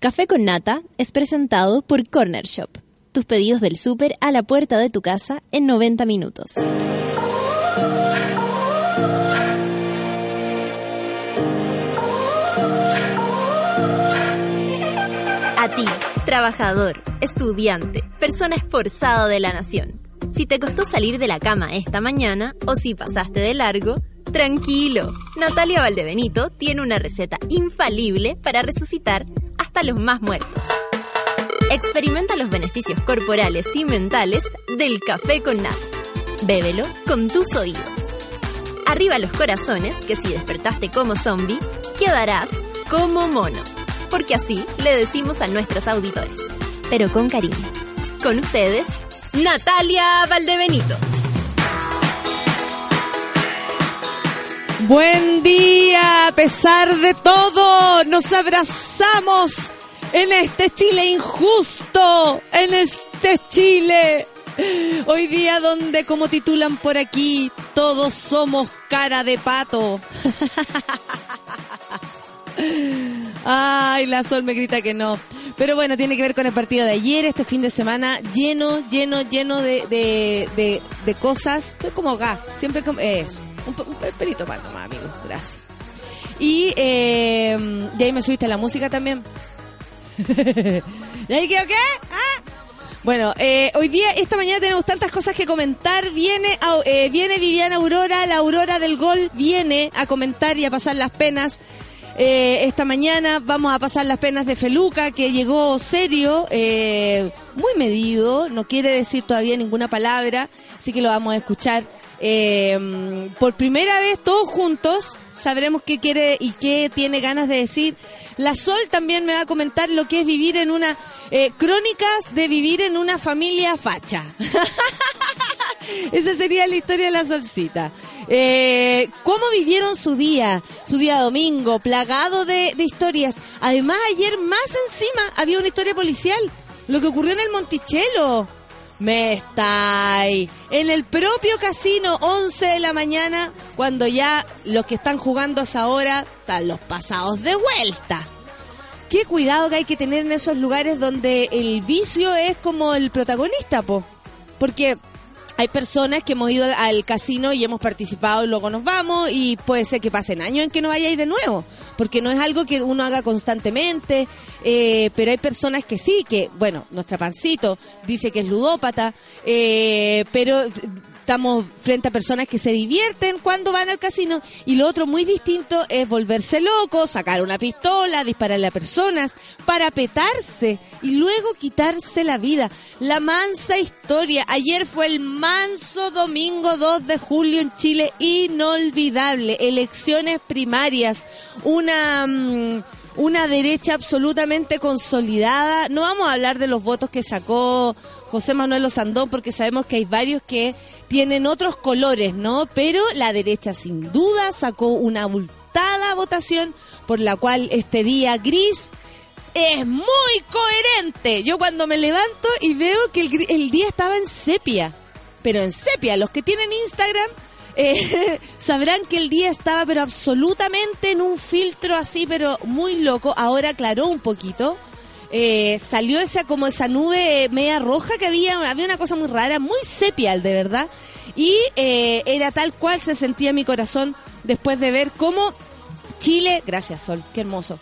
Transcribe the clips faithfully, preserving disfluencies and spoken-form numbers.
Café con Nata es presentado por Corner Shop. Tus pedidos del súper a la puerta de tu casa en noventa minutos. A ti, trabajador, estudiante, persona esforzada de la nación. Si te costó salir de la cama esta mañana o si pasaste de largo, tranquilo. Natalia Valdebenito tiene una receta infalible para resucitar hasta los más muertos. Experimenta los beneficios corporales y mentales del café con nata. Bébelo con tus oídos. Arriba los corazones, que si despertaste como zombie, quedarás como mono. Porque así le decimos a nuestros auditores, pero con cariño. Con ustedes, Natalia Valdebenito. Buen día, a pesar de todo, nos abrazamos en este Chile injusto, en este Chile. Hoy día donde, como titulan por aquí, todos somos cara de pato. Ay, la Sol me grita que no. Pero bueno, tiene que ver con el partido de ayer, este fin de semana lleno, lleno, lleno de, de, de, de cosas. Estoy como acá, siempre como eso. Un, un pelito más nomás, amigos, gracias. Y, eh, y ahí me subiste la música también. ¿Y ahí quedó qué? ¿Ah? Bueno, eh, hoy día, esta mañana tenemos tantas cosas que comentar. Viene, eh, viene Viviana Aurora, la Aurora del Gol, viene a comentar y a pasar las penas. Eh, esta mañana vamos a pasar las penas de Feluca, que llegó serio, eh, muy medido, no quiere decir todavía ninguna palabra, así que lo vamos a escuchar. Eh, por primera vez todos juntos sabremos qué quiere y qué tiene ganas de decir. La Sol también me va a comentar lo que es vivir en una eh, crónicas de vivir en una familia facha. Esa sería la historia de la Solcita. Eh, ¿Cómo vivieron su día? Su día domingo, plagado de, de historias. Además, ayer más encima había una historia policial. Lo que ocurrió en el Monticello. Me estáis. En el propio casino, once de la mañana, cuando ya los que están jugando a esa hora están los pasados de vuelta. Qué cuidado que hay que tener en esos lugares donde el vicio es como el protagonista, po. Porque hay personas que hemos ido al casino y hemos participado y luego nos vamos, y puede ser que pasen años en que no vayáis de nuevo, porque no es algo que uno haga constantemente, eh, pero hay personas que sí, que, bueno, nuestra Pancito dice que es ludópata, eh, pero estamos frente a personas que se divierten cuando van al casino, y lo otro muy distinto es volverse loco, sacar una pistola, dispararle a personas, parapetarse y luego quitarse la vida. La mansa historia. Ayer fue el manso domingo dos de julio en Chile, inolvidable. Elecciones primarias, una... Mmm, una derecha absolutamente consolidada. No vamos a hablar de los votos que sacó José Manuel Osandón, porque sabemos que hay varios que tienen otros colores, ¿no? Pero la derecha sin duda sacó una abultada votación, por la cual este día gris es muy coherente. Yo cuando me levanto y veo que el, el día estaba en sepia, pero en sepia, los que tienen Instagram Eh, sabrán que el día estaba pero absolutamente en un filtro así, pero muy loco. Ahora aclaró un poquito, eh, salió esa como esa nube media roja que había, había una cosa muy rara, muy sepia de verdad, y eh, era tal cual se sentía mi corazón después de ver cómo Chile, gracias Sol, qué hermoso,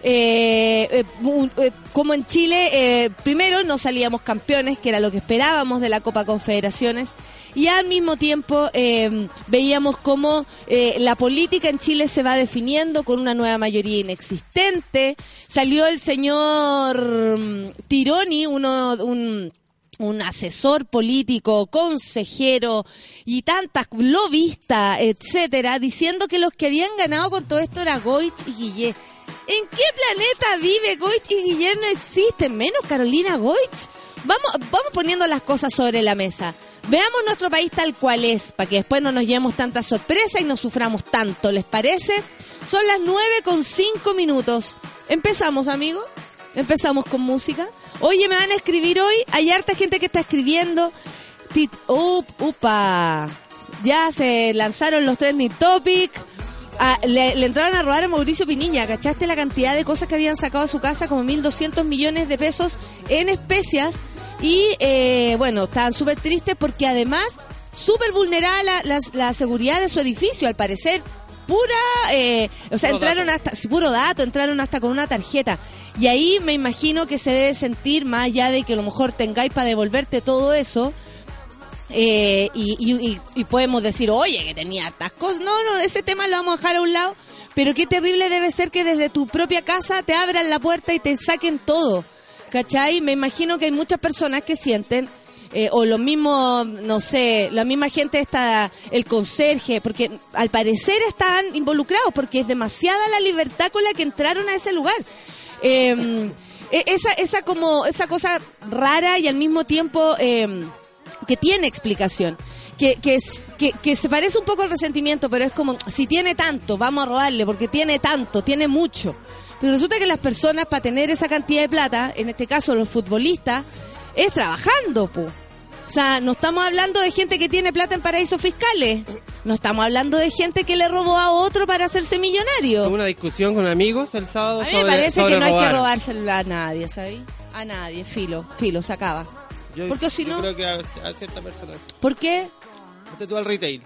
eh, eh, eh, como en Chile eh, primero no salíamos campeones, que era lo que esperábamos de la Copa Confederaciones, y al mismo tiempo eh, veíamos cómo eh, la política en Chile se va definiendo con una nueva mayoría inexistente. Salió el señor um, Tironi, uno un un asesor político, consejero y tantas, lobista, etcétera, diciendo que los que habían ganado con todo esto era Goich y Guillé. ¿En qué planeta vive Goich y Guillé? No existen, menos Carolina Goich. Vamos, vamos poniendo las cosas sobre la mesa. Veamos nuestro país tal cual es, para que después no nos llevemos tanta sorpresa y no suframos tanto, ¿les parece? Son las nueve con cinco minutos. ¿Empezamos, amigo? ¿Empezamos con música? Oye, me van a escribir hoy, hay harta gente que está escribiendo. Tit, up, upa. Ya se lanzaron los trending topics. a, le, le entraron a robar a Mauricio Pinilla. ¿Cachaste la cantidad de cosas que habían sacado a su casa? Como mil doscientos millones de pesos en especias. Y eh, bueno, estaban súper tristes porque además súper vulnerada la, la, la seguridad de su edificio, al parecer. Pura, eh, o sea, puro entraron dato. hasta, puro dato, entraron hasta con una tarjeta. Y ahí me imagino que se debe sentir, más allá de que a lo mejor tengáis para devolverte todo eso, eh, y, y, y podemos decir, oye, que tenía estas cosas. No, no, ese tema lo vamos a dejar a un lado. Pero qué terrible debe ser que desde tu propia casa te abran la puerta y te saquen todo. ¿Cachai? Me imagino que hay muchas personas que sienten... Eh, o lo mismo, no sé, la misma gente está, el conserje, porque al parecer están involucrados, porque es demasiada la libertad con la que entraron a ese lugar. Eh, esa, esa como, esa cosa rara y al mismo tiempo eh, que tiene explicación. Que, que, que, que se parece un poco al resentimiento, pero es como, si tiene tanto, vamos a robarle, porque tiene tanto, tiene mucho. Pero resulta que las personas, para tener esa cantidad de plata, en este caso los futbolistas, es trabajando, po. O sea, no estamos hablando de gente que tiene plata en paraísos fiscales. No estamos hablando de gente que le robó a otro para hacerse millonario. Tuve una discusión con amigos el sábado sobre A mí me parece sobre que no robar. hay que robárselo a nadie, ¿sabes? A nadie, filo, filo, se acaba. Yo, Porque si yo no... creo que a, a ciertas personas. ¿Por qué? Ponte tú al retail.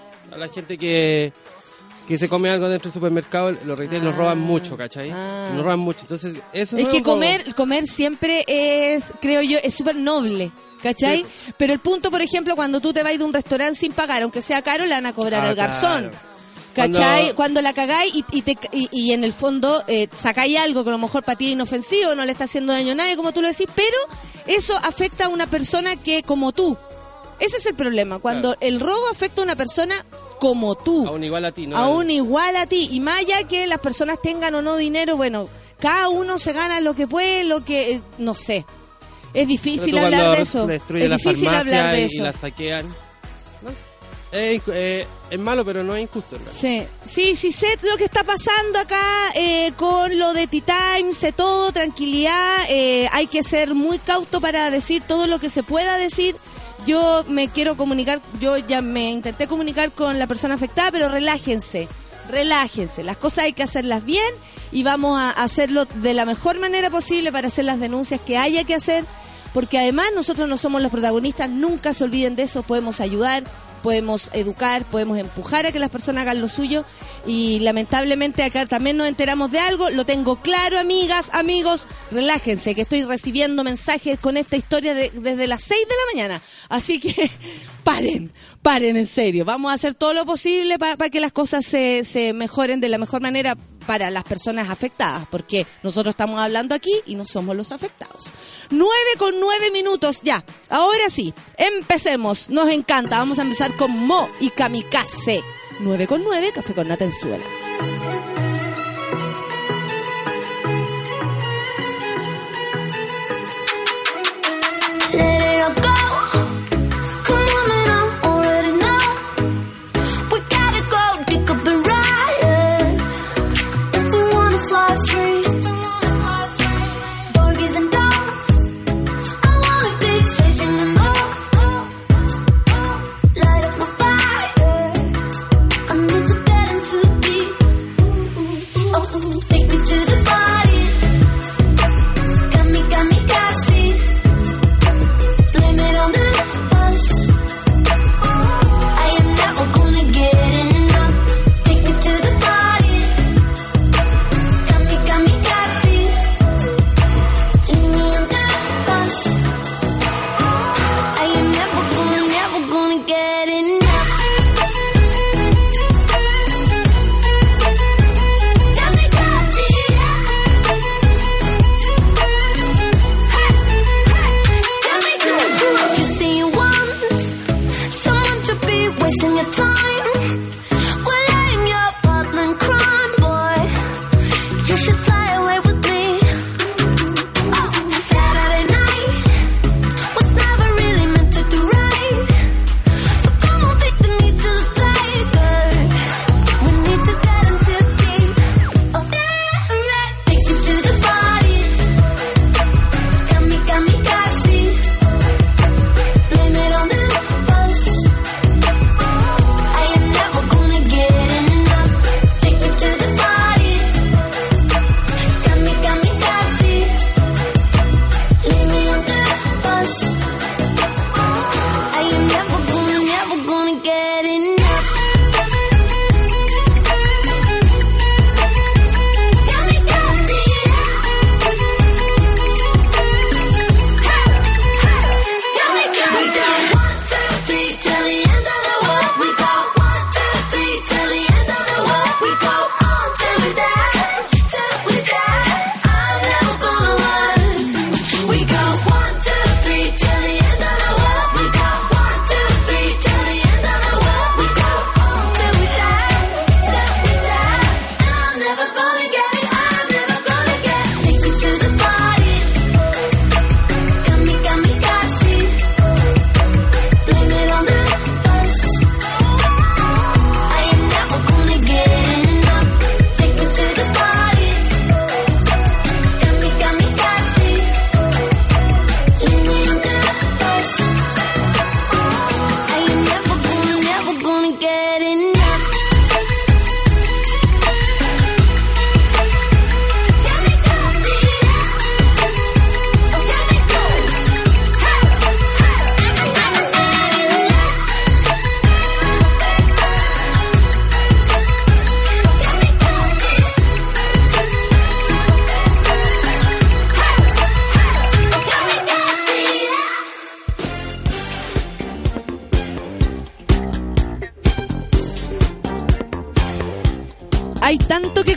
A la gente que... que se come algo dentro del supermercado, los retail ah, nos roban mucho, ¿cachai? Ah. Nos roban mucho, entonces eso es no que es comer robo. comer siempre es, creo yo, es súper noble, ¿cachai? Sí. Pero el punto, por ejemplo, cuando tú te vas de un restaurante sin pagar, aunque sea caro, le van a cobrar ah, al garzón, claro. ¿cachai? Cuando, Cuando la cagáis y, y, te, y, y en el fondo eh, sacáis algo que a lo mejor para ti es inofensivo, no le está haciendo daño a nadie, como tú lo decís, pero eso afecta a una persona que, como tú, ese es el problema, cuando claro. el robo afecta a una persona como tú. Aún igual a ti, ¿no? Aún igual a ti. Y más allá que las personas tengan o no dinero, bueno, cada uno se gana lo que puede, lo que... Eh, no sé. Es difícil hablar de eso. Es difícil hablar de y, eso. Y la saquean. ¿No? Es, eh, es malo, pero no es injusto, ¿verdad? Sí, sí, sí sé lo que está pasando acá eh, con lo de Tea Time, sé todo, tranquilidad. Eh, hay que ser muy cauto para decir todo lo que se pueda decir. Yo me quiero comunicar, yo ya me intenté comunicar con la persona afectada, pero relájense, relájense. Las cosas hay que hacerlas bien y vamos a hacerlo de la mejor manera posible para hacer las denuncias que haya que hacer, porque además nosotros no somos los protagonistas, nunca se olviden de eso, podemos ayudar, podemos educar, podemos empujar a que las personas hagan lo suyo y lamentablemente acá también nos enteramos de algo, lo tengo claro, amigas, amigos, relájense, que estoy recibiendo mensajes con esta historia de, desde las seis de la mañana, así que paren, paren en serio, vamos a hacer todo lo posible para pa que las cosas se, se mejoren de la mejor manera para las personas afectadas, porque nosotros estamos hablando aquí y no somos los afectados. Nueve con nueve minutos, ya, ahora sí, empecemos, nos encanta, vamos a empezar con Mo y Kamikaze. Nueve con nueve, Café con Nata en Suela. Light up my fire. I need to get into deep.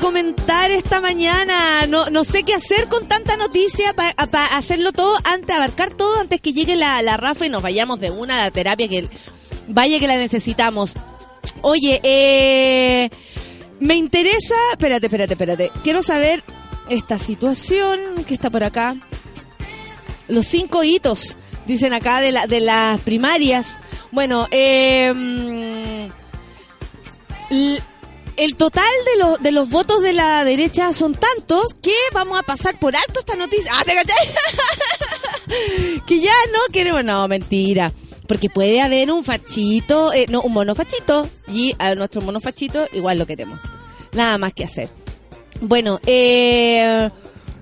comentar esta mañana. No, no sé qué hacer con tanta noticia para pa hacerlo todo, antes, abarcar todo antes que llegue la, la Rafa y nos vayamos de una a la terapia, que vaya que la necesitamos. Oye, eh, me interesa, espérate, espérate, espérate. Quiero saber esta situación que está por acá. Los cinco hitos, dicen acá, de, la, de las primarias. Bueno, eh... el total de los de los votos de la derecha son tantos que vamos a pasar por alto esta noticia. ¡Ah, te caché! Que ya no queremos... No, mentira. Porque puede haber un fachito, eh, no, un monofachito. Y a nuestro monofachito igual lo queremos. Nada más que hacer. Bueno, eh...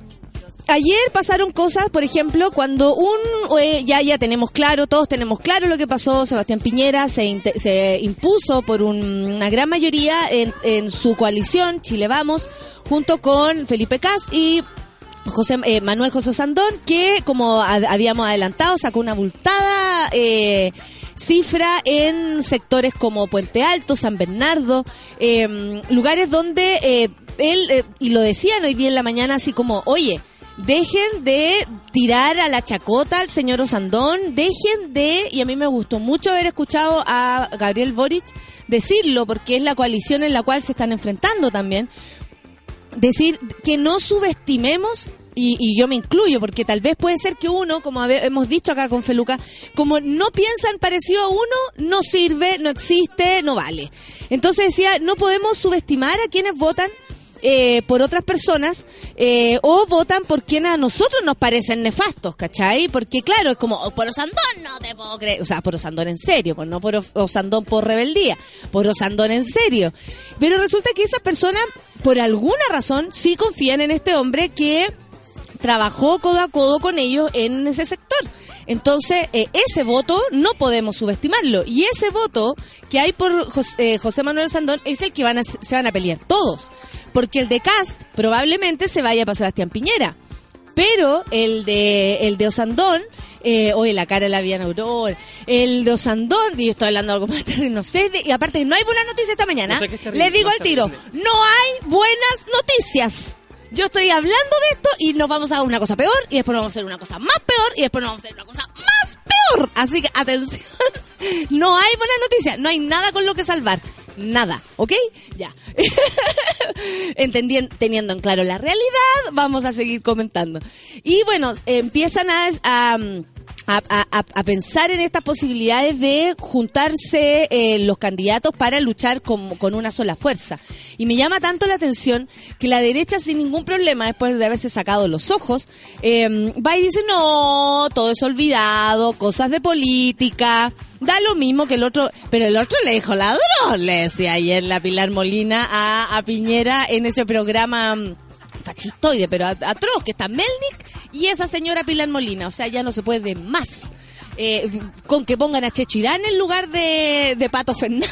ayer pasaron cosas, por ejemplo, cuando un... Eh, ya ya tenemos claro, todos tenemos claro lo que pasó. Sebastián Piñera se, se impuso por un, una gran mayoría en, en su coalición, Chile Vamos, junto con Felipe Cas y José eh, Manuel José Sandón, que, como a, habíamos adelantado, sacó una abultada eh, cifra en sectores como Puente Alto, San Bernardo, eh, lugares donde eh, él, eh, y lo decían hoy día en la mañana, así como, oye... dejen de tirar a la chacota al señor Osandón, dejen de, y a mí me gustó mucho haber escuchado a Gabriel Boric decirlo, porque es la coalición en la cual se están enfrentando también, decir que no subestimemos, y, y yo me incluyo, porque tal vez puede ser que uno, como hemos dicho acá con Feluca, como no piensan parecido a uno, no sirve, no existe, no vale. Entonces decía, no podemos subestimar a quienes votan Eh, por otras personas eh, o votan por quienes a nosotros nos parecen nefastos, ¿cachai? Porque claro, es como, por Osandón no te puedo creer, o sea, por Osandón en serio, pues no por Osandón por rebeldía, por Osandón en serio. Pero resulta que esas personas, por alguna razón, sí confían en este hombre que trabajó codo a codo con ellos en ese sector. Entonces, eh, ese voto no podemos subestimarlo. Y ese voto que hay por José, eh, José Manuel Osandón es el que van a, se van a pelear todos. Porque el de Cast probablemente se vaya para Sebastián Piñera. Pero el de el de Osandón, eh, oye, la cara de la Viana Aurora, el de Osandón, y yo estoy hablando algo más terrible, no sé, de, y aparte no hay buena noticia esta mañana. No sé, terrible, les digo no al tiro, no hay buenas noticias. Yo estoy hablando de esto y nos vamos a hacer una cosa peor, y después nos vamos a hacer una cosa más peor, y después nos vamos a hacer una cosa más peor. Así que, atención, no hay buena noticia, no hay nada con lo que salvar. Nada, ¿ok? Ya. Entendien, teniendo en claro la realidad, vamos a seguir comentando. Y bueno, eh, empiezan a... a A, a, a pensar en estas posibilidades de juntarse eh, los candidatos para luchar con, con una sola fuerza. Y me llama tanto la atención que la derecha, sin ningún problema, después de haberse sacado los ojos, eh, va y dice, no, todo es olvidado, cosas de política, da lo mismo que el otro, pero el otro le dijo ladrón, le decía ayer la Pilar Molina a, a Piñera en ese programa fascistoide, pero atroz, que está Melnik y esa señora Pilar Molina, o sea, ya no se puede más. Eh, con que pongan a Checho Irán en lugar de, de Pato Fernández,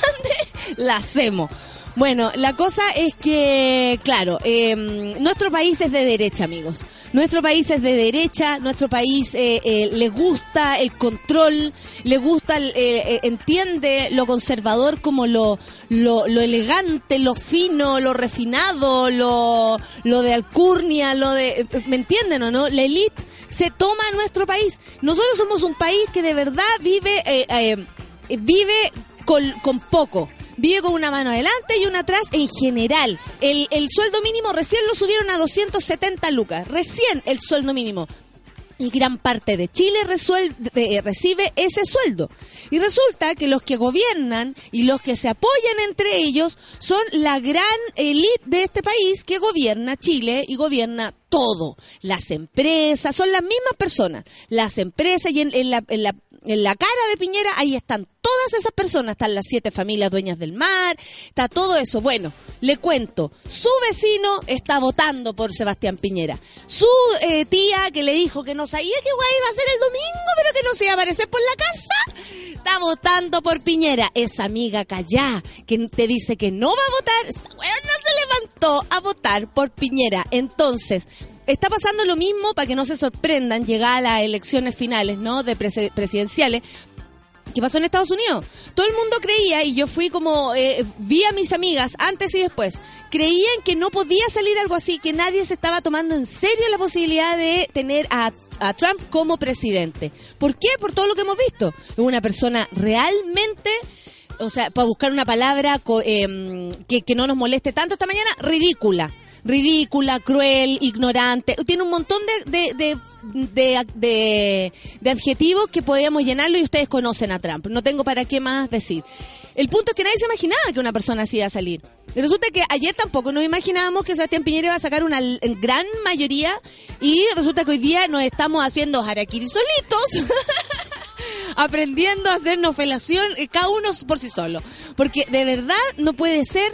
la hacemos. Bueno, la cosa es que, claro, eh, nuestro país es de derecha, amigos. Nuestro país es de derecha, nuestro país eh, eh, le gusta el control, le gusta, el, eh, entiende lo conservador como lo, lo, lo elegante, lo fino, lo refinado, lo, lo de alcurnia, lo de... ¿Me entienden o no? La élite se toma a nuestro país. Nosotros somos un país que de verdad vive, eh, eh, vive con, con poco. Vive con una mano adelante y una atrás en general. El, el sueldo mínimo recién lo subieron a doscientos setenta lucas. Recién el sueldo mínimo. Y gran parte de Chile resuelve, eh, recibe ese sueldo. Y resulta que los que gobiernan y los que se apoyan entre ellos son la gran élite de este país que gobierna Chile y gobierna todo. Las empresas, son las mismas personas. Las empresas y en, en, la, en, la, en la cara de Piñera ahí están todas esas personas. Están las siete familias dueñas del mar, está todo eso. Bueno, le cuento, su vecino está votando por Sebastián Piñera. Su eh, tía que le dijo que no sabía qué guay iba a ser el domingo, pero que no se iba a aparecer por la casa, está votando por Piñera. Esa amiga callá que te dice que no va a votar, esa weona se levantó a votar por Piñera. Entonces, está pasando lo mismo, para que no se sorprendan, llegar a las elecciones finales, ¿no?, de prese- presidenciales, ¿Qué pasó en Estados Unidos? Todo el mundo creía, y yo fui como, eh, vi a mis amigas antes y después, creían que no podía salir algo así, que nadie se estaba tomando en serio la posibilidad de tener a, a Trump como presidente. ¿Por qué? Por todo lo que hemos visto. Es una persona realmente, o sea, para buscar una palabra eh, que, que no nos moleste tanto esta mañana, ridícula. Ridícula, cruel, ignorante. Tiene un montón de de, de, de, de, de adjetivos que podríamos llenarlo y ustedes conocen a Trump. No tengo para qué más decir. El punto es que nadie se imaginaba que una persona así iba a salir. Y resulta que ayer tampoco nos imaginábamos que Sebastián Piñera iba a sacar una gran mayoría y resulta que hoy día nos estamos haciendo harakiri solitos. Aprendiendo a hacernos felación, cada uno por sí solo. Porque de verdad no puede ser...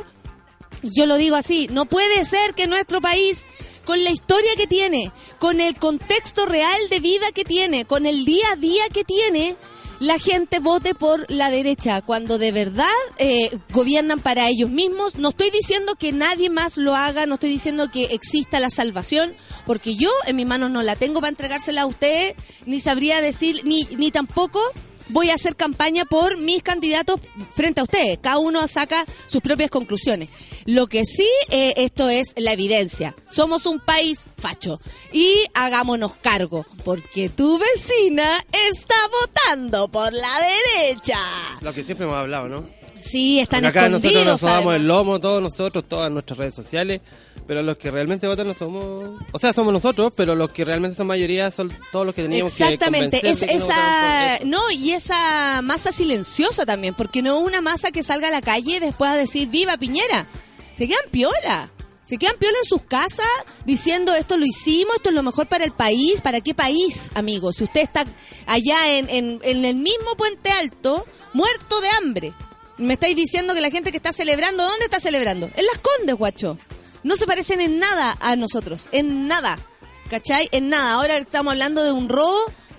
Yo lo digo así, no puede ser que nuestro país, con la historia que tiene, con el contexto real de vida que tiene, con el día a día que tiene, la gente vote por la derecha, cuando de verdad eh, gobiernan para ellos mismos. No estoy diciendo que nadie más lo haga, no estoy diciendo que exista la salvación, porque yo en mis manos no la tengo para entregársela a ustedes, ni sabría decir, ni, ni tampoco... voy a hacer campaña por mis candidatos frente a ustedes. Cada uno saca sus propias conclusiones. Lo que sí, eh, esto es la evidencia. Somos un país facho. Y hagámonos cargo, porque tu vecina está votando por la derecha. Lo que siempre hemos hablado, ¿no? Sí, están acá escondidos. Nosotros nos sobamos además. el lomo, todos nosotros, todas nuestras redes sociales. Pero los que realmente votan no somos... O sea, somos nosotros, pero los que realmente son mayoría son todos los que teníamos Exactamente. que convencer. Es, de que esa, no, no, y esa masa silenciosa también, porque no es una masa que salga a la calle después a decir ¡viva Piñera! Se quedan piola. Se quedan piola en sus casas diciendo esto lo hicimos, esto es lo mejor para el país. ¿Para qué país, amigos? Si usted está allá en, en, en el mismo Puente Alto, muerto de hambre. Me estáis diciendo que la gente que está celebrando, ¿dónde está celebrando? En Las Condes, guacho. No se parecen en nada a nosotros, en nada, ¿cachai? En nada. Ahora estamos hablando de un robo.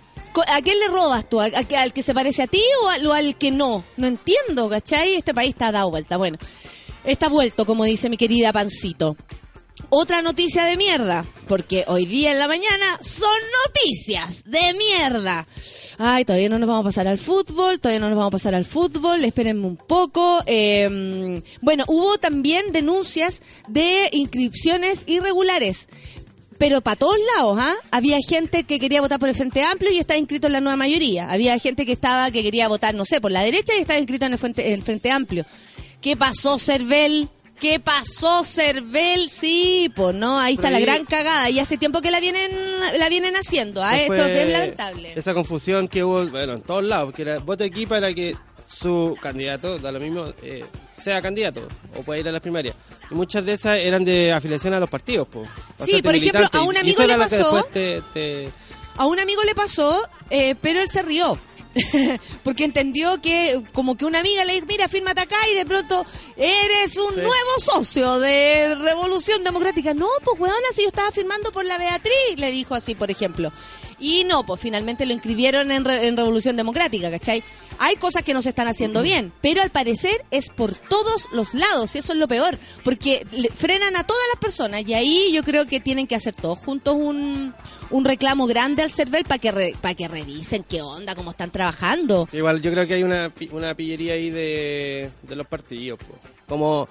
¿A quién le robas tú? ¿Al, al que se parece a ti o al, o al que no? No entiendo, ¿cachai? Este país está dado vuelta. Bueno, está vuelto, como dice mi querida Pancito. Otra noticia de mierda, porque hoy día en la mañana son noticias de mierda. Ay, todavía no nos vamos a pasar al fútbol, todavía no nos vamos a pasar al fútbol, espérenme un poco. Eh, bueno, hubo también denuncias de inscripciones irregulares, pero para todos lados, ¿ah? ¿eh? Había gente que quería votar por el Frente Amplio y estaba inscrito en la nueva mayoría. Había gente que estaba que quería votar, no sé, por la derecha y estaba inscrito en el Frente, en el Frente Amplio. ¿Qué pasó, Cervel? ¿Qué pasó, Cervel? Sí, pues no, ahí está la gran cagada. Y hace tiempo que la vienen la vienen haciendo. ¿eh? Esto es bien lamentable. Esa confusión que hubo, bueno, en todos lados, porque el voto aquí para que su candidato, da lo mismo, eh, sea candidato o pueda ir a las primarias. Y muchas de esas eran de afiliación a los partidos, pues. Sí, por ejemplo, a un amigo le pasó. Te, te... A un amigo le pasó, eh, pero él se rió. Porque entendió que como que una amiga le dijo, mira, fírmate acá y de pronto eres un sí. nuevo socio de Revolución Democrática. No, pues weona, si yo estaba firmando por la Beatriz, le dijo así, por ejemplo. Y no, pues finalmente lo inscribieron en, Re- en Revolución Democrática, ¿cachai? Hay cosas que no se están haciendo bien, pero al parecer es por todos los lados, y eso es lo peor, porque le frenan a todas las personas, y ahí yo creo que tienen que hacer todos juntos un... un reclamo grande al Cervel para que re, para que revisen qué onda, cómo están trabajando. Igual yo creo que hay una una pillería ahí de, de los partidos, po. Como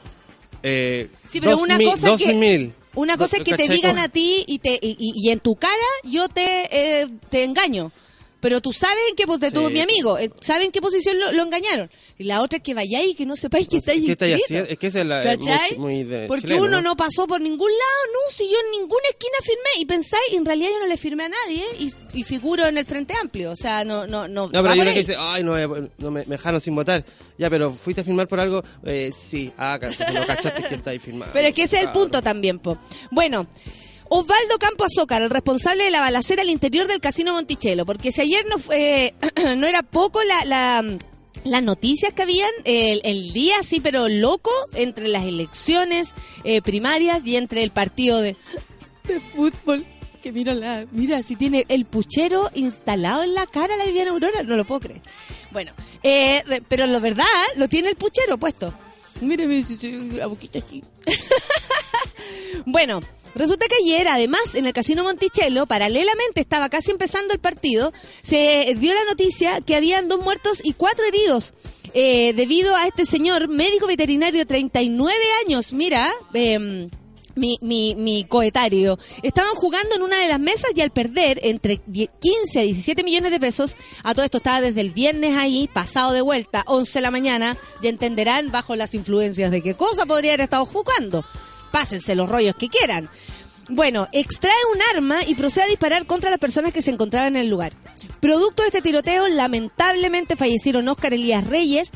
eh, sí, pero dos una mil, cosa dos que mil. una cosa es que te digan a ti y te y, y, y en tu cara yo te eh, te engaño. Pero tú sabes en qué posición, sí. tú, mi amigo, ¿sabes en qué posición lo, lo engañaron? Y la otra es que vayáis y que no sepáis que estáis inscritos. Es que esa es la ¿cachai? Muy, muy de Porque chileno, uno ¿no? no pasó por ningún lado, no, si yo en ninguna esquina firmé. Y pensáis, en realidad yo no le firmé a nadie y, y figuro en el Frente Amplio. O sea, no, no, no. No, pero hay una que dice, ay, no, no me, me dejaron sin votar. Ya, pero ¿fuiste a firmar por algo? Eh, sí, ah, no cachaste que estáis firmando. Pero es que ese es el punto también, po. Bueno. Osvaldo Campo Azócar, el responsable de la balacera al interior del Casino Monticello, porque si ayer no fue, no era poco la, la, las noticias que habían, el, el día sí, pero loco, entre las elecciones eh, primarias y entre el partido de, de fútbol, que mira, la, mira, si tiene el puchero instalado en la cara la Viviana Aurora, no lo puedo creer. Bueno, eh, pero la verdad, lo tiene el puchero puesto. Míreme, a boquita así. Bueno, Resulta que ayer, además, en el Casino Monticello, paralelamente estaba casi empezando el partido, se dio la noticia que habían dos muertos y cuatro heridos. Eh, debido a este señor, médico veterinario de treinta y nueve años, mira, eh, mi, mi, mi coetario, estaban jugando en una de las mesas y al perder entre quince a diecisiete millones de pesos, a todo esto estaba desde el viernes ahí, pasado de vuelta, once de la mañana, ya entenderán bajo las influencias de qué cosa podría haber estado jugando. Pásense los rollos que quieran. Bueno, extrae un arma y procede a disparar contra las personas que se encontraban en el lugar. Producto de este tiroteo, lamentablemente fallecieron Óscar Elías Reyes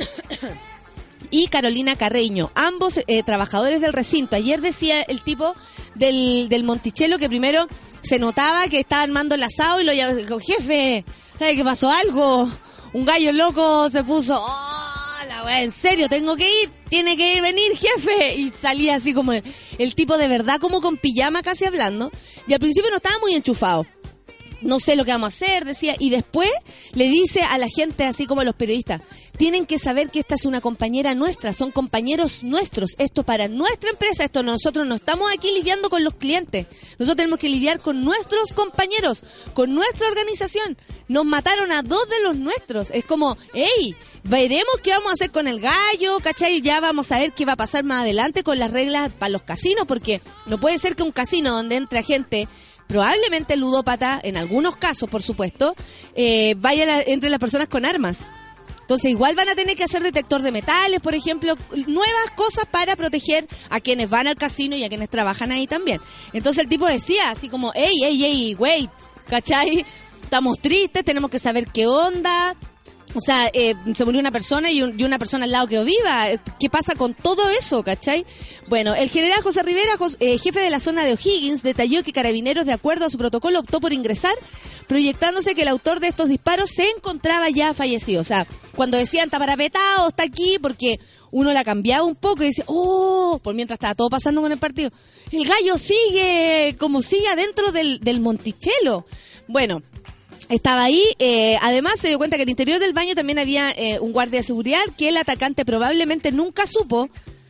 y Carolina Carreño, ambos eh, trabajadores del recinto. Ayer decía el tipo del, del Monticello que primero se notaba que estaba armando el asado y lo llamaba, dijo, jefe, ¿sabe qué pasó algo? Un gallo loco se puso... ¡Oh! La wea, en serio, tengo que ir, tiene que ir, venir, jefe. Y salía así como el, el tipo de verdad, como con pijama casi hablando. Y al principio no estaba muy enchufado. No sé lo que vamos a hacer, decía. Y después le dice a la gente, así como a los periodistas, tienen que saber que esta es una compañera nuestra, son compañeros nuestros. Esto para nuestra empresa, esto nosotros no estamos aquí lidiando con los clientes. Nosotros tenemos que lidiar con nuestros compañeros, con nuestra organización. Nos mataron a dos de los nuestros. Es como, hey, veremos qué vamos a hacer con el gallo, ¿cachai? Ya vamos a ver qué va a pasar más adelante con las reglas para los casinos, porque no puede ser que un casino donde entre gente... probablemente ludópata, en algunos casos, por supuesto, eh, vaya la, entre las personas con armas. Entonces, igual van a tener que hacer detector de metales, por ejemplo, nuevas cosas para proteger a quienes van al casino y a quienes trabajan ahí también. Entonces, el tipo decía, así como, hey, hey, hey, wait, ¿cachai? Estamos tristes, tenemos que saber qué onda... O sea, eh, se murió una persona y, un, y una persona al lado quedó viva. ¿Qué pasa con todo eso, cachai? Bueno, el general José Rivera, José, eh, jefe de la zona de O'Higgins, detalló que Carabineros, de acuerdo a su protocolo, optó por ingresar, proyectándose que el autor de estos disparos se encontraba ya fallecido. O sea, cuando decían, está parapetado, está aquí, porque uno la cambiaba un poco y decía, oh, por mientras estaba todo pasando con el partido. El gallo sigue, como sigue adentro del, del Monticello. Bueno... Estaba ahí, eh, además se dio cuenta que en el interior del baño también había eh, un guardia de seguridad que el atacante probablemente nunca supo.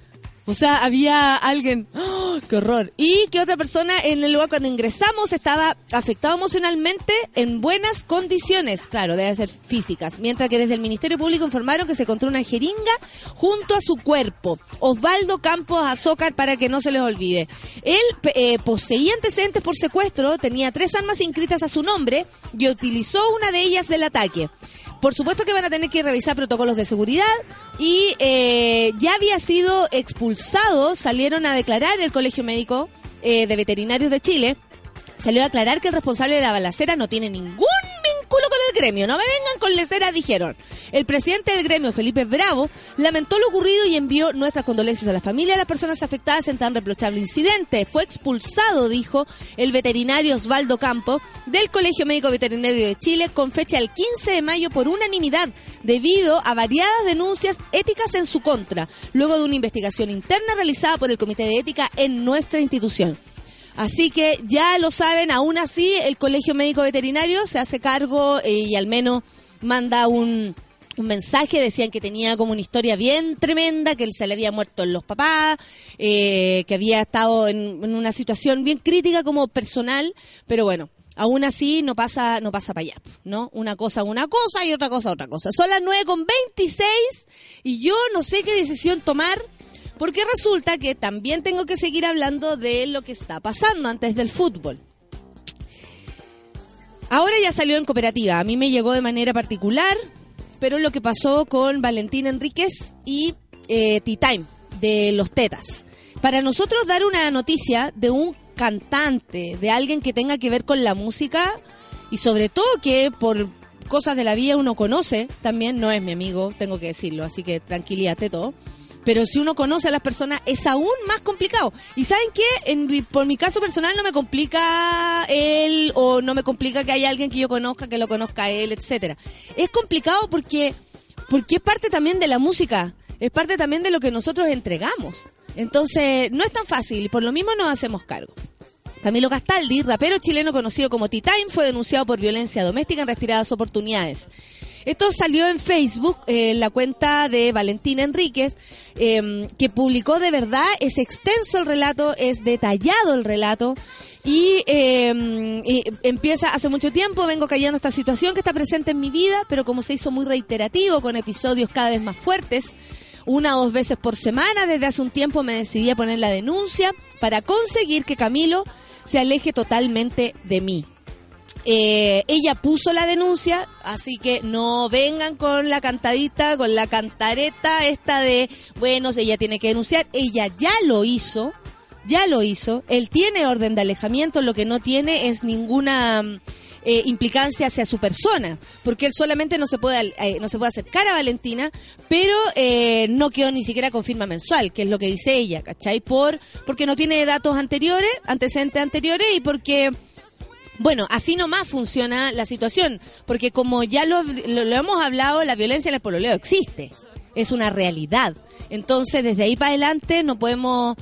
O sea, había alguien, ¡oh, qué horror! Y que otra persona en el lugar cuando ingresamos estaba afectado emocionalmente en buenas condiciones, claro, debe ser físicas, mientras que desde el Ministerio Público informaron que se encontró una jeringa junto a su cuerpo. Osvaldo Campos Azócar, para que no se les olvide. Él eh, poseía antecedentes por secuestro, tenía tres armas inscritas a su nombre y utilizó una de ellas del ataque. Por supuesto que van a tener que revisar protocolos de seguridad y eh, ya había sido expulsado, salieron a declarar el Colegio Médico eh, de Veterinarios de Chile, salió a aclarar que el responsable de la balacera no tiene ningún vínculo con el gremio, no me vengan con leceras, dijeron. El presidente del gremio, Felipe Bravo, lamentó lo ocurrido y envió nuestras condolencias a la familia de las personas afectadas en tan reprochable incidente. Fue expulsado, dijo el veterinario Osvaldo Campos, del Colegio Médico Veterinario de Chile con fecha el quince de mayo por unanimidad, debido a variadas denuncias éticas en su contra, luego de una investigación interna realizada por el Comité de Ética en nuestra institución. Así que ya lo saben, aún así el Colegio Médico Veterinario se hace cargo eh, y al menos manda un, un mensaje. Decían que tenía como una historia bien tremenda, que él se le había muerto los papás, eh, que había estado en, en una situación bien crítica como personal, pero bueno, aún así no pasa no pasa para allá, ¿no? Una cosa una cosa y otra cosa otra cosa. Son las nueve con veintiséis y yo no sé qué decisión tomar, porque resulta que también tengo que seguir hablando de lo que está pasando antes del fútbol. Ahora ya salió en Cooperativa, a mí me llegó de manera particular, pero lo que pasó con Valentín Enríquez y eh, T-Time de Los Tetas. Para nosotros dar una noticia de un cantante, de alguien que tenga que ver con la música y sobre todo que por cosas de la vida uno conoce, también no es mi amigo, tengo que decirlo, así que tranquilízate todo. Pero si uno conoce a las personas es aún más complicado. ¿Y saben qué? En, por mi caso personal no me complica él o no me complica que haya alguien que yo conozca, que lo conozca a él, etcétera. Es complicado porque, porque es parte también de la música, es parte también de lo que nosotros entregamos. Entonces no es tan fácil y por lo mismo nos hacemos cargo. Camilo Castaldi, rapero chileno conocido como T-Time, fue denunciado por violencia doméstica en retiradas oportunidades. Esto salió en Facebook, en eh, la cuenta de Valentina Enríquez, eh, que publicó de verdad, es extenso el relato, es detallado el relato, y, eh, y empieza, hace mucho tiempo vengo callando esta situación que está presente en mi vida, pero como se hizo muy reiterativo, con episodios cada vez más fuertes, una o dos veces por semana, desde hace un tiempo me decidí a poner la denuncia para conseguir que Camilo se aleje totalmente de mí. Eh, ella puso la denuncia, así que no vengan con la cantadita, con la cantareta esta de, bueno, ella tiene que denunciar. Ella ya lo hizo, ya lo hizo. Él tiene orden de alejamiento, lo que no tiene es ninguna eh, implicancia hacia su persona, porque él solamente no se puede eh, no se puede acercar a Valentina, pero eh, no quedó ni siquiera con firma mensual, que es lo que dice ella, ¿cachai? Por, porque no tiene datos anteriores, antecedentes anteriores, y porque... Bueno, así nomás funciona la situación, porque como ya lo, lo, lo hemos hablado, la violencia en el pololeo existe, es una realidad. Entonces, desde ahí para adelante no podemos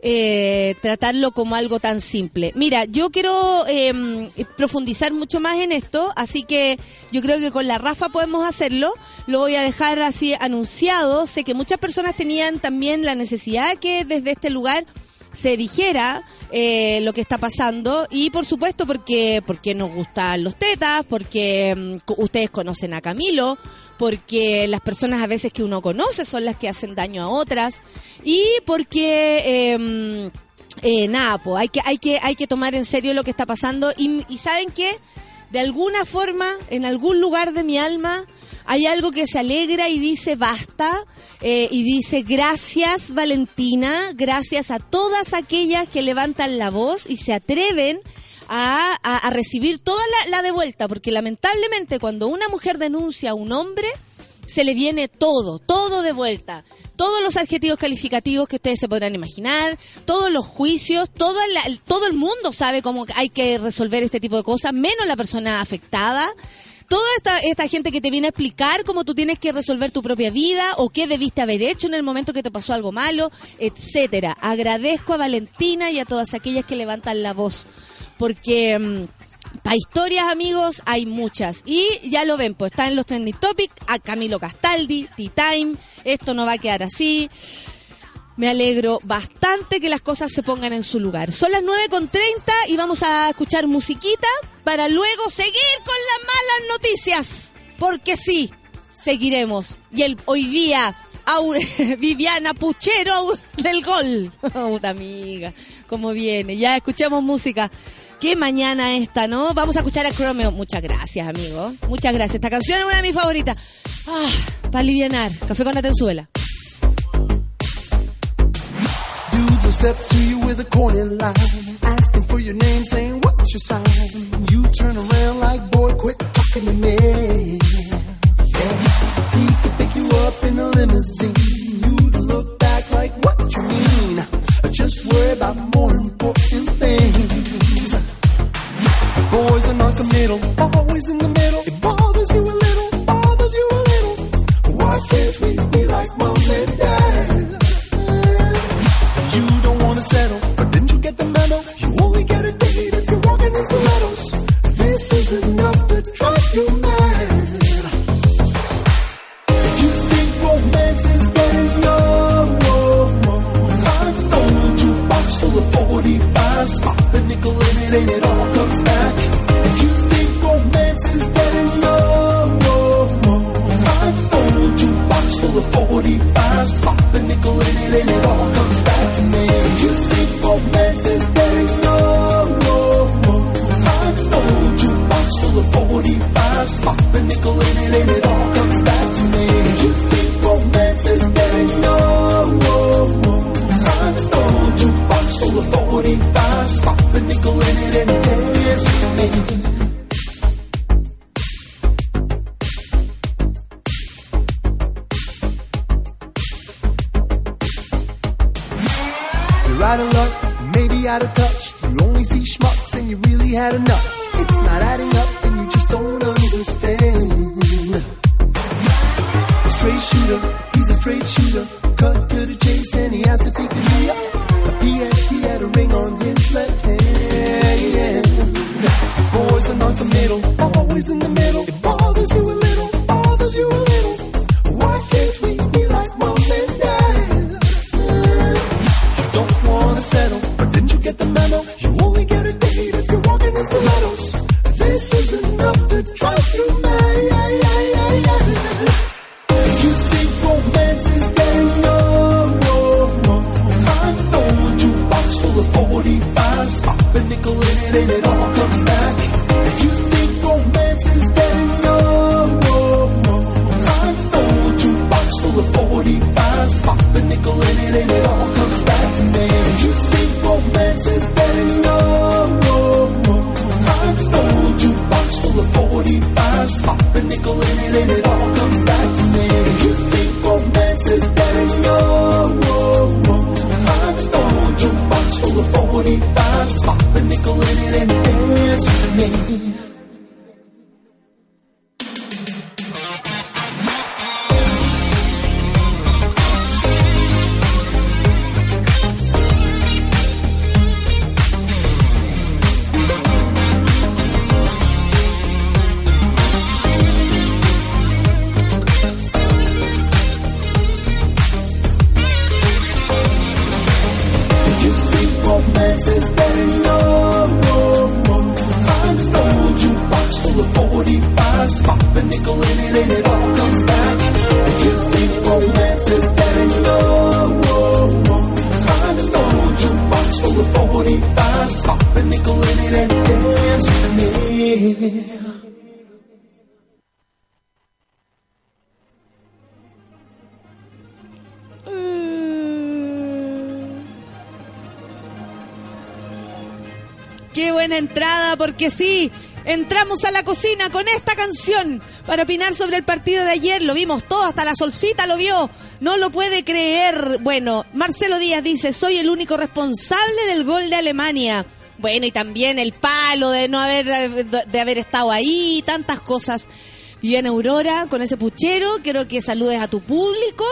eh, tratarlo como algo tan simple. Mira, yo quiero eh, profundizar mucho más en esto, así que yo creo que con la Rafa podemos hacerlo. Lo voy a dejar así anunciado. Sé que muchas personas tenían también la necesidad que desde este lugar se dijera eh, lo que está pasando, y por supuesto porque porque nos gustan los tetas, porque um, ustedes conocen a Camilo, porque las personas a veces que uno conoce son las que hacen daño a otras, y porque eh, eh, nada, pues hay que hay que hay que tomar en serio lo que está pasando, y, y ¿saben qué? De alguna forma, en algún lugar de mi alma hay algo que se alegra y dice basta, eh, y dice gracias Valentina, gracias a todas aquellas que levantan la voz y se atreven a, a, a recibir toda la, la de vuelta, porque lamentablemente cuando una mujer denuncia a un hombre, se le viene todo, todo de vuelta. Todos los adjetivos calificativos que ustedes se podrán imaginar, todos los juicios, todo, la, todo el mundo sabe cómo hay que resolver este tipo de cosas, menos la persona afectada. Toda esta, esta gente que te viene a explicar cómo tú tienes que resolver tu propia vida o qué debiste haber hecho en el momento que te pasó algo malo, etcétera. Agradezco a Valentina y a todas aquellas que levantan la voz, porque mmm, para historias, amigos, hay muchas. Y ya lo ven, pues está en los trending topics a Camilo Castaldi, T-Time, esto no va a quedar así. Me alegro bastante que las cosas se pongan en su lugar. Son las nueve con treinta y vamos a escuchar musiquita para luego seguir con las malas noticias. Porque sí, seguiremos. Y el hoy día, Aure, Viviana Puchero del Gol. Puta amiga, cómo viene. Ya escuchemos música. Qué mañana esta, ¿no? Vamos a escuchar a Chromeo. Muchas gracias, amigo. Muchas gracias. Esta canción es una de mis favoritas. Ah, para alivianar. Café con la Tenzuela. Dudes will step to you with a corny line, asking for your name, saying what's your sign. You turn around like, boy, quit talking to me. Yeah. He can pick you up in a limousine. You'd look back like, what you mean? Just worry about more important things. Boys are non-committal, always in the middle. It bothers you a little, bothers you a little. Why can't we be like mom and dad? You don't wanna settle, but didn't you get the memo? You only get a date if you're walking in stilettos. This is enough to drive you mad. If you think romance is getting young, I'm phone jukebox full of forty-fives. Pop a nickel in it and it all comes back. If you think romance is getting young, I'm phone jukebox full of forty-fives. Pop a nickel in it and it all comes back to me. If you think romance is getting young, I'm phone jukebox full of forty-fives. Pop a nickel in it and it all comes back to me. If you think romance is getting young, I'm phone jukebox full of forty-fives. Pop a nickel in it and dance with me. You're out of luck, maybe out of touch. You only see schmucks and you really had enough. It's not adding up and you just don't understand. A straight shooter, he's a straight shooter. Cut to the chase and he asked if he could be up. A P S, he had a ring on his left hand. a non-committal, always in the middle. It bothers you a little, bothers you a little. Why can't we be like mom and dad? You don't wanna settle, but didn't you get the memo? You only get a date if you're walking in stilettos. This is enough to drive you mad. You think romance is getting old? I'm an old jukebox full of forty-fives. Pop a nickel in it and it all comes back. If you think romance is getting old, I'm an old jukebox full of forty-fives. Pop a nickel in it and it all comes back to me. If you think romance is getting old, I'm an old jukebox full of forty-fives. Pop a nickel in it and it all comes back to me. If you think romance is getting old, I'm an old jukebox full of forty-fives. Pop a nickel in it and dance with me. Qué buena entrada, porque sí, entramos a la cocina con esta canción para opinar sobre el partido de ayer. Lo vimos todo, hasta la Solcita lo vio. No lo puede creer. Bueno, Marcelo Díaz dice, soy el único responsable del gol de Alemania. Bueno, y también el palo de no haber de haber estado ahí, tantas cosas. Viviana Aurora, con ese puchero, quiero que saludes a tu público.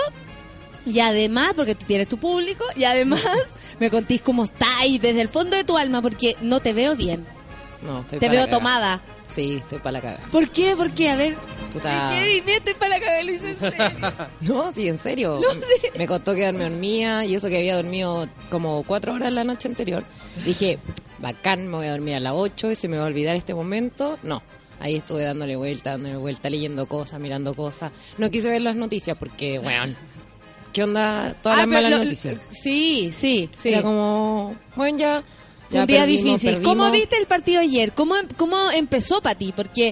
Y además, porque tú tienes tu público, y además me contís cómo estáis desde el fondo de tu alma, porque no te veo bien. No, estoy Te para veo la tomada. cagada. Sí, estoy para la cagada. ¿Por qué? ¿Por qué? A ver. Puta. ¿Qué dime? Estoy para la cagada, lo hice en serio. No, sí, en serio. No sé. Me costó quedarme dormida y eso que había dormido como cuatro horas la noche anterior. Dije, bacán, me voy a dormir a las ocho y se me va a olvidar este momento. No, ahí estuve dándole vuelta, dándole vuelta, leyendo cosas, mirando cosas. No quise ver las noticias porque, weón, ¿qué onda? Todas Ah, las pero malas lo- noticias. Sí, sí, sí. Era como, bueno, ya... Fue ya un día perdimos, difícil. perdimos. ¿Cómo viste el partido ayer? ¿Cómo, cómo empezó para ti? Porque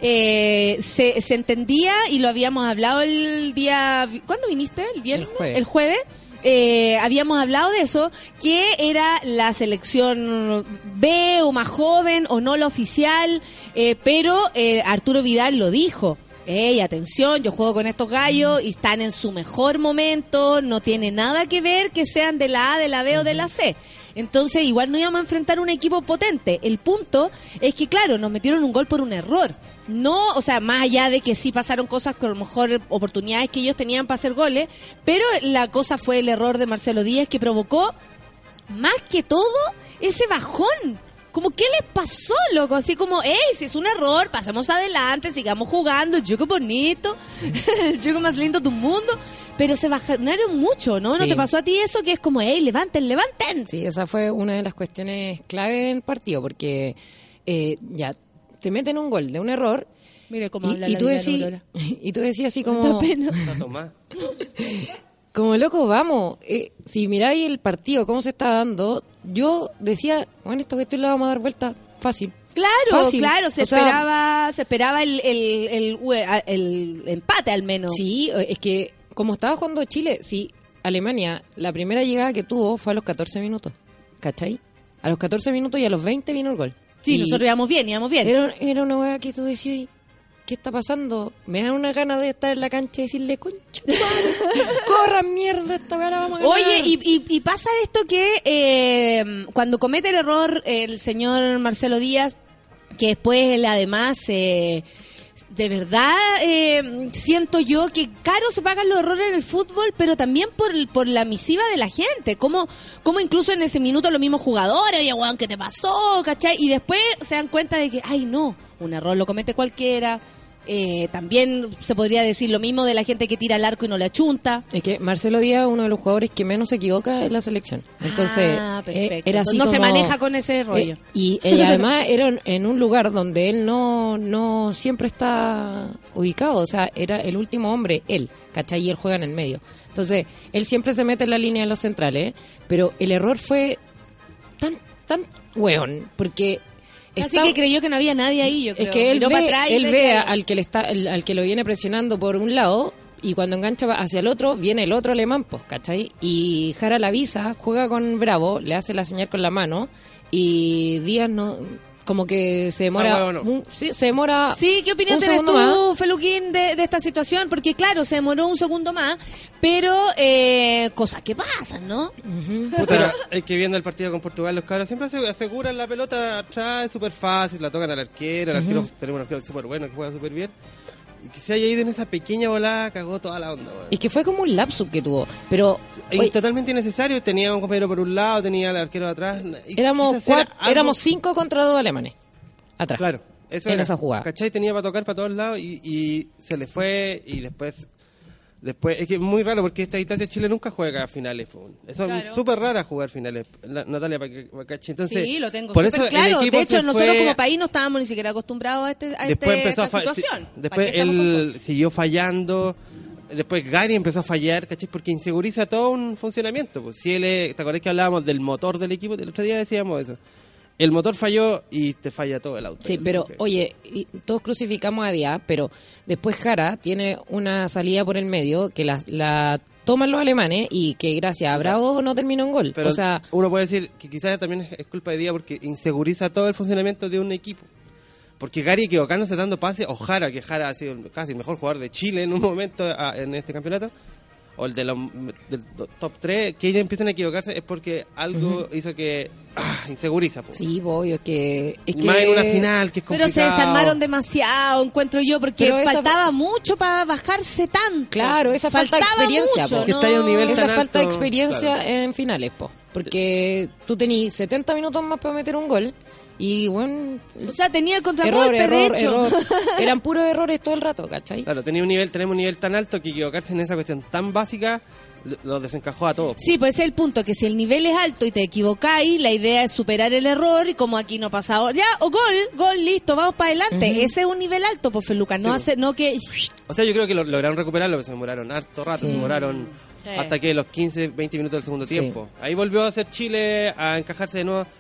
eh, se, se entendía y lo habíamos hablado el día... ¿Cuándo viniste? ¿El viernes? El jueves. El jueves. Eh, habíamos hablado de eso, que era la selección B o más joven o no la oficial, eh, pero eh, Arturo Vidal lo dijo. Ey, atención, yo juego con estos gallos y están en su mejor momento, no tiene nada que ver que sean de la A, de la B o de la C. Entonces igual no íbamos a enfrentar un equipo potente. El punto es que, claro, nos metieron un gol por un error. No, o sea, más allá de que sí pasaron cosas con a lo mejor oportunidades que ellos tenían para hacer goles, pero la cosa fue el error de Marcelo Díaz que provocó, más que todo, ese bajón. Como, ¿qué les pasó, loco? Así como, hey, si es un error, pasemos adelante, sigamos jugando, el juego bonito, el juego más lindo del mundo. Pero se bajaron mucho, ¿no? ¿No Sí. te pasó a ti eso? Que es como, hey, levanten, levanten. Sí, esa fue una de las cuestiones clave del partido, porque eh, ya te meten un gol de un error Mire cómo y, habla y la tú Viviana decís, Aurora. y tú decías así Da como, pena. Está tomada. como loco, vamos, eh, si miráis el partido, cómo se está dando, yo decía, bueno, esta cuestión la vamos a dar vuelta fácil. Claro, Fácil. claro, se O sea, esperaba, se esperaba el, el, el, el- el empate al menos. Sí, es que como estaba jugando Chile, sí, Alemania, la primera llegada que tuvo fue a los catorce minutos, ¿cachai? A los catorce minutos y a los veinte vino el gol. Sí, Y nosotros íbamos bien, íbamos bien. Era, era una weá que tú decías, ¿qué está pasando? Me da una gana de estar en la cancha y decirle, concha, tu madre, corran mierda, esta weá la vamos a ganar. Oye, y, y, y pasa esto que eh, cuando comete el error el señor Marcelo Díaz, que después él además se, de verdad eh, siento yo que caro se pagan los errores en el fútbol, pero también por, por la misiva de la gente. Como, como incluso en ese minuto los mismos jugadores, oye, weón, ¿qué te pasó? ¿Cachai? Y después se dan cuenta de que, ay, no, un error lo comete cualquiera. Eh, también se podría decir lo mismo de la gente que tira al arco y no le achunta. Es que Marcelo Díaz es uno de los jugadores que menos se equivoca en la selección. Entonces, ah, eh, era así no como, se maneja con ese rollo. Eh, y, y además era en un lugar donde él no, no siempre está ubicado. O sea, era el último hombre, él, ¿cachai? Y él juega en el medio. Entonces, él siempre se mete en la línea de los centrales, ¿eh? Pero el error fue tan, tan hueón, porque... Así Está, que creyó que no había nadie ahí, yo creo. Es que él Miró ve, para atrás y él ve ve que- al que le está, al, al que lo viene presionando por un lado y cuando engancha hacia el otro viene el otro alemán, pues, ¿cachai? Y Jara la avisa, juega con Bravo, le hace la señal con la mano y Díaz no, como que se demora, Ah, bueno, no. un- sí, se demora. Sí, ¿qué opinión un tienes segundo tú, más. Feluquín, de, de esta situación? Porque claro, se demoró un segundo más, pero eh, cosas que pasan, ¿no? Ujú. Puta, es que viendo el partido con Portugal, los cabros siempre se aseguran la pelota atrás, es súper fácil, la tocan al arquero, el arquero, tenemos un arquero súper bueno, que juega súper bien. Y que se haya ido en esa pequeña volada, cagó toda la onda, weón. Es que fue como un lapsus que tuvo, pero Y oye, totalmente innecesario, tenía un compañero por un lado, tenía al arquero de atrás. y éramos quiso hacer cuatro, algo- éramos cinco contra dos alemanes atrás. Claro, eso en era. esa jugada. ¿Cachai? Tenía para tocar para todos lados y, y se le fue y después... Después, es que es muy raro porque esta instancia Chile nunca juega finales. Po. Eso Claro. es súper rara jugar finales. La- Natalia, para que pa' cache. Entonces, Sí, lo tengo por súper eso el claro. equipo De hecho, se nosotros fue- como país no estábamos ni siquiera acostumbrados a, este, a después este, empezó a esta fa- situación. sí, después ¿Para qué estamos con él cosas? siguió fallando. Después Gary empezó a fallar, ¿cachai? Porque inseguriza todo un funcionamiento. Pues si él es, ¿te acordás que hablábamos del motor del equipo? El otro día decíamos eso. El motor falló y te falla todo el auto. Sí, pero oye, y todos crucificamos a Díaz, pero después Jara tiene una salida por el medio que la, la toman los alemanes y que gracias a Bravo no terminó en gol. Pero o sea, uno puede decir que quizás también es, es culpa de Díaz porque inseguriza todo el funcionamiento de un equipo. Porque Gary equivocándose dando pases, o Jara, que Jara ha sido casi el mejor jugador de Chile en un momento a- en este campeonato, o el de los del top tres, que ellos empiezan a equivocarse es porque algo hizo que ah, inseguriza. Po. sí, obvio, es que... Es Y que más en una final que es Pero complicado. se desarmaron demasiado, encuentro yo, porque Pero esa faltaba fa- mucho para bajarse tanto. Claro, esa falta de Faltaba experiencia, mucho, po. Que está ahí a un nivel Esa tan falta de alto, experiencia claro. en finales, po. Porque tú tenías setenta minutos más para meter un gol y, bueno... O sea, tenía el Error, contragolpe, de error, hecho. error. Eran puros errores todo el rato, ¿cachai? Claro, tenía un nivel, tenemos un nivel tan alto que equivocarse en esa cuestión tan básica lo- los desencajó a todos. Sí, pues ese es el punto, que si el nivel es alto y te equivocáis, la idea es superar el error y como aquí no pasa ahora, ya, o gol, gol, listo, vamos para adelante. Ujú. Ese es un nivel alto, pues Feluca, no Sí, hace, no que... O sea, yo creo que lo, lograron recuperarlo, pero se demoraron harto rato, Sí. se demoraron Sí. hasta que los quince, veinte minutos del segundo Sí. tiempo. Ahí volvió a hacer Chile a encajarse de nuevo.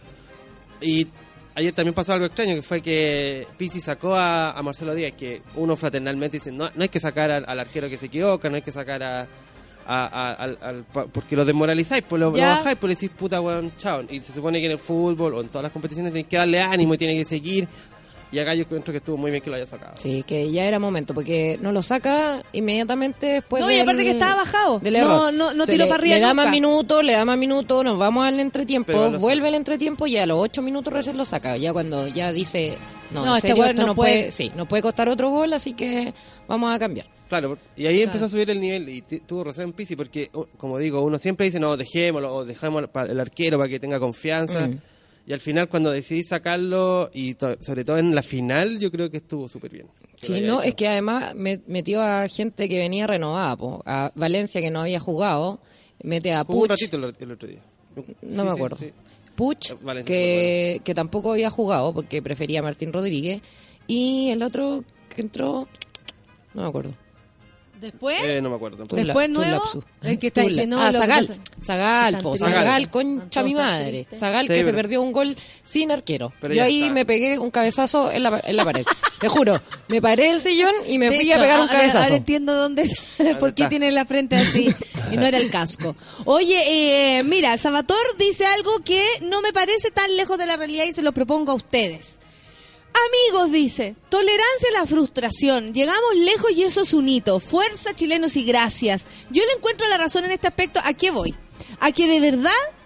Y ayer también pasó algo extraño, que fue que Pizzi sacó a, a Marcelo Díaz, que uno fraternalmente dice, no, no hay que sacar al, al arquero que se equivoca, no hay que sacar a... a- a- al, al- pa- porque lo desmoralizáis, pues lo, lo Ya. bajáis, pues le decís puta weón, chao. Y se supone que en el fútbol o en todas las competiciones tiene que darle ánimo y tiene que seguir. Y acá yo encuentro que estuvo muy bien que lo haya sacado. Sí, que ya era momento, porque no lo saca inmediatamente después No, y del- aparte que estaba bajado. del No, error. no, no Se tiró le- para arriba Le da nunca. más minutos, le da más minutos, nos vamos al entretiempo, Pero lo vuelve saca. el entretiempo y a los ocho minutos recién lo saca. Ya cuando ya dice, no, No, en este serio, weón esto no no puede, puede. sí, nos puede costar otro gol, así que vamos a cambiar. Claro, y ahí empezó a subir el nivel y t- tuvo razón Pizzi porque, uh, como digo, uno siempre dice, no, dejémoslo o dejemos para el arquero para que tenga confianza. Mm. Y al final cuando decidí sacarlo, y to- sobre todo en la final, yo creo que estuvo súper bien. que lo Sí, haya no, hecho. es que además me- metió a gente que venía renovada, po, a Valencia que no había jugado, mete a Jugó un Puch, ratito el, el otro día. no Sí, me sí, acuerdo. sí. Puch, Eh, Valencia que, que tampoco había jugado porque prefería a Martín Rodríguez, y el otro que entró, no me acuerdo. Después... Eh, no me acuerdo tampoco. Tuve Después la- tuve nuevo, lapsus. el que está- Tuve la- que no, ah, lo que Zagal, pasa- Zagal, Están po, tristes. Zagal, concha Están mi todos madre. tristes. Zagal Sí, que se pero- perdió un gol sin arquero. Pero Yo ya ahí está. me pegué un cabezazo en la, en la pared. Te juro, me paré del sillón y me De fui hecho, a pegar un ahora- cabezazo. Ahora entiendo dónde, por qué está. tiene la frente así y no era el casco. Oye, eh, mira, Salvatore dice algo que no me parece tan lejos de la realidad y se lo propongo a ustedes. Amigos, dice, tolerancia a la frustración. Llegamos lejos y eso es un hito. Fuerza, chilenos, y gracias. Yo le encuentro la razón en este aspecto. ¿A qué voy? A que de verdad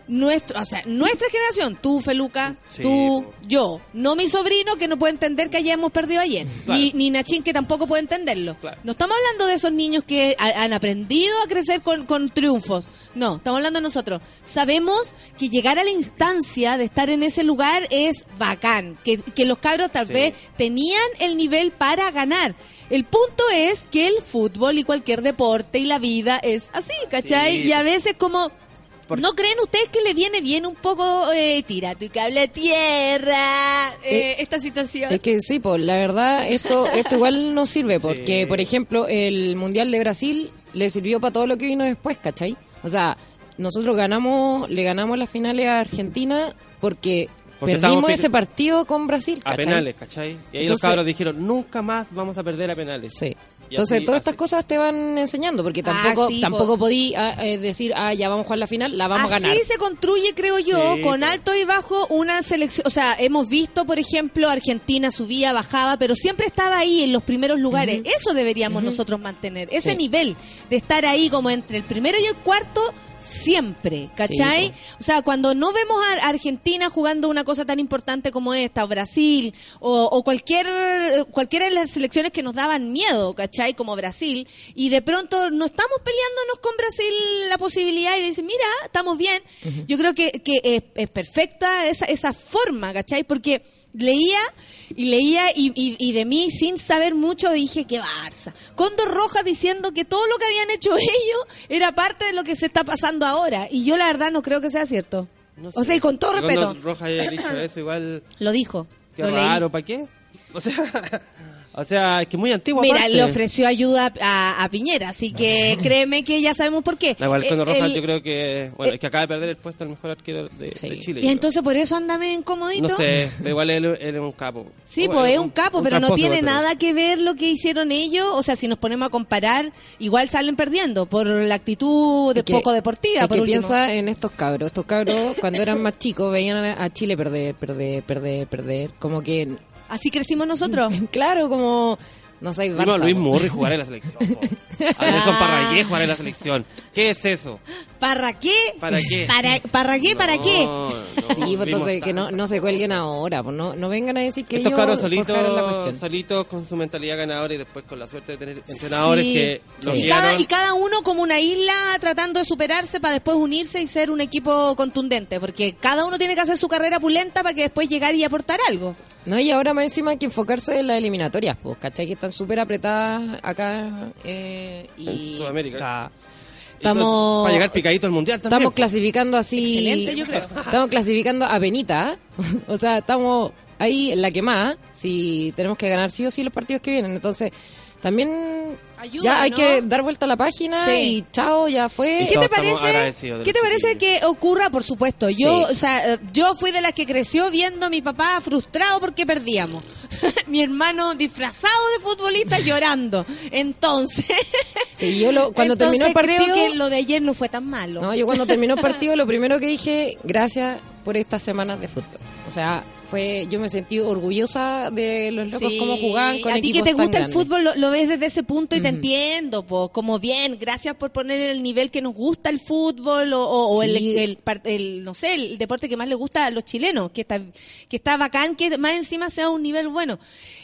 nuestro, o sea, nuestra generación, tú, Feluca, Sí, tú, po. yo, no mi sobrino que no puede entender que hayamos perdido ayer, Claro. ni, ni Nachín que tampoco puede entenderlo. Claro. No estamos hablando de esos niños que ha- han aprendido a crecer con, con triunfos, no, estamos hablando de nosotros. Sabemos que llegar a la instancia de estar en ese lugar es bacán, que, que los cabros tal Sí. vez tenían el nivel para ganar. El punto es que el fútbol y cualquier deporte y la vida es así, ¿cachai? Sí. Y a veces como... Por- ¿No creen ustedes que le viene bien un poco eh, tira tu cable a tierra eh, Eh, esta situación? Es que sí, pues la verdad, esto esto igual nos sirve, porque, Sí. por ejemplo, el Mundial de Brasil le sirvió para todo lo que vino después, ¿cachai? O sea, nosotros ganamos, le ganamos las finales a Argentina porque, Porque estábamos perdimos pi- ese partido con Brasil, A ¿cachai? penales, ¿cachai? Y ahí los Entonces- cabros dijeron, nunca más vamos a perder a penales. Sí. Y Entonces, así- todas estas así. cosas te van enseñando, porque Ah, tampoco sí, tampoco po. podí ah, eh, decir, ah, ya vamos a jugar la final, la vamos a Así ganar. se construye, creo yo, Sí, con po. alto y bajo una selección. O sea, hemos visto, por ejemplo, Argentina subía, bajaba, pero siempre estaba ahí en los primeros lugares. Eso deberíamos nosotros mantener, ese Sí. nivel de estar ahí como entre el primero y el cuarto. Siempre, ¿cachai? Sí, o sea, cuando no vemos a Argentina jugando una cosa tan importante como esta, o Brasil, o, o cualquier cualquiera de las selecciones que nos daban miedo, ¿cachai? Como Brasil, y de pronto no estamos peleándonos con Brasil la posibilidad y dicen, mira, estamos bien. Yo creo que, que es, es perfecta esa, esa forma, ¿cachai? Porque leía y leía y, y, y de mí sin saber mucho dije que Barça. Cóndor Rojas diciendo que todo lo que habían hecho ellos era parte de lo que se está pasando ahora. Y yo la verdad no creo que sea cierto. No O sé. sea, y con todo Que respeto. cuando Roja haya dicho eso, igual, Lo dijo. qué lo leí. raro, ¿para qué? O sea, o sea, es que muy antiguo Mira, aparte. le ofreció ayuda a, a Piñera, así que créeme que ya sabemos por qué. Da igual, Eh, Condor Rojas el- yo creo que, bueno, eh, es que acaba de perder el puesto al mejor arquero de, Sí. de Chile. Y yo entonces por eso andame creo. incomodito. No sé, pero igual él, él es un capo. Sí, Bueno, pues es un capo, pero no tramposo, tiene pero- nada que ver lo que hicieron ellos. O sea, si nos ponemos a comparar, igual salen perdiendo por la actitud de Es que- poco deportiva. es por que último. piensa en estos cabros. Estos cabros, cuando eran más chicos, veían a, a Chile perder, perder, perder, perder. Como que, Así crecimos nosotros. claro, como, no sé, Vimos a Barça. Luis po. Murray jugar en la selección. po. A Nelson Parragué jugar en la selección. ¿Qué es eso? ¿Para qué? ¿Para qué? ¿Para, ¿para qué? ¿Para No, qué? no, Sí, pues vimos entonces que no, tanto. no se cuelguen ahora, pues no, no vengan a decir que Estos ellos cabros forjaron la solitos, cuestión. solitos con su mentalidad ganadora y después con la suerte de tener entrenadores Sí. que los y, guiaron. cada, y cada uno como una isla tratando de superarse para después unirse y ser un equipo contundente, porque cada uno tiene que hacer su carrera pulenta para que después llegar y aportar algo. No, y ahora más encima hay que enfocarse en las eliminatorias, pues, ¿cachai? Que están súper apretadas acá eh, y... En Sudamérica. Está- Entonces, Estamos... para llegar picadito al mundial también. Estamos po. clasificando así... Excelente, yo creo. Estamos clasificando a penita, ¿eh? O sea, estamos ahí en la quemada, si tenemos que ganar sí o sí los partidos que vienen. Entonces, también Ayuda, ya hay ¿no? que dar vuelta a la página Sí. y chao, ya fue. Y ¿Qué todos te estamos parece? agradecidos de ¿Qué lo te que parece viene. que ocurra? Por supuesto. Yo, Sí. o sea, eh, yo fui de las que creció viendo a mi papá frustrado porque perdíamos. Mi hermano disfrazado de futbolista llorando. Entonces, Sí, yo lo- cuando terminó el entonces partido... creo que lo de ayer no fue tan malo. No, yo cuando terminó el partido lo primero que dije, gracias por estas semanas de fútbol. O sea, fue yo me sentí orgullosa de los locos Sí. como jugaban con a ti que equipos te tan gusta el grandes. fútbol lo, lo ves desde ese punto y te Ujú. entiendo, po, como bien, gracias por poner el nivel que nos gusta el fútbol o, o- o el, Sí. el, par- el, no sé, el deporte que más le gusta a los chilenos, que está que está bacán que más encima sea un nivel bueno.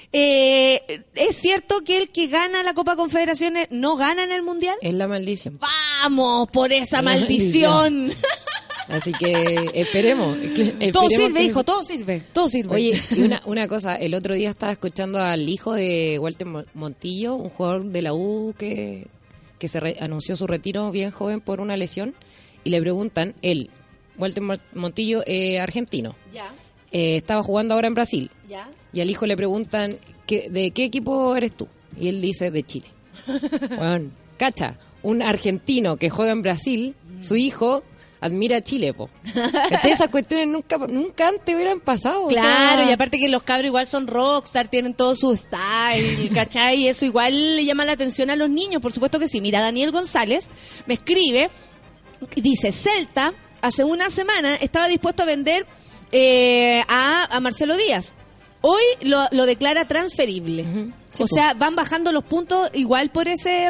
Eh, ¿Es cierto que el que gana la Copa Confederaciones no gana en el Mundial? Es la maldición. Vamos por esa La maldición. Así que esperemos. que- Todo esperemos sirve, que- hijo, todo sirve, todo sirve. Oye, y una, una cosa, el otro día estaba escuchando al hijo de Walter Mo- Montillo, un jugador de la U que, que se re- anunció su retiro bien joven por una lesión, y le preguntan, él, Walter Mo- Montillo, eh, argentino, ya, eh, estaba jugando ahora en Brasil, ya. y al hijo le preguntan, ¿qué, ¿de qué equipo eres tú? Y él dice, de Chile. Bueno, cacha, un argentino que juega en Brasil, su hijo admira a Chile, po. ¿Cachai? Esas cuestiones nunca, nunca antes hubieran pasado. o Claro, sea, y aparte que los cabros igual son rockstar, tienen todo su style, ¿cachai? Y eso igual le llama la atención a los niños, por supuesto que sí. Mira, Daniel González me escribe, dice, Celta hace una semana estaba dispuesto a vender eh, a, a Marcelo Díaz. Hoy lo, lo declara transferible. Ujú. Sí, O po. sea, ¿van bajando los puntos igual por ese error?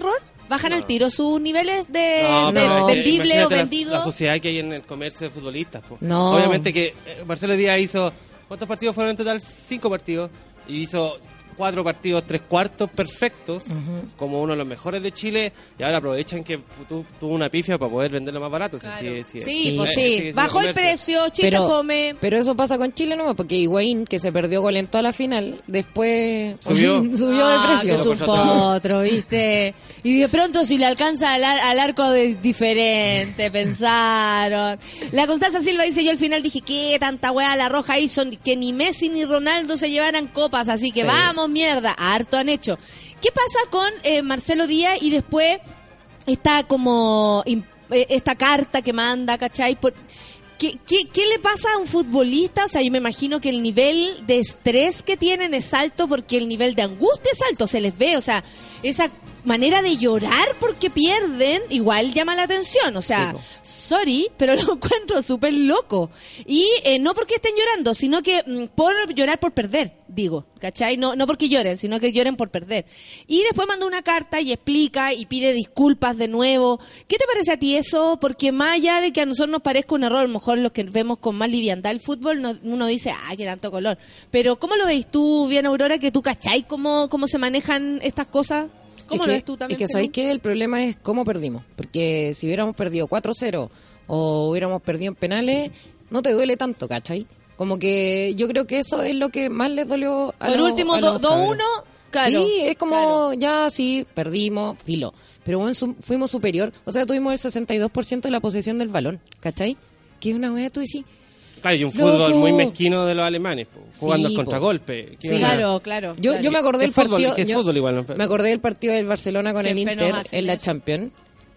bajan No. al tiro sus niveles de, No, de pero es que vendible o imagínate la- vendido. La, sociedad que hay en el comercio de futbolistas. Po. No. Obviamente que eh, Marcelo Díaz hizo... ¿Cuántos partidos fueron en total? Cinco partidos. Y hizo cuatro partidos, tres cuartos perfectos, como uno de los mejores de Chile. Y ahora aprovechan que tu- tuvo una pifia para poder venderlo más barato. O sea, Claro. sí, sí, sí, sí. pues eh, sí. sigue siendo Bajó el comercio. precio, chiste Pero, fome. pero eso pasa con Chile nomás, porque Higuaín, que se perdió gol en toda la final, después Subió. subió Ah, de precio. que es un Lo contrataron. potro, ¿viste? Y de pronto si le alcanza al, ar- al arco de diferente, pensaron. La Constanza Silva dice, yo al final dije, ¿qué tanta weá la roja hizo? Que ni Messi ni Ronaldo se llevaran copas, así que Sí. vamos, mierda. Harto han hecho. ¿Qué pasa con eh, Marcelo Díaz y después esta como im- eh, esta carta que manda, ¿cachai? Por, ¿qué, qué, ¿Qué le pasa a un futbolista? O sea, yo me imagino que el nivel de estrés que tienen es alto porque el nivel de angustia es alto, se les ve, o sea, esa manera de llorar porque pierden igual llama la atención, o sea, Sí, po. sorry, pero lo encuentro súper loco. Y eh, no porque estén llorando, sino que mm, por llorar por perder, digo, ¿cachai? No, no porque lloren, sino que lloren por perder. Y después manda una carta y explica y pide disculpas de nuevo. ¿Qué te parece a ti eso? Porque más allá de que a nosotros nos parezca un error, a lo mejor los que vemos con más liviandad el fútbol, no- uno dice, ¡ay, qué tanto color! Pero ¿cómo lo ves tú, bien Aurora, que tú cachai cómo, cómo se manejan estas cosas? ¿Cómo es lo que, ves tú también, Es que Perú? sabéis que el problema es cómo perdimos. Porque si hubiéramos perdido cuatro cero o hubiéramos perdido en penales, no te duele tanto, ¿cachai? Como que yo creo que eso es lo que más les dolió a Por los- último, a do- los dos cabros. uno, claro. Sí, es como, claro. ya sí, perdimos, filo. Pero bueno, su- fuimos superior. O sea, tuvimos el sesenta y dos por ciento de la posesión del balón, ¿cachai? Que es una weá, tú decís. Claro, y un ¡Loco! fútbol muy mezquino de los alemanes, po, jugando Sí, al po. contragolpe. ¿Qué Sí. onda? Claro, claro. Yo, claro. yo me acordé ¿Qué del fútbol? partido. ¿Qué es yo- fútbol igual? ¿no? Me acordé del partido del Barcelona con Siempre el nos Inter hacen en la eso. Champions.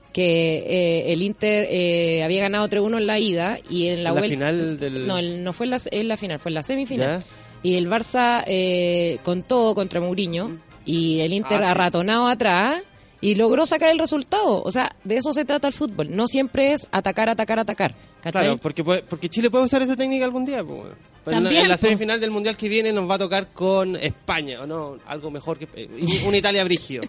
Que eh, el Inter eh, había ganado tres uno en la ida y en la En la vuelta. final del- No, el- no fue en la, en la final, fue en la semifinal. Ya. Y el Barça eh, con todo contra Mourinho y el Inter Ah, sí. arratonado atrás y logró sacar el resultado. O sea, de eso se trata el fútbol. No siempre es atacar, atacar, atacar. ¿Cachai? Claro, porque, puede- porque Chile puede usar esa técnica algún día. po, bueno. Pero en la- También, en la po. semifinal del Mundial que viene nos va a tocar con España, o no, algo mejor que eh, una Italia brígido.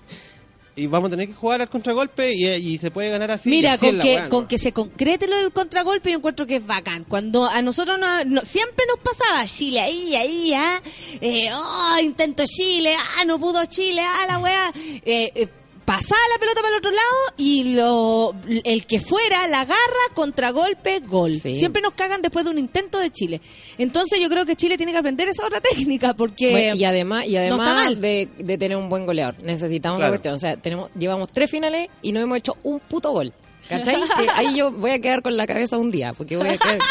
Y vamos a tener que jugar al contragolpe y, y se puede ganar así. y Mira, así es con la que, weá, con ¿no? que se concrete lo del contragolpe, yo encuentro que es bacán. Cuando a nosotros no, no- siempre nos pasaba Chile ahí, ahí, ah, eh, oh, intento Chile, ah, no pudo Chile, ah, la weá. Eh, eh, pasaba la pelota para el otro lado y lo, el que fuera la agarra, contragolpe, gol. Sí. Siempre nos cagan después de un intento de Chile. Entonces yo creo que Chile tiene que aprender esa otra técnica porque... Bueno, y además, y no está además mal. de, de tener un buen goleador, necesitamos Claro. la cuestión. O sea, tenemos, llevamos tres finales y no hemos hecho un puto gol. ¿Cachai? Que ahí yo voy a quedar con la cabeza un día, porque voy a quedar...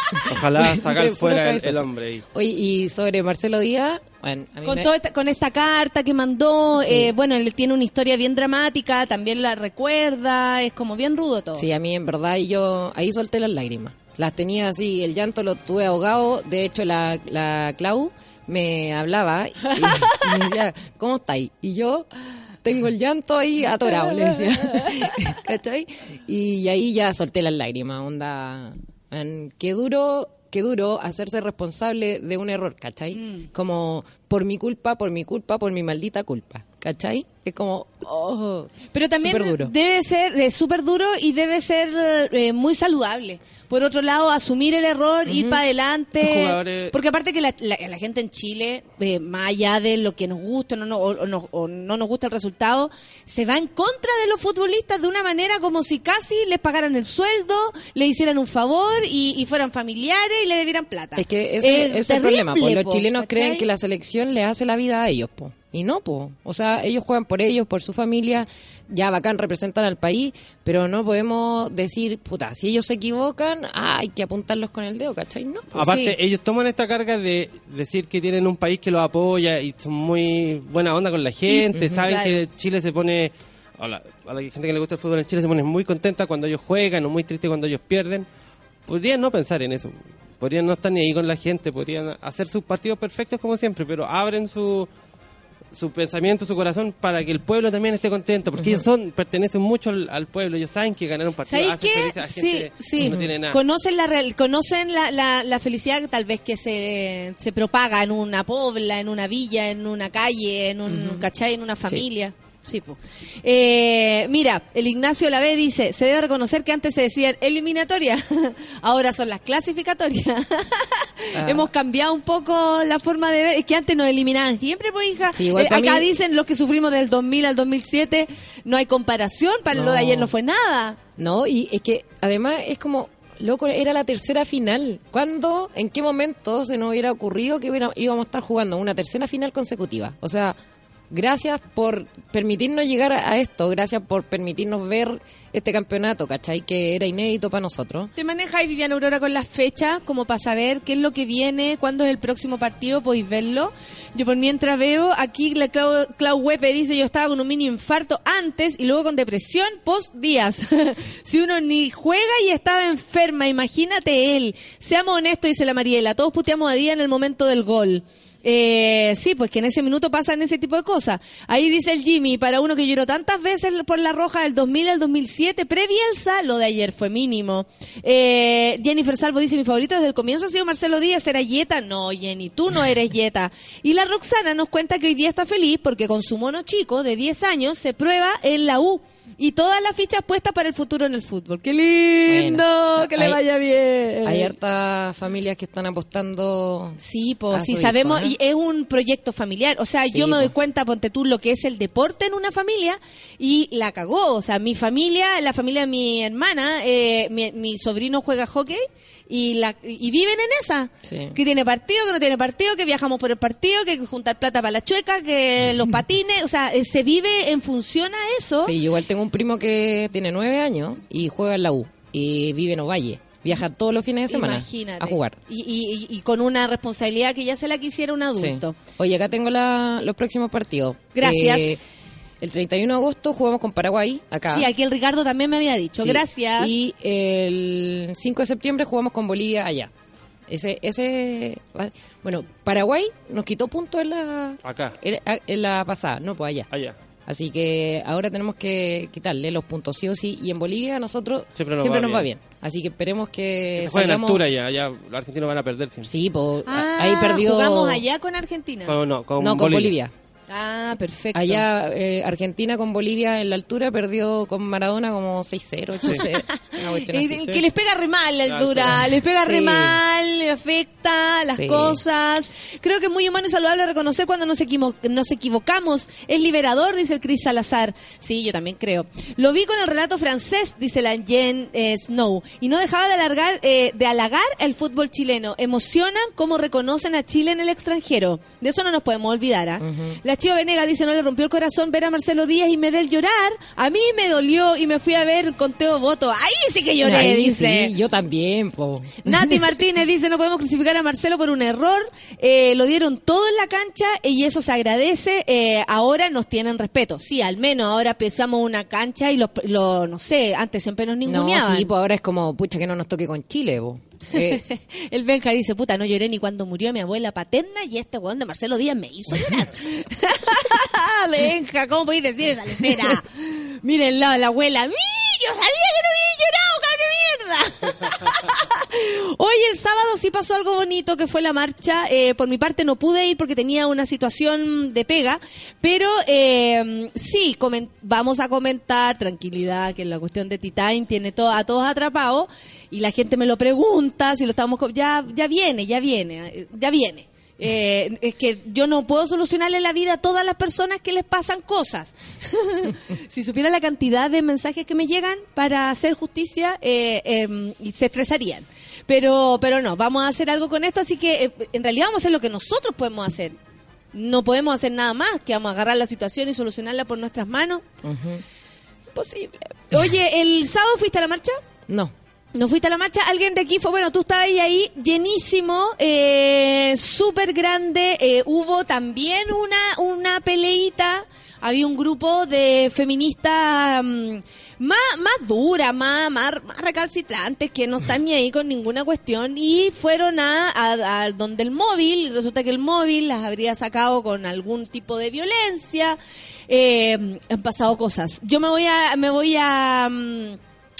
Ojalá sacar Entre fuera puro el, el cabezazo. hombre ahí. Oye, y sobre Marcelo Díaz, bueno, a mí Con, me- todo esta, con esta carta que mandó, Sí. eh, bueno, él tiene una historia bien dramática, también la recuerda, es como bien rudo todo. Sí, a mí en verdad y yo ahí solté las lágrimas. Las tenía así, el llanto lo tuve ahogado. De hecho, la, la Clau me hablaba y, y me decía, ¿cómo estáis? Y yo tengo el llanto ahí atorado, le decía. ¿Cachai? Y ahí ya solté las lágrimas, onda, man, qué duro, qué duro hacerse responsable de un error, ¿cachai? Como por mi culpa, por mi culpa, por mi maldita culpa, ¿cachai? Es como, oh, Pero también superduro. debe ser eh, súper duro y debe ser eh, muy saludable. Por otro lado, asumir el error, ir para Estos adelante. jugadores- Porque aparte que la, la- la gente en Chile, eh, más allá de lo que nos gusta no, no, o, o no, o no nos gusta el resultado, se va en contra de los futbolistas de una manera como si casi les pagaran el sueldo, le hicieran un favor y, y fueran familiares y le debieran plata. Es que ese, Eh, ese es el problema, pues terrible, los po, chilenos ¿cachai? creen que la selección le hace la vida a ellos, po. Y no, po. O sea, ellos juegan por ellos, por su familia, ya bacán, representan al país, pero no podemos decir, puta, si ellos se equivocan, ah, hay que apuntarlos con el dedo, ¿cachai? No, po. Aparte, sí. ellos toman esta carga de decir que tienen un país que los apoya y son muy buena onda con la gente, saben claro. que Chile se pone, a la, a la gente que le gusta el fútbol en Chile se pone muy contenta cuando ellos juegan o muy triste cuando ellos pierden. Podrían no pensar en eso, podrían no estar ni ahí con la gente, podrían hacer sus partidos perfectos como siempre, pero abren su su pensamiento, su corazón para que el pueblo también esté contento, porque ellos son pertenecen mucho al, al pueblo, ellos saben que ganar un partido ¿Sabéis hace qué? feliz a la Sí, gente sí. que no tiene nada. Conocen la real- conocen la, la, la felicidad que tal vez que se, se propaga en una pobla, en una villa, en una calle, en un, ¿cachai? En una familia. Sí, pues. Eh, mira, el Ignacio Lavé dice, se debe reconocer que antes se decían eliminatoria, ahora son las clasificatorias. Ah. Hemos cambiado un poco la forma de ver, es que antes nos eliminaban siempre, pues hija. Sí, igual eh, acá mí... dicen los que sufrimos del dos mil al dos mil siete, no hay comparación, para no. Lo de ayer no fue nada. No, y es que además es como, loco, era la tercera final. ¿Cuándo, en qué momento se nos hubiera ocurrido que hubiera, íbamos a estar jugando una tercera final consecutiva? O sea... Gracias por permitirnos llegar a esto, gracias por permitirnos ver este campeonato, ¿cachai? Que era inédito para nosotros. ¿Te manejáis, Viviana Aurora, con las fechas como para saber qué es lo que viene, cuándo es el próximo partido? ¿Podéis verlo? Yo por mientras veo, aquí la Clau, Clau Huepe dice, yo estaba con un mini infarto antes y luego con depresión post días. Si uno ni juega y estaba enferma, imagínate él. Seamos honestos, dice la Mariela, todos puteamos a día en el momento del gol. Eh, sí, pues que en ese minuto pasan ese tipo de cosas. Ahí dice el Jimmy, para uno que lloró tantas veces por la roja del dos mil al dos mil siete, pre-Bielsa, lo de ayer fue mínimo. Eh, Jennifer Salvo dice, mi favorito desde el comienzo ha sido Marcelo Díaz, ¿era Yeta? No, Jenny, tú no eres Yeta. Y la Roxana nos cuenta que hoy día está feliz porque con su mono chico de diez años se prueba en la U. Y todas las fichas puestas para el futuro en el fútbol. ¡Qué lindo! Bueno, que hay, le vaya bien. Hay hartas familias que están apostando. Sí, pues sí, sabemos, hijo, ¿eh? Y es un proyecto familiar. O sea, sí, yo me doy cuenta, ponte tú, lo que es el deporte en una familia y la cagó. O sea, mi familia, la familia de mi hermana, eh, mi, mi sobrino juega hockey y la y viven en esa. Sí. Que tiene partido, que no tiene partido, que viajamos por el partido, que hay que juntar plata para la chueca, que los patines. O sea, se vive en función a eso. Sí, igual tengo un primo que tiene nueve años y juega en la U y vive en Ovalle. Viaja todos los fines de semana. Imagínate. A jugar. Y, y, y con una responsabilidad que ya se la quisiera un adulto. Sí. Oye, acá tengo la, los próximos partidos. Gracias. Eh, el treinta y uno de agosto jugamos con Paraguay, acá. Sí, aquí el Ricardo también me había dicho. Sí. Gracias. Y el cinco de septiembre jugamos con Bolivia allá. Ese, ese, bueno, Paraguay nos quitó puntos en la, acá. En, en la pasada, no, pues allá. Allá. Así que ahora tenemos que quitarle los puntos sí o sí. Y en Bolivia a nosotros siempre nos, siempre va, nos bien. va bien. Así que esperemos que... que se juegue en altura ya. Ya los argentinos van a perder siempre. Sí, pues ah, ahí perdió... ¿Jugamos allá con Argentina? No, no, con, no, con Bolivia. Bolivia. Ah, perfecto. Allá eh, Argentina con Bolivia en la altura perdió con Maradona como seis cero, ocho cero. Y, que les pega re mal la altura, sí. les pega sí. re mal, le afecta las sí. cosas. Creo que es muy humano y saludable reconocer cuando nos, equivo- nos equivocamos. Es liberador, dice el Chris Salazar. Sí, yo también creo. Lo vi con el relato francés, dice la Jen eh, Snow. Y no dejaba de, alargar, eh, de halagar el fútbol chileno. Emocionan cómo reconocen a Chile en el extranjero. De eso no nos podemos olvidar. ¿eh? Uh-huh. La Chío Venega dice, no le rompió el corazón ver a Marcelo Díaz y Medel llorar. A mí me dolió y me fui a ver con Teo Voto. Ahí sí que lloré, ahí dice. Sí, yo también, po. Nati Martínez dice, no podemos crucificar a Marcelo por un error. Eh, lo dieron todo en la cancha y eso se agradece. Eh, ahora nos tienen respeto. Sí, al menos ahora pisamos una cancha y lo, lo no sé, antes siempre nos ninguneaban. No, sí, pues ahora es como, pucha, que no nos toque con Chile, po. Eh. El Benja dice, puta, no lloré ni cuando murió mi abuela paterna y este weón de Marcelo Díaz me hizo llorar. Benja, ¿cómo podéis decir esa lecera? Miren la, la abuela, ¡mí! Yo sabía que no había llorado, cabrón mierda. Hoy el sábado sí pasó algo bonito, que fue la marcha. Eh, por mi parte no pude ir porque tenía una situación de pega, pero eh, sí, coment- vamos a comentar, tranquilidad, que la cuestión de T-Time tiene to- a todos atrapados y la gente me lo pregunta, si lo estamos... Co- ya, ya viene, ya viene, ya viene. Eh, es que yo no puedo solucionarle la vida a todas las personas que les pasan cosas. Si supiera la cantidad de mensajes que me llegan para hacer justicia, eh, eh, se estresarían. Pero, pero no, vamos a hacer algo con esto, así que eh, en realidad vamos a hacer lo que nosotros podemos hacer. No podemos hacer nada más que vamos a agarrar la situación y solucionarla por nuestras manos. Uh-huh. Imposible. Oye, ¿el sábado fuiste a la marcha? No. ¿No fuiste a la marcha? Alguien de aquí fue, bueno, tú estabas ahí, ahí llenísimo, eh, súper grande. Eh, hubo también una, una peleita. Había un grupo de feministas um, más, más duras, más, más, más recalcitrantes, que no están ni ahí con ninguna cuestión. Y fueron a, a, a donde el móvil, y resulta que el móvil las habría sacado con algún tipo de violencia. Eh, han pasado cosas. Yo me voy a, me voy a... Um,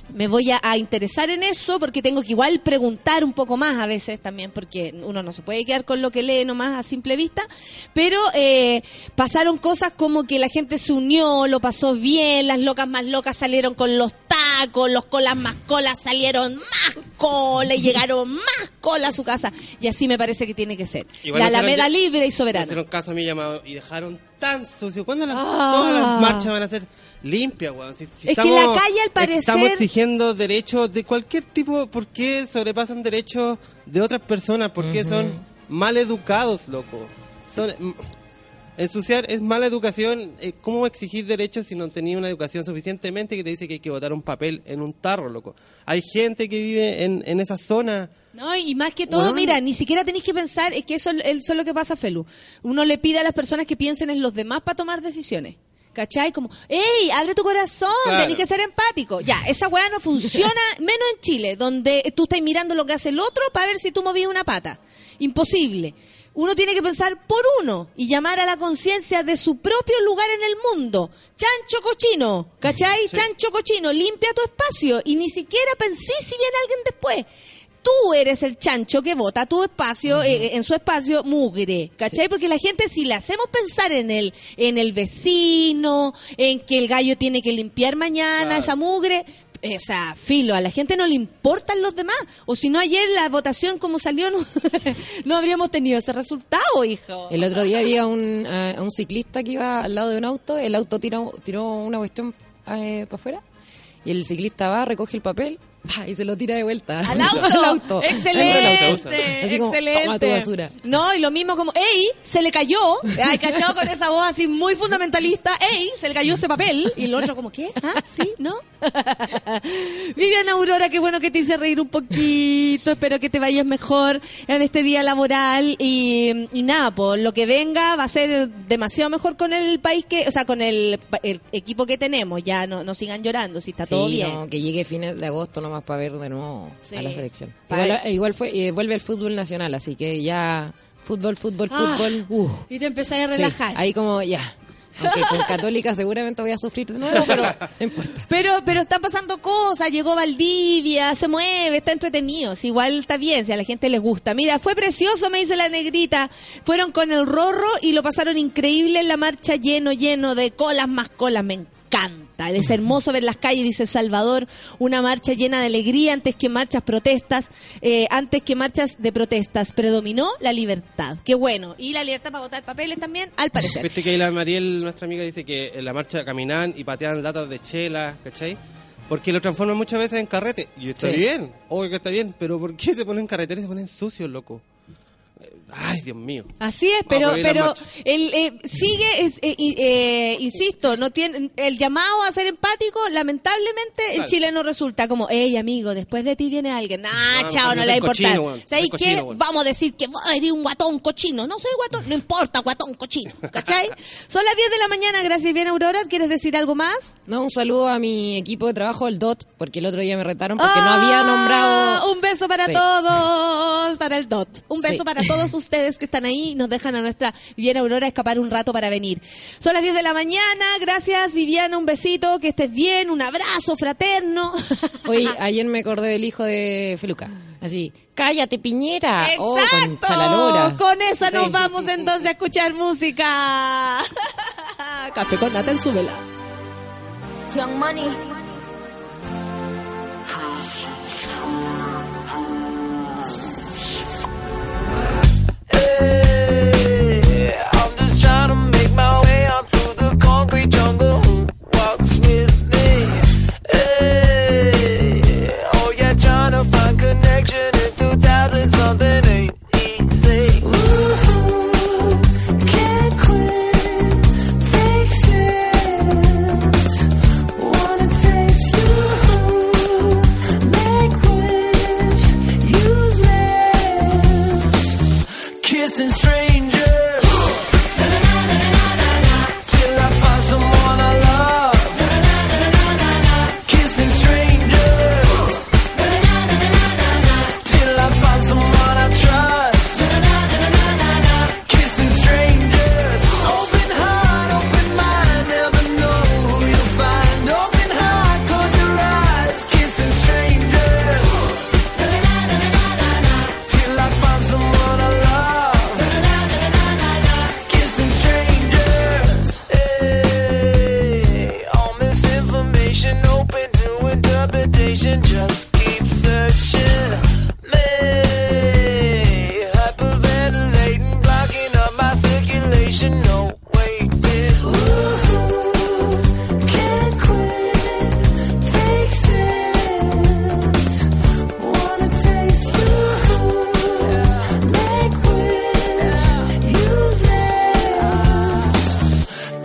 me voy a, a interesar en eso porque tengo que igual preguntar un poco más a veces también, porque uno no se puede quedar con lo que lee nomás a simple vista, pero eh, pasaron cosas como que la gente se unió, lo pasó bien, las locas más locas salieron con los tacos, los colas más colas salieron más colas y llegaron más colas a su casa, y así me parece que tiene que ser. Igual la no hicieron Alameda ya- libre y Me soberana. hicieron caso a mi llamado y dejaron tan sucio. ¿Cuándo las, Ah. todas las marchas van a ser limpias, weón? Si, si Es que la calle, al parecer- estamos exigiendo derechos de cualquier tipo. ¿Por qué sobrepasan derechos de otras personas? ¿Por qué son mal educados, loco? Son... mm, Ensuciar es mala educación. Eh, ¿Cómo exigir derechos si no tenía una educación suficientemente que te dice que hay que botar un papel en un tarro, loco? Hay gente que vive en, en esa zona. No, y más que todo, Bueno. mira, ni siquiera tenéis que pensar, es que eso, eso es lo que pasa, Felu. Uno le pide a las personas que piensen en los demás para tomar decisiones. ¿Cachai? Como, ¡ey, abre tu corazón! Claro. Tenés que ser empático. Ya, esa weá no funciona, menos en Chile, donde tú estás mirando lo que hace el otro para ver si tú movías una pata. Imposible. Uno tiene que pensar por uno y llamar a la conciencia de su propio lugar en el mundo. Chancho cochino, ¿cachai? Chancho cochino, limpia tu espacio y ni siquiera pensé si viene alguien después. Tú eres el chancho que bota tu espacio, eh, en su espacio, mugre, ¿cachai? Porque la gente, si le hacemos pensar en el, en el vecino, en que el gallo tiene que limpiar mañana Claro. esa mugre, eh, o sea, filo, a la gente no le importan los demás. O si no, ayer la votación como salió, no, no habríamos tenido ese resultado, hijo. El otro día había un, eh, un ciclista que iba al lado de un auto, el auto tiró, tiró una cuestión eh, para afuera y el ciclista va, recoge el papel pa, y se lo tira de vuelta Al auto. al auto. Excelente, Dentro del auto. Así como, excelente. toma tu basura. No, y lo mismo como, ey, se le cayó. Ay, cachado con esa voz así muy fundamentalista. Ey, se le cayó ese papel. Y el otro como, ¿qué? ¿Ah? ¿Sí? ¿No? Viviana Aurora, qué bueno que te hice reír un poquito. Espero que te vayas mejor en este día laboral. Y, y nada, pues lo que venga va a ser demasiado mejor con el país que, o sea, con el, el equipo que tenemos. Ya no, no sigan llorando si está todo Sí, bien. no, que llegue fines de agosto nomás para ver de nuevo Sí. a la selección. Pa- Igual, igual fue, eh, vuelve el fútbol nacional, así que ya fútbol, fútbol, Ah, fútbol. Uh, y te empezás a sí, relajar. ahí como ya. Aunque con Católica seguramente voy a sufrir de nuevo, pero no importa. Pero, pero están pasando cosas, llegó Valdivia, se mueve, está entretenido, si igual está bien, si a la gente les gusta. Mira, fue precioso, me dice la negrita, fueron con el Rorro y lo pasaron increíble en la marcha, lleno, lleno de colas más colas, me encanta. Es hermoso ver las calles, dice Salvador, una marcha llena de alegría antes que marchas protestas, eh, antes que marchas de protestas, predominó la libertad. Qué bueno, y la libertad para votar papeles también, al parecer. Viste que ahí la Mariel, nuestra amiga, dice que en la marcha caminan y patean latas de chela, ¿cachai? Porque lo transforman muchas veces en carrete. Y está Sí. bien, obvio que está bien, pero ¿por qué se ponen carreteros y se ponen sucios, loco? Ay, Dios mío. Así es, Vamos a pero prohibir las pero marchas. el eh, sigue, es, eh, y- eh, insisto, no tiene el llamado a ser empático, lamentablemente en Claro. Chile no resulta como, hey amigo, después de ti viene alguien, ah, No, chao, no no soy le va a importar. cochino, weón. ¿Sabes Soy qué? cochino, weón. Vamos a decir que vos eres un guatón cochino, no soy guatón, no importa, guatón cochino, ¿cachai? Son las diez de la mañana, gracias bien Aurora, ¿quieres decir algo más? No, un saludo a mi equipo de trabajo, el D O T, porque el otro día me retaron porque no había Ah, nombrado... Un beso para Sí. todos, para el D O T. Un beso Sí. para todos ustedes que están ahí y nos dejan a nuestra Viviana Aurora escapar un rato para venir. Son las diez de la mañana. Gracias, Viviana. Un besito. Que estés bien. Un abrazo fraterno. Oye, ayer me acordé del hijo de Feluca. Así, cállate, Piñera. Oh, ¡Exacto! concha la lora. Con esa Sí. nos vamos entonces a escuchar música. Café con nata en súbela. Young Money. Hey, I'm just trying to make my way out through the concrete jungle. Who walks with me? Hey, oh yeah, trying to find connection in two thousand something ain't easy. Ooh, can't quit, take sips, wanna take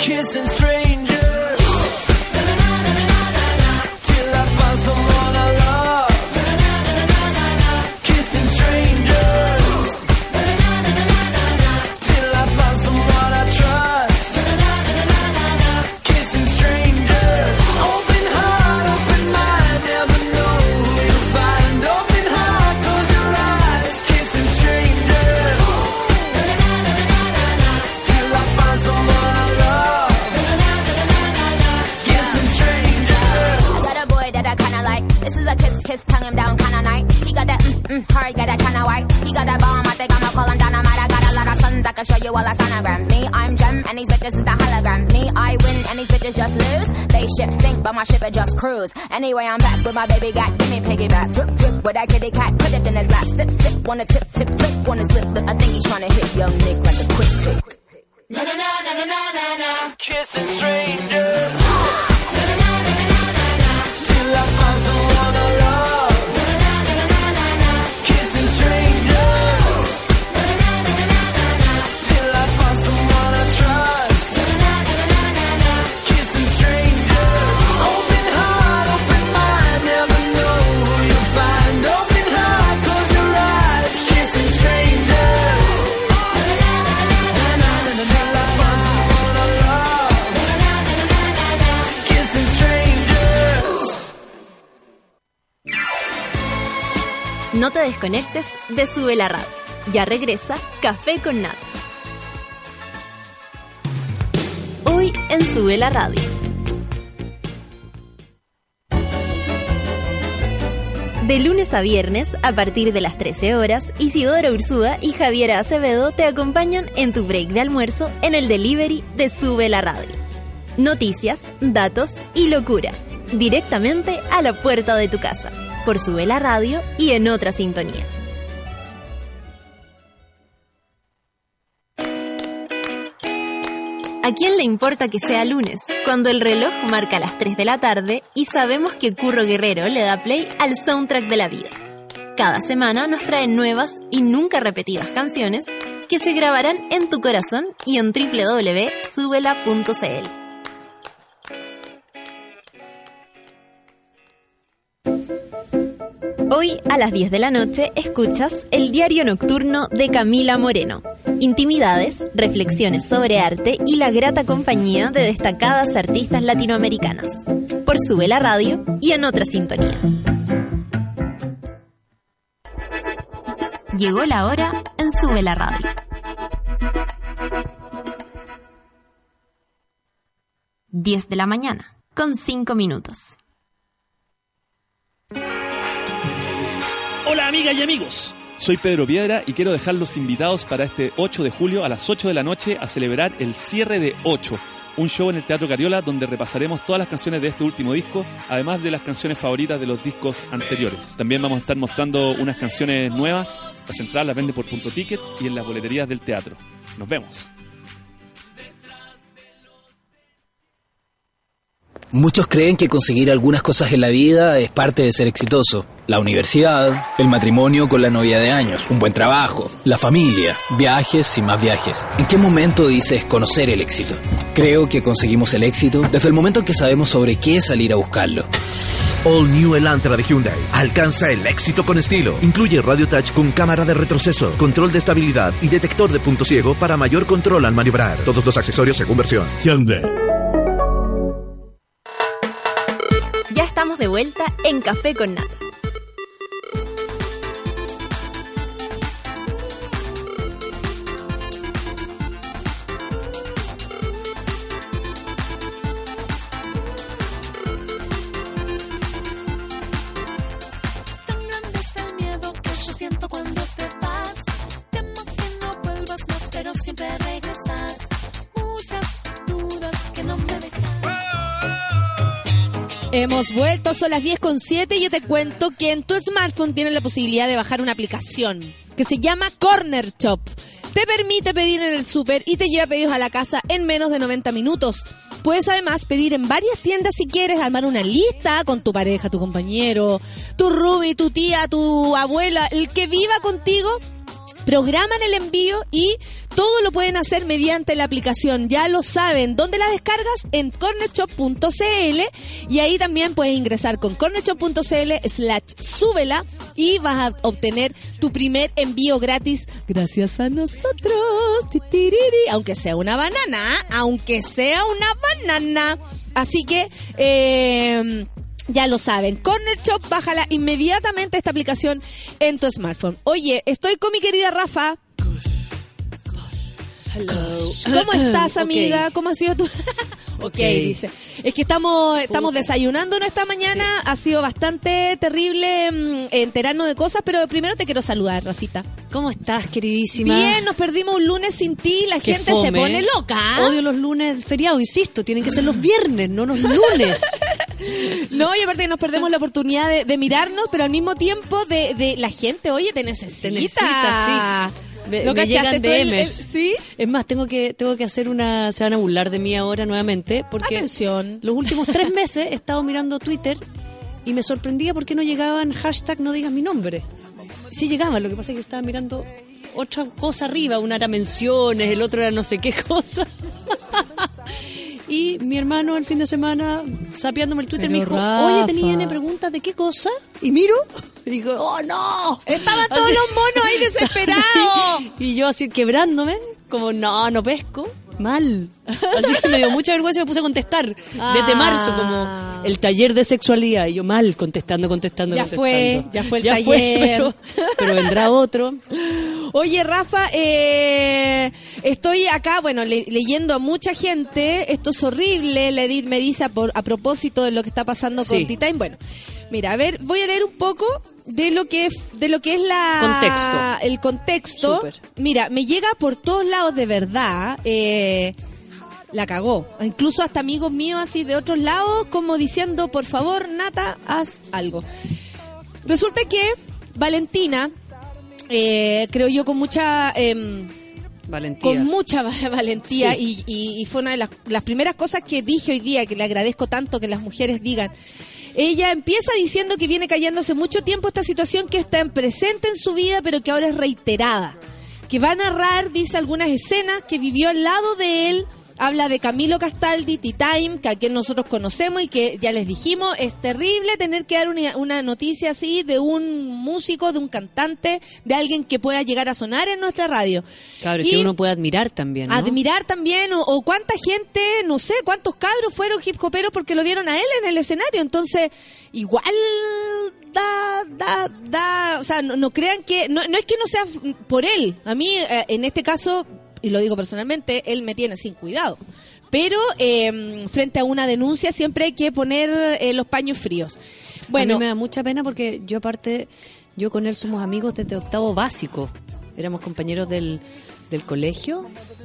kissing strangers till I find someone I love. Kissing strangers till I find someone I trust. Kissing strangers, open heart, open mind, never know who you'll find. Open heart, close your eyes. Kissing strangers till I find someone I love. Kissing strangers. I got a boy that I kinda like. This is a kiss, kiss, tongue him down kinda night. He got that mm, mm, hard, got that kinda white. He got that bomb, I think I'ma call him dynamite. I got a lot of sons, I can show you all the sonograms. Me, I'm Gem, and these bitches is the holograms. Me, I win, and these bitches just lose. They ship sink, but my ship it just cruise. Anyway, I'm back with my baby got, give me piggyback. Drip, drip, with that kitty cat, put it in his lap. Sip, sip, wanna tip, tip, flip, on his lip, lip. I think he's trying to hit young Nick like a quick pick. Na na na na na na na na. Kissing strangers till I find someone I love. Kissing strangers till I find someone I trust. Kissing strangers, open heart, open mind, never know who you'll find. Open heart, close your eyes. Kissing strangers till I find someone I love. Kissing strangers. No te desconectes de Sube la Radio. Ya regresa Café con Nata. Hoy en Sube la Radio. De lunes a viernes, a partir de las trece horas, Isidora Ursúa y Javiera Acevedo te acompañan en tu break de almuerzo en el delivery de Sube la Radio. Noticias, datos y locura, directamente a la puerta de tu casa, por Sube la Radio y en otra sintonía. ¿A quién le importa que sea lunes, cuando el reloj marca las tres de la tarde y sabemos que Curro Guerrero le da play al soundtrack de la vida? Cada semana nos traen nuevas y nunca repetidas canciones que se grabarán en tu corazón y en doble u doble u doble u punto subela punto c l. Hoy a las diez de la noche escuchas el diario nocturno de Camila Moreno. Intimidades, reflexiones sobre arte y la grata compañía de destacadas artistas latinoamericanas. Por Sube la Radio y en otra sintonía. Llegó la hora en Sube la Radio. diez de la mañana, con cinco minutos. Hola amigas y amigos, soy Pedro Piedra y quiero dejarlos invitados para este ocho de julio a las ocho de la noche a celebrar el cierre de ocho, un show en el Teatro Cariola donde repasaremos todas las canciones de este último disco, además de las canciones favoritas de los discos anteriores. También vamos a estar mostrando unas canciones nuevas, las entradas las vende por Punto Ticket y en las boleterías del teatro. Nos vemos. Muchos creen que conseguir algunas cosas en la vida es parte de ser exitoso. La universidad, el matrimonio con la novia de años, un buen trabajo, la familia, viajes y más viajes. ¿En qué momento dices conocer el éxito? Creo que conseguimos el éxito desde el momento en que sabemos sobre qué salir a buscarlo. All New Elantra de Hyundai. Alcanza el éxito con estilo. Incluye Radio Touch con cámara de retroceso, control de estabilidad y detector de punto ciego para mayor control al maniobrar. Todos los accesorios según versión. Hyundai. Ya estamos de vuelta en Café con Nata. Hemos vuelto, son las diez con siete y yo te cuento que en tu smartphone tienes la posibilidad de bajar una aplicación que se llama Corner Shop. Te permite pedir en el súper y te lleva pedidos a la casa en menos de noventa minutos. Puedes además pedir en varias tiendas si quieres, armar una lista con tu pareja, tu compañero, tu roomie, tu tía, tu abuela, el que viva contigo. Programan el envío y Todo lo pueden hacer mediante la aplicación, ya lo saben. ¿Dónde la descargas? En cornershop punto c l, y ahí también puedes ingresar con cornershop punto c l slash súbela y vas a obtener tu primer envío gratis gracias a nosotros. Titiriri. Aunque sea una banana, aunque sea una banana. Así que eh, ya lo saben. Corner Shop, bájala inmediatamente esta aplicación en tu smartphone. Oye, estoy con mi querida Rafa. Hello. ¿Cómo estás, amiga? Okay. ¿Cómo ha sido tu...? ok, okay. Dice. Es que estamos estamos desayunando esta mañana. Sí. Ha sido bastante terrible mmm, enterarnos de cosas, pero primero te quiero saludar, Rafita. ¿Cómo estás, queridísima? Bien, nos perdimos un lunes sin ti. La Qué gente fome. Se pone loca. Odio los lunes feriados, insisto. Tienen que ser los viernes, no los lunes. No, y aparte que nos perdemos la oportunidad de, de mirarnos, pero al mismo tiempo de, de la gente, oye, te necesita. Te necesita, sí. Me, me llegan D Ms. ¿Sí? Es más, tengo que tengo que hacer una... Se van a burlar de mí ahora nuevamente. Porque Atención. Los últimos tres meses he estado mirando Twitter y me sorprendía porque no llegaban hashtag no digas mi nombre. Sí llegaban, lo que pasa es que yo estaba mirando otra cosa arriba. Una era menciones, el otro era no sé qué cosa. Y mi hermano el fin de semana, sapeándome el Twitter, Pero me dijo, Rafa. Oye, tenía preguntas de qué cosa. Y miro, y digo, ¡oh, no! Estaban todos así, los monos ahí desesperados. Y yo así quebrándome, como, no, no pesco. Mal. Así que me dio mucha vergüenza y me puse a contestar. Ah. Desde marzo, como el taller de sexualidad. Y yo mal, contestando, contestando, ya contestando. Fue, ya fue el ya taller. Fue, pero, pero vendrá otro. Oye, Rafa, eh, estoy acá, bueno, le, leyendo a mucha gente. Esto es horrible. Le di, me dice a, por, a propósito de lo que está pasando con sí. T-Time. Bueno, mira, a ver, voy a leer un poco de lo que es, de lo que es la contexto. El contexto. Super. Mira, me llega por todos lados de verdad. Eh, la cagó. Incluso hasta amigos míos así de otros lados, como diciendo, por favor, Nata, haz algo. Resulta que Valentina, eh, creo yo con mucha eh, valentía, con mucha valentía sí. y, y, y fue una de las, las primeras cosas que dije hoy día, que le agradezco tanto que las mujeres digan. Ella empieza diciendo que viene callando hace mucho tiempo esta situación que está presente en su vida, pero que ahora es reiterada. Que va a narrar, dice, algunas escenas que vivió al lado de él. Habla de Camilo Castaldi, T-Time, que a quien nosotros conocemos y que ya les dijimos, es terrible tener que dar una, una noticia así de un músico, de un cantante, de alguien que pueda llegar a sonar en nuestra radio. Claro, y que uno puede admirar también, ¿no? Admirar también, o, o cuánta gente, no sé, cuántos cabros fueron hip hoperos porque lo vieron a él en el escenario. Entonces, igual da, da, da, o sea, no, no crean que, no, no es que no sea por él. A mí, eh, en este caso, y lo digo personalmente, él me tiene sin cuidado. Pero eh, frente a una denuncia siempre hay que poner eh, los paños fríos. Bueno, a mí me da mucha pena porque yo aparte, yo con él somos amigos desde octavo básico. Éramos compañeros del, del colegio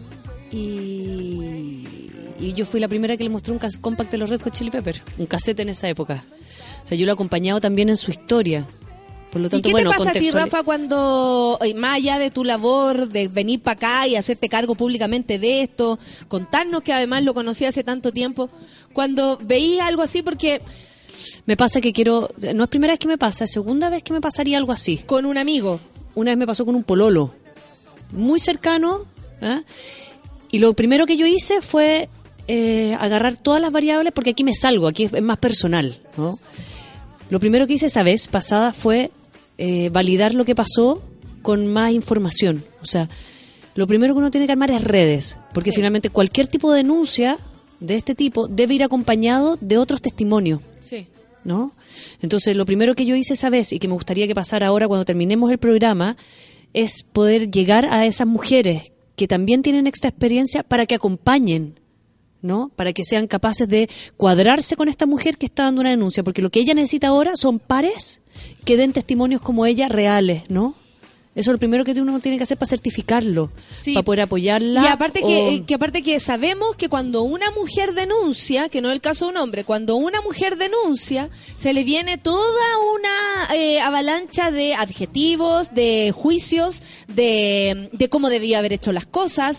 y, y yo fui la primera que le mostré un cas- compact de los Red Hot Chili Peppers, un cassette en esa época. O sea, yo lo he acompañado también en su historia. Por lo tanto, ¿y qué bueno, te pasa a ti, contextual... Rafa, cuando, más allá de tu labor de venir para acá y hacerte cargo públicamente de esto, contarnos que además lo conocí hace tanto tiempo, cuando veís algo así? Porque me pasa que quiero, no es primera vez que me pasa, es segunda vez que me pasaría algo así. ¿Con un amigo? Una vez me pasó con un pololo, muy cercano, ¿eh? Y lo primero que yo hice fue eh, agarrar todas las variables, porque aquí me salgo, aquí es, es más personal, ¿no? Lo primero que hice esa vez pasada fue eh, validar lo que pasó con más información. O sea, lo primero que uno tiene que armar es redes, porque sí. finalmente cualquier tipo de denuncia de este tipo debe ir acompañado de otros testimonios. Sí. ¿No? Entonces, lo primero que yo hice esa vez y que me gustaría que pasara ahora cuando terminemos el programa es poder llegar a esas mujeres que también tienen esta experiencia para que acompañen, ¿no? Para que sean capaces de cuadrarse con esta mujer que está dando una denuncia, porque lo que ella necesita ahora son pares que den testimonios como ella reales, ¿no? Eso es lo primero que uno tiene que hacer para certificarlo, sí. para poder apoyarla. Y aparte o... que, que aparte que sabemos que cuando una mujer denuncia, que no es el caso de un hombre, cuando una mujer denuncia, se le viene toda una eh, avalancha de adjetivos, de juicios, de, de cómo debía haber hecho las cosas,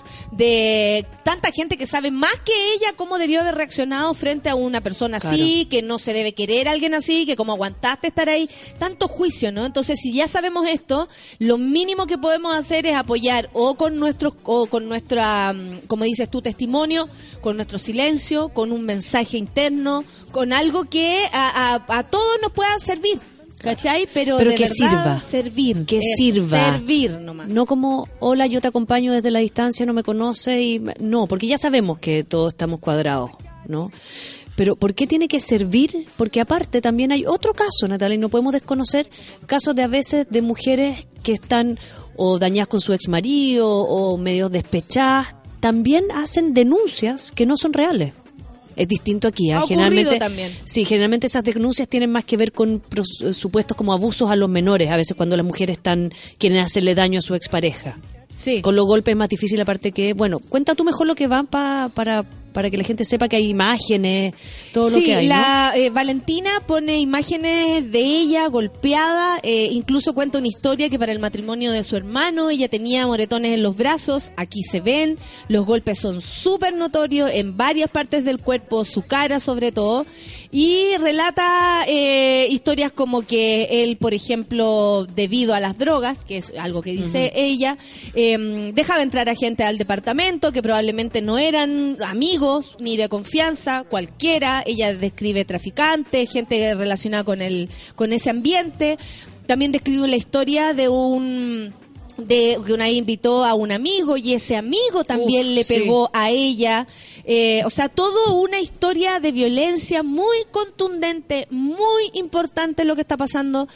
de tanta gente que sabe más que ella cómo debió haber reaccionado frente a una persona Claro. así, que no se debe querer a alguien así, que cómo aguantaste estar ahí, tanto juicio, ¿no? Entonces, si ya sabemos esto, lo mínimo que podemos hacer es apoyar o con nuestros, o con nuestra, mm, como dices tú, testimonio, con nuestro silencio, con un mensaje interno, con algo que a, a, a todos nos pueda servir. ¿Cachai? Pero, Pero de que verdad, sirva. servir. Que eso, sirva. Servir nomás. No como, hola, yo te acompaño desde la distancia, no me conoce y... No, porque ya sabemos que todos estamos cuadrados, ¿no? Pero ¿por qué tiene que servir? Porque aparte también hay otro caso, Natalia, y no podemos desconocer casos de a veces de mujeres que están o dañadas con su exmarido o medio despechadas, también hacen denuncias que no son reales. Es distinto aquí. ¿eh? Ha ocurrido Generalmente, también. Sí, generalmente esas denuncias tienen más que ver con pros- supuestos como abusos a los menores, a veces cuando las mujeres están quieren hacerle daño a su expareja. Sí. Con los golpes es más difícil, aparte que, bueno, cuenta tú mejor lo que van pa, para para que la gente sepa que hay imágenes, todo lo Sí, que hay, ¿no? la eh, Valentina pone imágenes de ella golpeada, eh, incluso cuenta una historia que para el matrimonio de su hermano ella tenía moretones en los brazos, aquí se ven, los golpes son súper notorios en varias partes del cuerpo, su cara sobre todo, y relata eh, historias como que él, por ejemplo, debido a las drogas, que es algo que dice Ujú. ella, eh, dejaba entrar a gente al departamento que probablemente no eran amigos ni de confianza, cualquiera. Ella describe traficantes, gente relacionada con el con ese ambiente. También describe la historia de un de que una vez invitó a un amigo y ese amigo también Uf, le sí. pegó a ella. Eh, o sea, todo una historia de violencia muy contundente, muy importante lo que está pasando.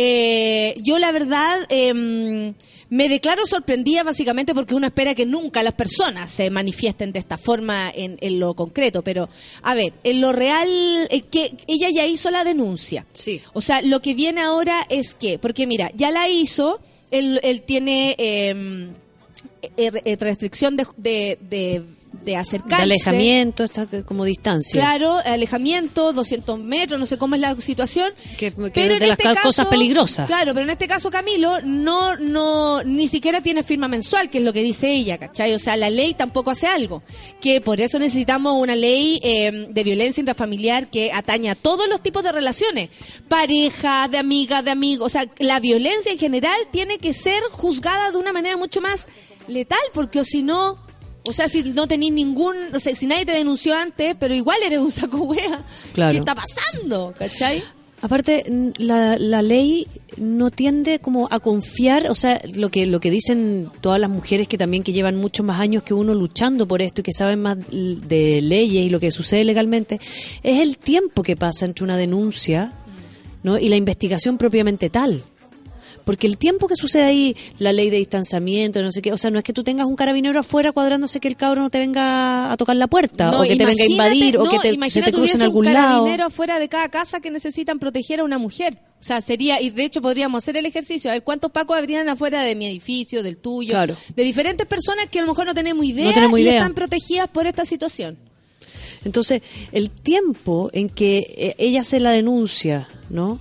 Eh, yo la verdad eh, me declaro sorprendida básicamente porque uno espera que nunca las personas se manifiesten de esta forma en, en lo concreto. Pero, a ver, en lo real, eh, que ella ya hizo la denuncia. Sí. O sea, lo que viene ahora es que, porque mira, ya la hizo, él, él tiene eh, eh, eh, restricción de, de, de, de acercarse. De alejamiento, está como distancia. Claro, alejamiento, doscientos metros, no sé cómo es la situación. Que, que pero de en las este ca- cosas caso- peligrosas. Claro, pero en este caso Camilo no, no, ni siquiera tiene firma mensual, que es lo que dice ella, ¿cachai? O sea, la ley tampoco hace algo. Que por eso necesitamos una ley eh, de violencia intrafamiliar que atañe a todos los tipos de relaciones. Pareja, de amiga, de amigo. O sea, la violencia en general tiene que ser juzgada de una manera mucho más letal, porque o si no... O sea, si no tenés ningún... O sea, si nadie te denunció antes, pero igual eres un saco wea. Claro. ¿Qué está pasando? ¿Cachai? Aparte, n- la, la ley no tiende como a confiar, o sea, lo que lo que dicen todas las mujeres que también que llevan muchos más años que uno luchando por esto y que saben más l- de leyes y lo que sucede legalmente, es el tiempo que pasa entre una denuncia, ¿no? y la investigación propiamente tal. Porque el tiempo que sucede ahí, la ley de distanciamiento, no sé qué, o sea, no es que tú tengas un carabinero afuera cuadrándose que el cabro no te venga a tocar la puerta, No, o que te venga a imagínate- invadir, o no, que te, se imagínate te cruce en hubiese algún un lado. carabinero afuera de cada casa que necesitan proteger a una mujer. O sea, sería, y de hecho podríamos hacer el ejercicio, a ver cuántos pacos habrían afuera de mi edificio, del tuyo, Claro. de diferentes personas que a lo mejor no tenemos idea, No tenemos y idea. están protegidas por esta situación. Entonces, el tiempo en que eh, ella hace la denuncia, ¿no?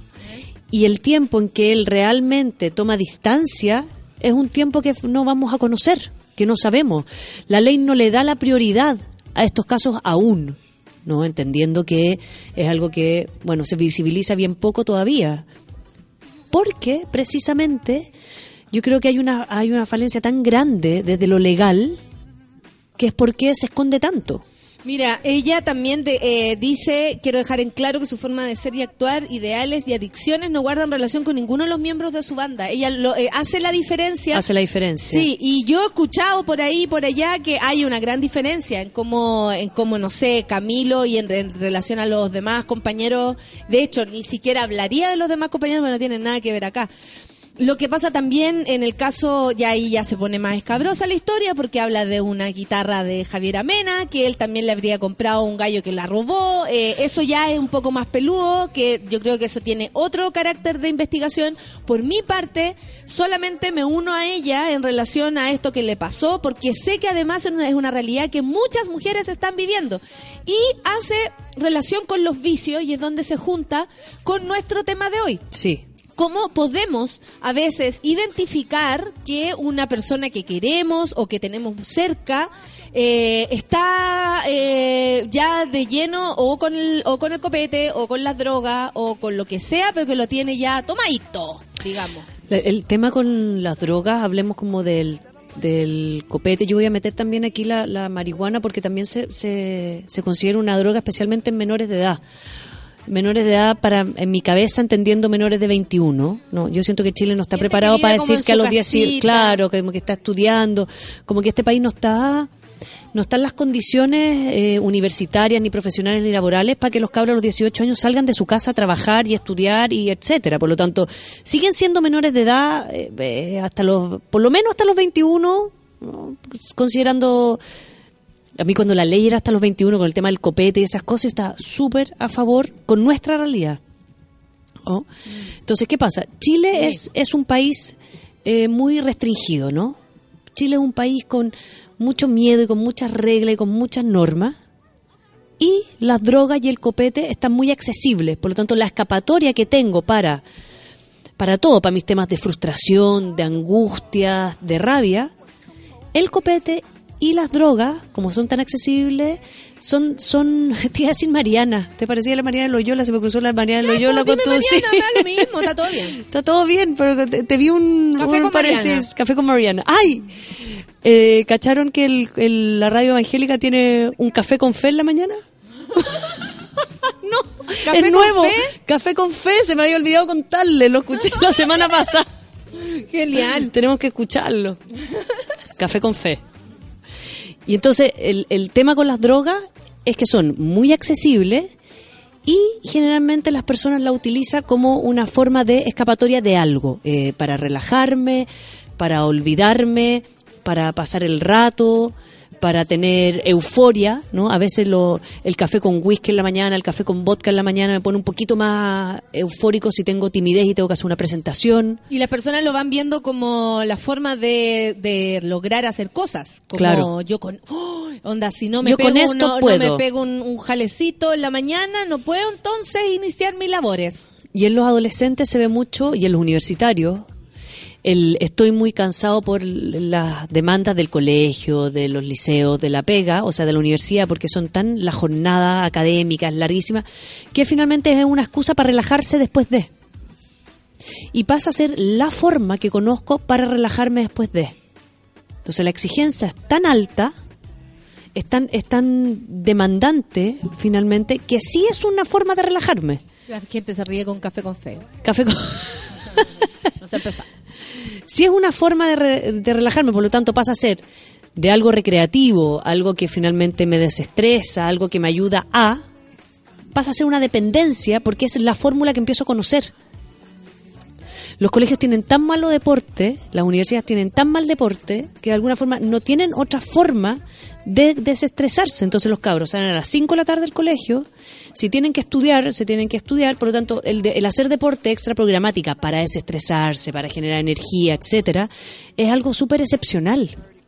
Y el tiempo en que él realmente toma distancia es un tiempo que no vamos a conocer, que no sabemos. La ley no le da la prioridad a estos casos aún, ¿no? Entendiendo que es algo que, bueno, se visibiliza bien poco todavía. Porque, precisamente, yo creo que hay una, hay una falencia tan grande desde lo legal que es porque se esconde tanto. Mira, ella también de- eh, dice, quiero dejar en claro que su forma de ser y actuar, ideales y adicciones no guardan relación con ninguno de los miembros de su banda. Ella lo, eh, hace la diferencia. Hace la diferencia. Sí, y yo he escuchado por ahí, por allá, que hay una gran diferencia en cómo, en cómo no sé, Camilo y en, re- en relación a los demás compañeros. De hecho, ni siquiera hablaría de los demás compañeros, pero no tienen nada que ver acá. Lo que pasa también en el caso, ya ahí ya se pone más escabrosa la historia, porque habla de una guitarra de Javier Amena, que él también le habría comprado a un gallo que la robó. Eh, eso ya es un poco más peludo, que yo creo que eso tiene otro carácter de investigación. Por mi parte, solamente me uno a ella en relación a esto que le pasó, porque sé que además es una, es una realidad que muchas mujeres están viviendo. Y hace relación con los vicios, y es donde se junta con nuestro tema de hoy. Sí. cómo podemos a veces identificar que una persona que queremos o que tenemos cerca eh, está eh, ya de lleno o con el o con el copete o con las drogas o con lo que sea, pero que lo tiene ya tomadito, digamos. El, el tema con las drogas, hablemos como del del copete. Yo voy a meter también aquí la, la marihuana porque también se, se, se considera una droga especialmente en menores de edad. Menores de edad, para en mi cabeza, entendiendo menores de veintiuno, ¿no? Yo siento que Chile no está Gente preparado que para vive como decir en que a su los diez, casita. claro, que, como que está estudiando, como que este país no está no están las condiciones eh, universitarias, ni profesionales, ni laborales para que los cabros a los dieciocho años salgan de su casa a trabajar y estudiar y etcétera. Por lo tanto, siguen siendo menores de edad eh, eh, hasta los, por lo menos hasta los veintiuno, ¿no? Considerando, a mí cuando la ley era hasta los veintiuno con el tema del copete y esas cosas, yo estaba súper a favor con nuestra realidad. ¿Oh? Entonces, ¿qué pasa? Chile es, es un país eh, muy restringido, ¿no? Chile es un país con mucho miedo y con muchas reglas y con muchas normas, y las drogas y el copete están muy accesibles. Por lo tanto, la escapatoria que tengo para, para todo, para mis temas de frustración, de angustia, de rabia, el copete y las drogas, como son tan accesibles, son, son, te iba a decir Mariana, ¿te parecía la Mariana Loyola? Se me cruzó la Mariana Ya, Loyola pues, con tu... dime sí. Mariana, da lo mismo, está todo bien. Está todo bien, pero te, te vi un... Café un con parecido- Mariana. Café con Mariana. ¡Ay! Eh, ¿Cacharon que el, el- la radio evangélica tiene un café con fe en la mañana? No, ¿Café es con nuevo. fe? Café con fe, se me había olvidado contarle, lo escuché la semana pasada. Genial. Tenemos que escucharlo. Café con fe. Y entonces el, el tema con las drogas es que son muy accesibles y generalmente las personas la utilizan como una forma de escapatoria de algo, eh, para relajarme, para olvidarme, para pasar el rato, para tener euforia, ¿no? A veces lo, el café con whisky en la mañana, el café con vodka en la mañana me pone un poquito más eufórico si tengo timidez y tengo que hacer una presentación. Y las personas lo van viendo como la forma de, de lograr hacer cosas. Como Claro. yo con... ¡oh! Onda, si no me Yo pego, con esto no, no puedo. me pego un, un jalecito en la mañana, no puedo entonces iniciar mis labores. Y en los adolescentes se ve mucho, y en los universitarios, el estoy muy cansado por las demandas del colegio, de los liceos, de la pega, o sea, de la universidad, porque son tan, las jornadas académicas larguísimas, que finalmente es una excusa para relajarse después de. Y pasa a ser la forma que conozco para relajarme después de. Entonces la exigencia es tan alta, es tan, es tan demandante, finalmente, que sí es una forma de relajarme. La gente se ríe con café con fe. Café con... No se empezó. Sí es una forma de, re- de relajarme, por lo tanto pasa a ser de algo recreativo, algo que finalmente me desestresa, algo que me ayuda a, pasa a ser una dependencia porque es la fórmula que empiezo a conocer. Los colegios tienen tan malo deporte, las universidades tienen tan mal deporte, que de alguna forma no tienen otra forma de desestresarse. Entonces los cabros salen a las cinco de la tarde del colegio, si tienen que estudiar, se tienen que estudiar, por lo tanto el, de- el hacer deporte extra programática para desestresarse, para generar energía, etcétera, es algo súper excepcional.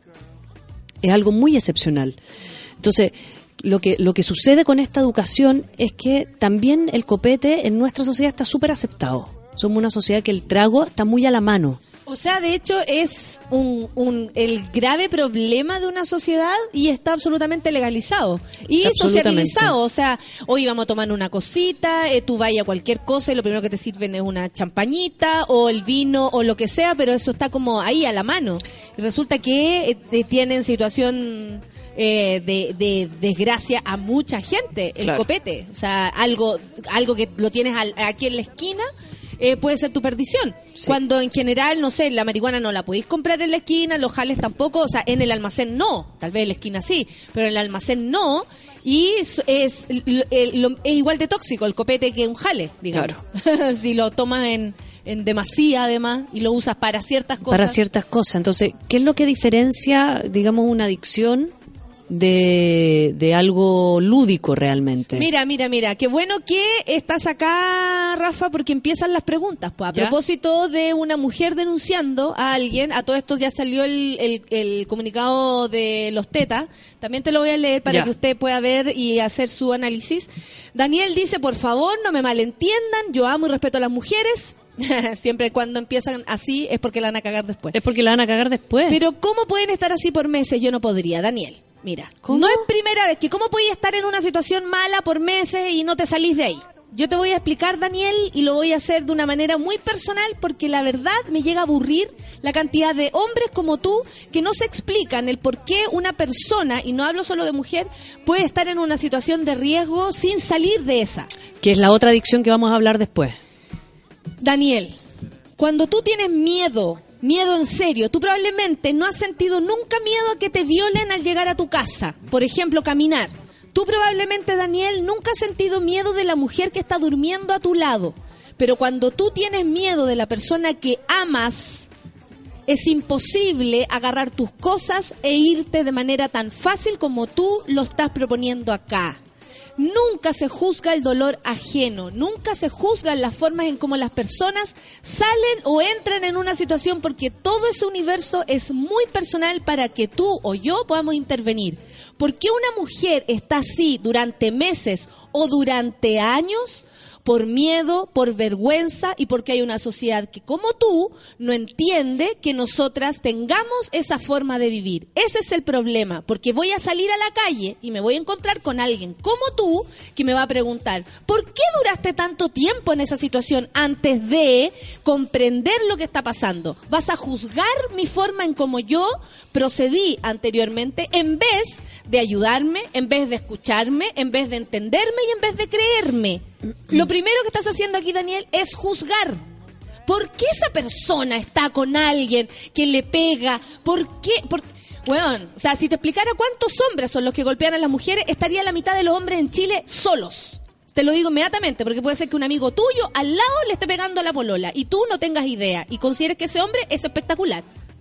Es algo muy excepcional. Entonces, lo que, lo que sucede con esta educación es que también el copete en nuestra sociedad está súper aceptado. Somos una sociedad que el trago está muy a la mano. O sea, de hecho, es un, un el grave problema de una sociedad y está absolutamente legalizado y Absolutamente. sociabilizado. O sea, hoy vamos a tomar una cosita, eh, tú vayas a cualquier cosa y lo primero que te sirven es una champañita o el vino o lo que sea, pero eso está como ahí a la mano. Y resulta que eh, eh, tienen situación eh, de, de desgracia a mucha gente, el Claro. copete. O sea, algo, algo que lo tienes al- aquí en la esquina. Eh, puede ser tu perdición. Sí. Cuando en general, no sé, la marihuana no la podéis comprar en la esquina, los jales tampoco, o sea, en el almacén no, tal vez en la esquina sí, pero en el almacén no, y es, es, el- lo- es igual de tóxico el copete que un jale, digamos. Si lo tomas en, en demasía además y lo usas para ciertas cosas. Para ciertas cosas. Entonces, ¿qué es lo que diferencia, digamos, una adicción de, de algo lúdico realmente? Mira, mira, mira, qué bueno que estás acá, Rafa, porque empiezan las preguntas. Pues a ¿Ya? propósito de una mujer denunciando a alguien, a todo esto ya salió el, el, el comunicado de los tetas, también te lo voy a leer para Ya. que usted pueda ver y hacer su análisis. Daniel dice, por favor, no me malentiendan, yo amo y respeto a las mujeres, Siempre cuando empiezan así es porque la van a cagar después. Es porque la van a cagar después. Pero ¿cómo pueden estar así por meses? Yo no podría, Daniel. Mira, ¿Cómo? no es primera vez que cómo podías estar en una situación mala por meses y no te salís de ahí. Yo te voy a explicar, Daniel, y lo voy a hacer de una manera muy personal porque la verdad me llega a aburrir la cantidad de hombres como tú que no se explican el por qué una persona, y no hablo solo de mujer, puede estar en una situación de riesgo sin salir de esa. Que es la otra adicción que vamos a hablar después. Daniel, cuando tú tienes miedo, miedo en serio, tú probablemente no has sentido nunca miedo a que te violen al llegar a tu casa. Por ejemplo, caminar. Tú probablemente, Daniel, nunca has sentido miedo de la mujer que está durmiendo a tu lado. Pero cuando tú tienes miedo de la persona que amas, es imposible agarrar tus cosas e irte de manera tan fácil como tú lo estás proponiendo acá. Nunca se juzga el dolor ajeno, nunca se juzgan las formas en cómo las personas salen o entran en una situación, porque todo ese universo es muy personal para que tú o yo podamos intervenir. ¿Por qué una mujer está así durante meses o durante años? Por miedo, por vergüenza y porque hay una sociedad que, como tú, no entiende que nosotras tengamos esa forma de vivir. Ese es el problema, porque voy a salir a la calle y me voy a encontrar con alguien como tú que me va a preguntar, ¿por qué duraste tanto tiempo en esa situación antes de comprender lo que está pasando? ¿Vas a juzgar mi forma en cómo yo procedí anteriormente en vez de ayudarme, en vez de escucharme, en vez de entenderme y en vez de creerme? Lo primero que estás haciendo aquí, Daniel, es juzgar. ¿Por qué esa persona está con alguien que le pega? ¿Por qué? Por... Bueno, o sea, si te explicara cuántos hombres son los que golpean a las mujeres, estaría la mitad de los hombres en Chile solos. Te lo digo inmediatamente, porque puede ser que un amigo tuyo al lado le esté pegando a la polola y tú no tengas idea y consideres que ese hombre es espectacular.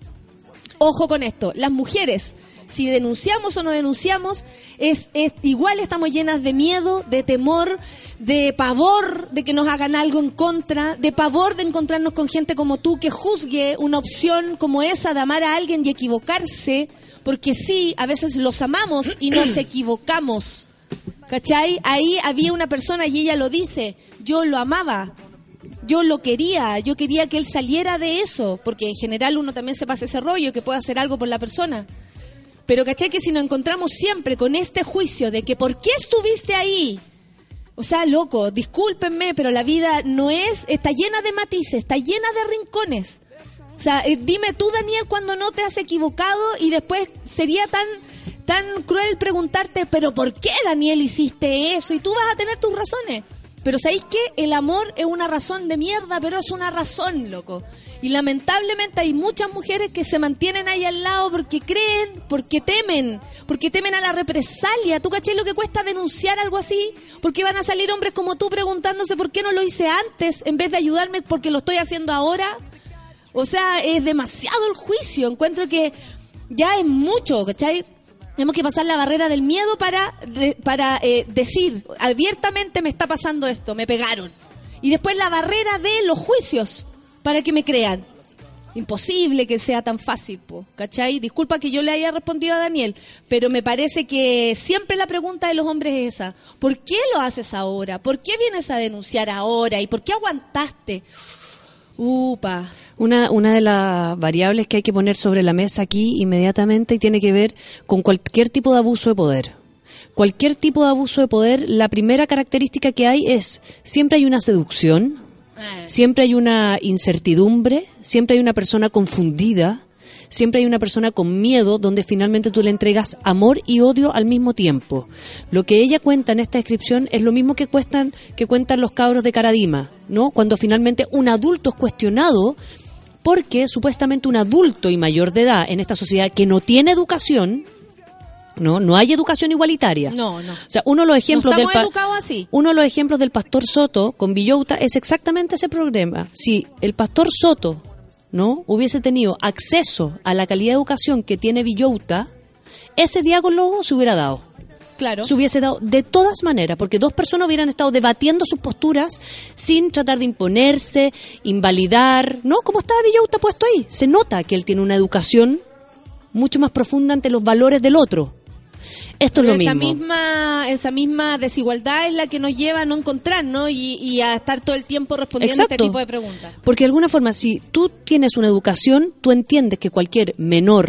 Ojo con esto, las mujeres, si denunciamos o no denunciamos, es, es igual estamos llenas de miedo, de temor, de pavor de que nos hagan algo en contra, de pavor de encontrarnos con gente como tú que juzgue una opción como esa de amar a alguien y equivocarse, porque sí, a veces los amamos y nos equivocamos, ¿cachai? Ahí había una persona y ella lo dice, yo lo amaba, yo lo quería, yo quería que él saliera de eso, porque en general uno también se pasa ese rollo, que puede hacer algo por la persona. Pero ¿cachai? Que si nos encontramos siempre con este juicio de que ¿por qué estuviste ahí? O sea, loco, discúlpenme, pero la vida no es, está llena de matices, está llena de rincones. O sea, eh, dime tú, Daniel, cuando no te has equivocado y después sería tan, tan cruel preguntarte, pero ¿por qué, Daniel, hiciste eso? Y tú vas a tener tus razones. Pero ¿sabéis qué? El amor es una razón de mierda, pero es una razón, loco. Y lamentablemente hay muchas mujeres que se mantienen ahí al lado porque creen, porque temen, porque temen a la represalia. ¿Tú cachai lo que cuesta denunciar algo así? Porque van a salir hombres como tú preguntándose por qué no lo hice antes en vez de ayudarme porque lo estoy haciendo ahora. O sea, es demasiado el juicio. Encuentro que ya es mucho, ¿cachai? Tenemos que pasar la barrera del miedo para, de, para eh, decir abiertamente me está pasando esto, me pegaron. Y después la barrera de los juicios para que me crean. Imposible que sea tan fácil, po, ¿cachai? Disculpa que yo le haya respondido a Daniel, pero me parece que siempre la pregunta de los hombres es esa. ¿Por qué lo haces ahora? ¿Por qué vienes a denunciar ahora? ¿Y por qué aguantaste? Upa. Una, una de las variables que hay que poner sobre la mesa aquí inmediatamente y tiene que ver con cualquier tipo de abuso de poder. Cualquier tipo de abuso de poder, la primera característica que hay es siempre hay una seducción, siempre hay una incertidumbre, siempre hay una persona confundida, siempre hay una persona con miedo donde finalmente tú le entregas amor y odio al mismo tiempo. Lo que ella cuenta en esta descripción es lo mismo que cuentan, que cuentan los cabros de Caradima, ¿no? Cuando finalmente un adulto es cuestionado porque supuestamente un adulto y mayor de edad en esta sociedad que no tiene educación, no no hay educación igualitaria. No, no. O sea, uno de los ejemplos no del estamos educados así. Uno de los ejemplos del pastor Soto con Villota es exactamente ese problema. Si el pastor Soto no hubiese tenido acceso a la calidad de educación que tiene Villota, ese diálogo se hubiera dado. Claro. Se hubiese dado de todas maneras, porque dos personas hubieran estado debatiendo sus posturas sin tratar de imponerse, invalidar, ¿no? Como estaba Villota puesto ahí. Se nota que él tiene una educación mucho más profunda ante los valores del otro. Esto es lo esa mismo. misma esa misma desigualdad es la que nos lleva a no encontrarnos y, y a estar todo el tiempo respondiendo a Exacto. este tipo de preguntas. Porque de alguna forma, si tú tienes una educación, tú entiendes que cualquier menor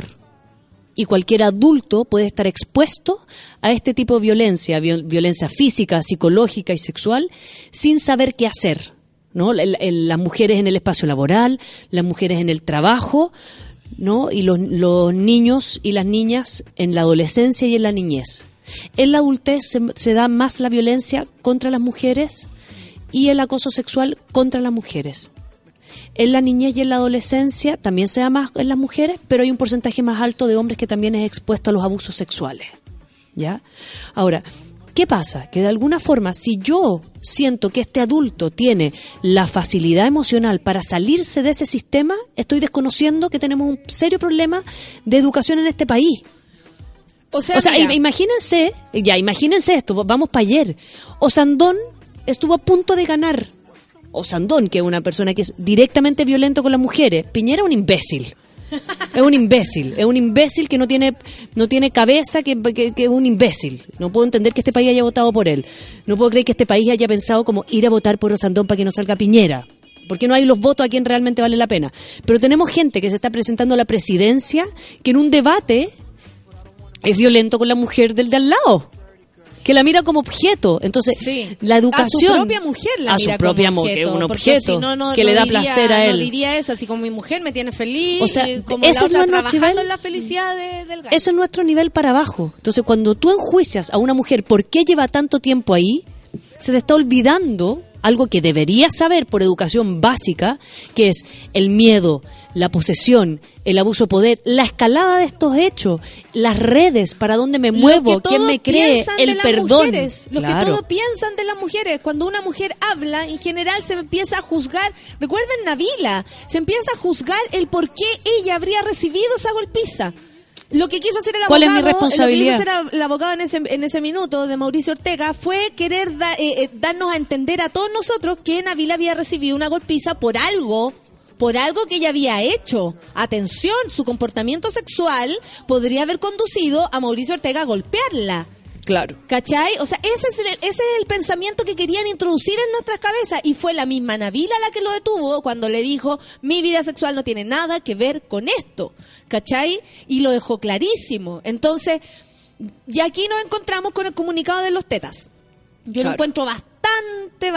y cualquier adulto puede estar expuesto a este tipo de violencia, viol- violencia física, psicológica y sexual, sin saber qué hacer, ¿no? El- el- las mujeres en el espacio laboral, las mujeres en el trabajo, ¿no? Y los, los niños y las niñas en la adolescencia y en la niñez. En la adultez se, se da más la violencia contra las mujeres y el acoso sexual contra las mujeres. En la niñez y en la adolescencia también se da más en las mujeres, pero hay un porcentaje más alto de hombres que también es expuesto a los abusos sexuales. ¿Ya? Ahora, ¿qué pasa? Que de alguna forma, si yo siento que este adulto tiene la facilidad emocional para salirse de ese sistema, estoy desconociendo que tenemos un serio problema de educación en este país. O sea, O sea, mira, im- imagínense, ya, imagínense esto, vamos para ayer. Osandón estuvo a punto de ganar. Osandón, que es una persona que es directamente violento con las mujeres. Piñera es un imbécil. Es un imbécil, es un imbécil que no tiene no tiene cabeza, que, que, que es un imbécil. No puedo entender que este país haya votado por él. No puedo creer que este país haya pensado como ir a votar por Osandón para que no salga Piñera. Porque no hay los votos a quien realmente vale la pena. Pero tenemos gente que se está presentando a la presidencia que en un debate es violento con la mujer del de al lado, que la mira como objeto. Entonces, sí. la educación... a su propia mujer la a mira su propia como mujer, objeto, un porque objeto si no, no, que no le da diría- placer a él. No diría eso, así como mi mujer me tiene feliz, O sea, y como ese la es otra nuestro trabajando nivel. en la felicidad de- del gallo. Ese es nuestro nivel para abajo. Entonces, cuando tú enjuicias a una mujer por qué lleva tanto tiempo ahí, se te está olvidando algo que deberías saber por educación básica, que es el miedo, la posesión, el abuso de poder, la escalada de estos hechos, las redes, para dónde me muevo, Lo que quién todos me cree, piensan de el las perdón. mujeres, lo Claro. que todos piensan de las mujeres. Cuando una mujer habla, en general se empieza a juzgar. Recuerden Nabila, se empieza a juzgar el por qué ella habría recibido esa golpiza. Lo que quiso hacer el ¿Cuál es mi abogado, lo que responsabilidad? quiso hacer el abogado en ese, en ese minuto de Mauricio Ortega fue querer da- eh, eh, darnos a entender a todos nosotros que Nabila había recibido una golpiza por algo, por algo que ella había hecho. Atención, su comportamiento sexual podría haber conducido a Mauricio Ortega a golpearla. Claro. ¿Cachai? O sea, ese es, el, ese es el pensamiento que querían introducir en nuestras cabezas. Y fue la misma Nabila la que lo detuvo cuando le dijo, mi vida sexual no tiene nada que ver con esto. ¿Cachai? Y lo dejó clarísimo. Entonces, y aquí nos encontramos con el comunicado de los tetas. Yo Claro. lo encuentro bastante,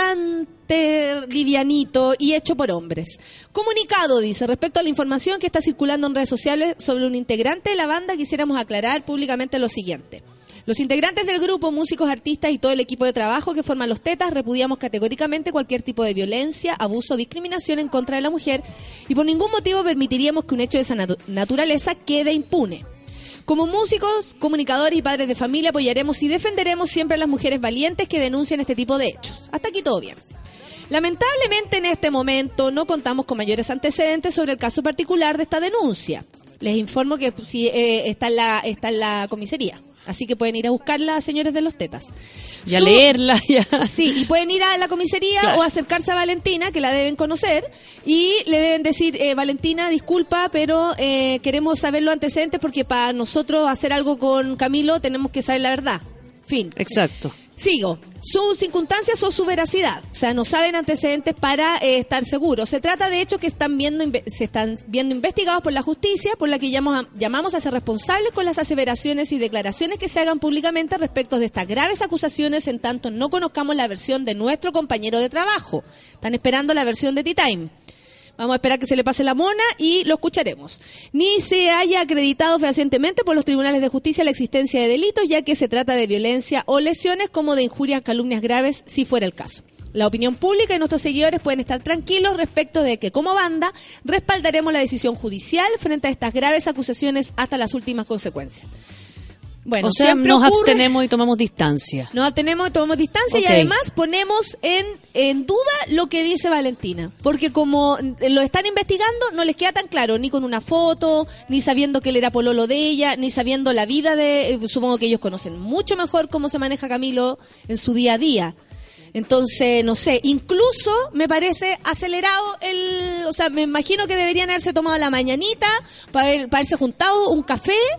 bastante livianito y hecho por hombres. Comunicado, dice, respecto a la información que está circulando en redes sociales sobre un integrante de la banda, quisiéramos aclarar públicamente lo siguiente. Los integrantes del grupo, músicos, artistas y todo el equipo de trabajo que forman los tetas, repudiamos categóricamente cualquier tipo de violencia, abuso o discriminación en contra de la mujer y por ningún motivo permitiríamos que un hecho de esa natu- naturaleza quede impune. Como músicos, comunicadores y padres de familia apoyaremos y defenderemos siempre a las mujeres valientes que denuncian este tipo de hechos. Hasta aquí todo bien. Lamentablemente en este momento no contamos con mayores antecedentes sobre el caso particular de esta denuncia. Les informo que sí, eh, está, en la, está en la comisaría. Así que pueden ir a buscarla, señores de los tetas. Y a Su- leerla, ya. Sí, y pueden ir a la comisaría Claro. o acercarse a Valentina, que la deben conocer, y le deben decir, eh, Valentina, disculpa, pero eh, queremos saber los antecedentes porque para nosotros hacer algo con Camilo tenemos que saber la verdad. Fin. Exacto. Sigo. Sus circunstancias o su veracidad. O sea, no saben antecedentes para eh, estar seguros. Se trata de hechos que están viendo inve- se están viendo investigados por la justicia, por la que llamamos a, llamamos a ser responsables con las aseveraciones y declaraciones que se hagan públicamente respecto de estas graves acusaciones en tanto no conozcamos la versión de nuestro compañero de trabajo. Están esperando la versión de T-Time. Vamos a esperar que se le pase la mona y lo escucharemos. Ni se haya acreditado fehacientemente por los tribunales de justicia la existencia de delitos, ya que se trata de violencia o lesiones como de injurias, calumnias graves, si fuera el caso. La opinión pública y nuestros seguidores pueden estar tranquilos respecto de que, como banda, respaldaremos la decisión judicial frente a estas graves acusaciones hasta las últimas consecuencias. Bueno, O sea, siempre nos ocurre- abstenemos y tomamos distancia. Nos abstenemos y tomamos distancia Ok. y además ponemos en, en duda lo que dice Valentina. Porque como lo están investigando, no les queda tan claro, ni con una foto, ni sabiendo que él era pololo de ella, ni sabiendo la vida de... eh, supongo que ellos conocen mucho mejor cómo se maneja Camilo en su día a día. Entonces, no sé, incluso me parece acelerado el... O sea, me imagino que deberían haberse tomado la mañanita para, haber- para haberse juntado un café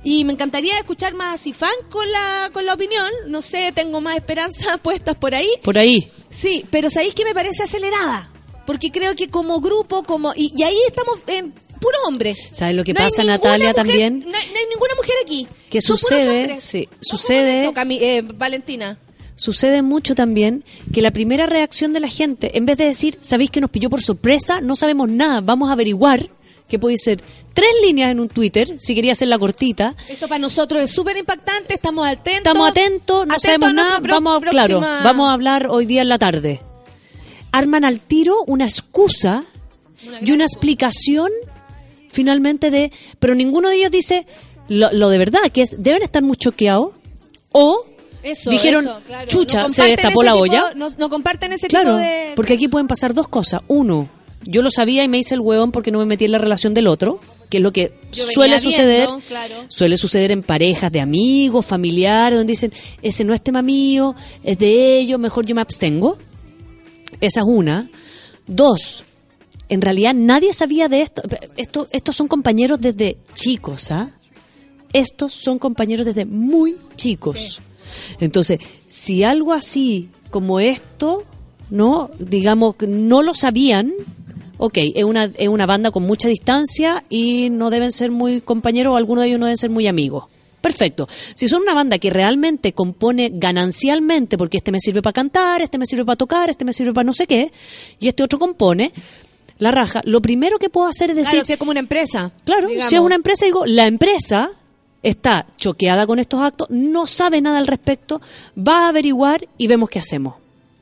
Y me encantaría escuchar más a Cifán con la, con la opinión. No sé, tengo más esperanzas puestas por ahí. Por ahí. Sí, pero ¿sabéis que me parece acelerada? Porque creo que como grupo, como y, y ahí estamos en puro hombre. ¿Sabes lo que No hay pasa, ninguna Natalia, mujer- también? No hay, no hay ninguna mujer aquí. Que Son puros sucede, hombres. sí, Ojo sucede- con eso, Cami- eh, Valentina. Sucede mucho también que la primera reacción de la gente, en vez de decir, sabéis que nos pilló por sorpresa, no sabemos nada, vamos a averiguar, que puede ser tres líneas en un Twitter, si quería hacerla cortita. Esto para nosotros es súper impactante, estamos atentos. Estamos atentos, no Atentos sabemos a nuestra nada, pro- vamos a, claro, próxima- vamos a hablar hoy día en la tarde. Arman al tiro una excusa y una explicación finalmente de, pero ninguno de ellos dice lo, lo de verdad, que es, deben estar muy choqueados o Eso, dijeron, eso, claro. chucha, No se comparten destapó ese la tipo- olla. No, no comparten ese Claro, tipo de... porque aquí pueden pasar dos cosas. Uno, yo lo sabía y me hice el hueón porque no me metí en la relación del otro, que es lo que Yo venía suele viendo, suceder. claro. Suele suceder en parejas de amigos, familiares, donde dicen, ese no es tema mío, es de ellos, mejor yo me abstengo. Esa es una. Dos, en realidad nadie sabía de esto. Esto estos son compañeros desde chicos, ¿ah? Estos son compañeros desde muy chicos. Entonces, si algo así como esto, ¿no? Digamos, no lo sabían, ok, es una, es una banda con mucha distancia y no deben ser muy compañeros o algunos de ellos no deben ser muy amigos. Perfecto. Si son una banda que realmente compone ganancialmente, porque este me sirve para cantar, este me sirve para tocar, este me sirve para no sé qué, y este otro compone, la raja, lo primero que puedo hacer es decir... Claro, si es como una empresa. Claro, digamos. si es una empresa, digo, la empresa está choqueada con estos actos, no sabe nada al respecto, va a averiguar y vemos qué hacemos.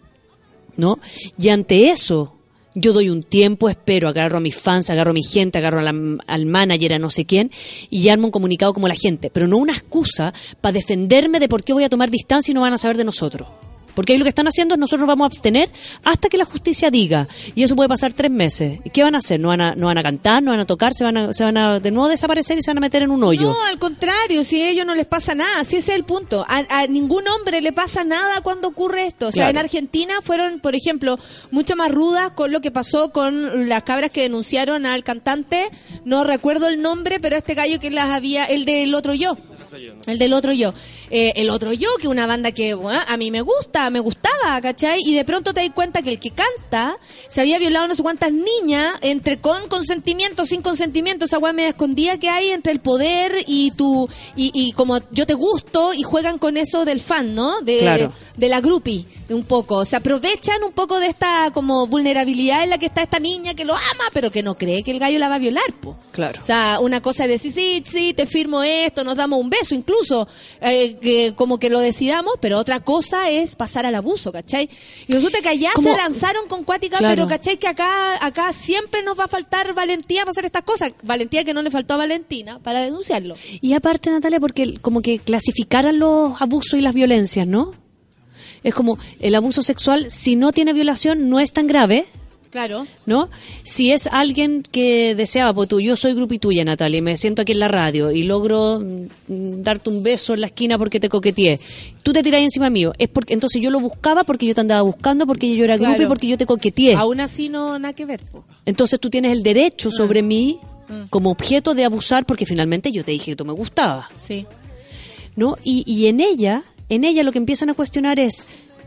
¿No? Y ante eso, yo doy un tiempo, espero, agarro a mis fans, agarro a mi gente, agarro a la- al manager, a no sé quién, y armo un comunicado como la gente, pero no una excusa para defenderme de por qué voy a tomar distancia y no van a saber de nosotros. Porque ahí lo que están haciendo es nosotros vamos a abstener hasta que la justicia diga. Y eso puede pasar tres meses. ¿Y qué van a hacer? ¿No van a, no van a cantar? ¿No van a tocar? ¿Se van a, se van a de nuevo desaparecer y se van a meter en un hoyo? No, al contrario, si a ellos no les pasa nada, si ese es el punto. A, a ningún hombre le pasa nada cuando ocurre esto. O sea, Claro. en Argentina fueron, por ejemplo, mucho más rudas con lo que pasó con las cabras que denunciaron al cantante. No recuerdo el nombre, pero este gallo que las había, el del otro yo. El del otro yo. Eh, el otro yo, que una banda que bueno, a mí me gusta, me gustaba, ¿cachai? Y de pronto te das cuenta que el que canta se había violado no sé cuántas niñas, entre con consentimiento, sin consentimiento, esa weá media escondida que hay entre el poder y tu y, y como yo te gusto, y juegan con eso del fan, ¿no? De, Claro. de la groupie, un poco. Se aprovechan un poco de esta como vulnerabilidad en la que está esta niña que lo ama, pero que no cree que el gallo la va a violar, po. Claro. O sea, una cosa es decir, sí, sí, te firmo esto, nos damos un beso incluso, eh, que como que lo decidamos, pero otra cosa es pasar al abuso, ¿cachai? Y resulta que allá Como- se lanzaron con Cuática, Claro. pero ¿cachai? Que acá acá siempre nos va a faltar valentía para hacer estas cosas. Valentía que no le faltó a Valentina para denunciarlo. Y aparte, Natalia, porque como que clasificaran los abusos y las violencias, ¿no? Es como el abuso sexual, si no tiene violación, no es tan grave, Claro. ¿no? Si es alguien que deseaba, pues tú, yo soy grupi tuya, Natalia, y me siento aquí en la radio y logro mm, darte un beso en la esquina porque te coqueteé. Tú te tirás encima mío. Es porque entonces yo lo buscaba porque yo te andaba buscando, porque yo era grupi, Claro. porque yo te coqueteé. Aún así no nada que ver, po. Entonces tú tienes el derecho sobre mí Mm. como objeto de abusar porque finalmente yo te dije que tú me gustabas. Sí. ¿No? Y, y en ella, en ella lo que empiezan a cuestionar es,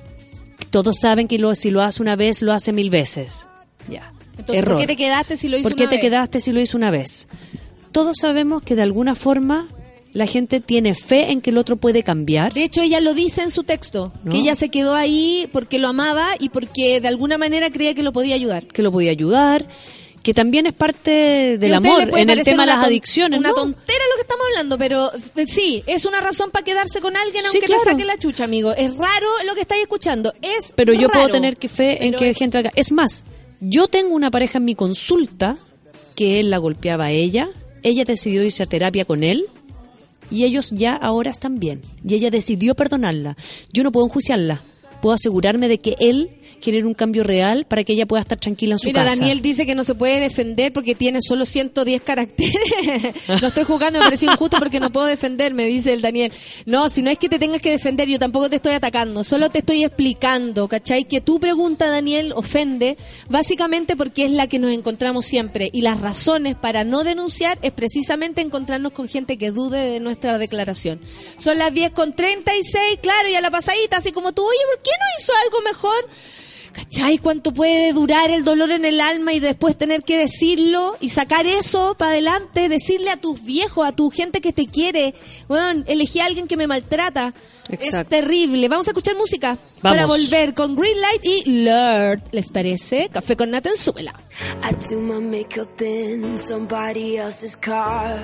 todos saben que lo, si lo hace una vez, lo hace mil veces. Ya. Entonces, Error. ¿por qué te quedaste si lo hizo ¿Por qué una te vez? quedaste si lo hizo una vez? Todos sabemos que de alguna forma la gente tiene fe en que el otro puede cambiar. De hecho, ella lo dice en su texto, ¿No? que ella se quedó ahí porque lo amaba y porque de alguna manera creía que lo podía ayudar. Que lo podía ayudar, que también es parte del Que a usted le amor puede en el parecer tema de una las ton- adicciones. Una ¿no? tontera lo que estamos hablando, pero eh, sí, es una razón para quedarse con alguien Sí, aunque claro. te saque la chucha, amigo. Es raro lo que estáis escuchando, es Pero yo puedo raro. tener que fe en Pero que es- gente haga. Es más, yo tengo una pareja en mi consulta que él la golpeaba a ella, ella decidió irse a terapia con él y ellos ya ahora están bien. Y ella decidió perdonarla. Yo no puedo enjuiciarla. Puedo asegurarme de que él, quieren un cambio real para que ella pueda estar tranquila en su Mira, casa. Daniel dice que no se puede defender porque tiene solo ciento diez caracteres. No estoy jugando, me pareció injusto porque no puedo defenderme, dice el Daniel. No, si no es que te tengas que defender, yo tampoco te estoy atacando, solo te estoy explicando, ¿cachai? Que tu pregunta, Daniel, ofende básicamente porque es la que nos encontramos siempre, y las razones para no denunciar es precisamente encontrarnos con gente que dude de nuestra declaración. Son las diez con treinta y seis, claro, y a la pasadita, así como tú, oye, ¿por qué no hizo algo mejor? ¿Cachai? ¿Cuánto puede durar el dolor en el alma y después tener que decirlo y sacar eso para adelante? Decirle a tus viejos, a tu gente que te quiere, bueno, elegí a alguien que me maltrata. Exacto. Es terrible. Vamos a escuchar música Vamos. para volver con Greenlight y Lord. ¿Les parece? Café con Nata en Súbela. I do my makeup in somebody else's car.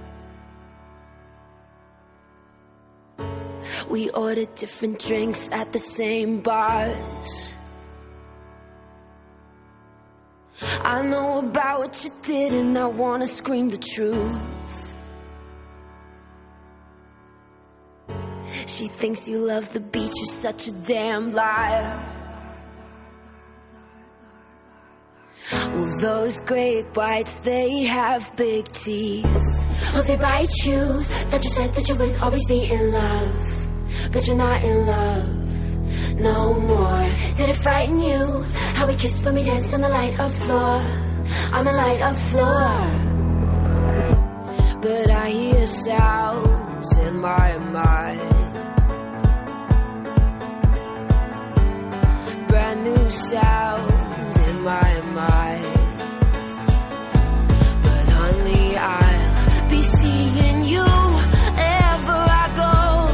We ordered different drinks at the same bars. I know about what you did and I wanna scream the truth. She thinks you love the beach, you're such a damn liar. Well, those great whites, they have big teeth. Oh, they bite you. That you said that you would always be in love, but you're not in love no more. Did it frighten you how we kissed when we danced on the light of floor, on the light of floor? But I hear sounds in my mind, brand new sounds in my mind. But honey, I'll be seeing you ever I go.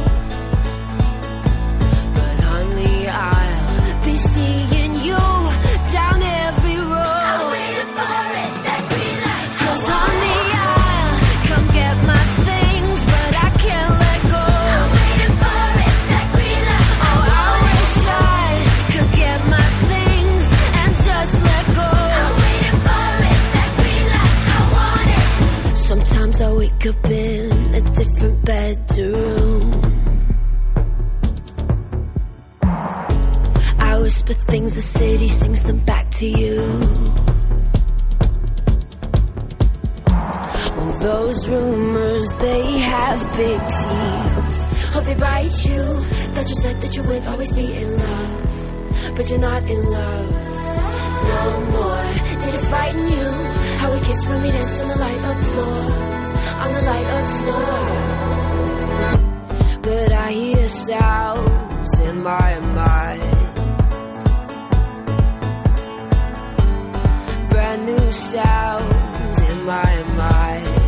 But honey, I'll be seeing you down every road. I'm waiting for it, that green light. 'Cause honey, I'll come get my things, but I can't let go. I'm waiting for it, that green light. Oh, I wish I could get my things and just let go. I'm waiting for it, that green light. I want it. Sometimes I wake up in a different bedroom. I whisper things, the city sings them back to you. Well, those rumors, they have big teeth. Oh, they bite you. Thought you said that you would always be in love, but you're not in love no more. Did it frighten you how we kissed when we danced on the light of floor, on the light of floor? But I hear sounds in my mind, brand new sounds in my mind.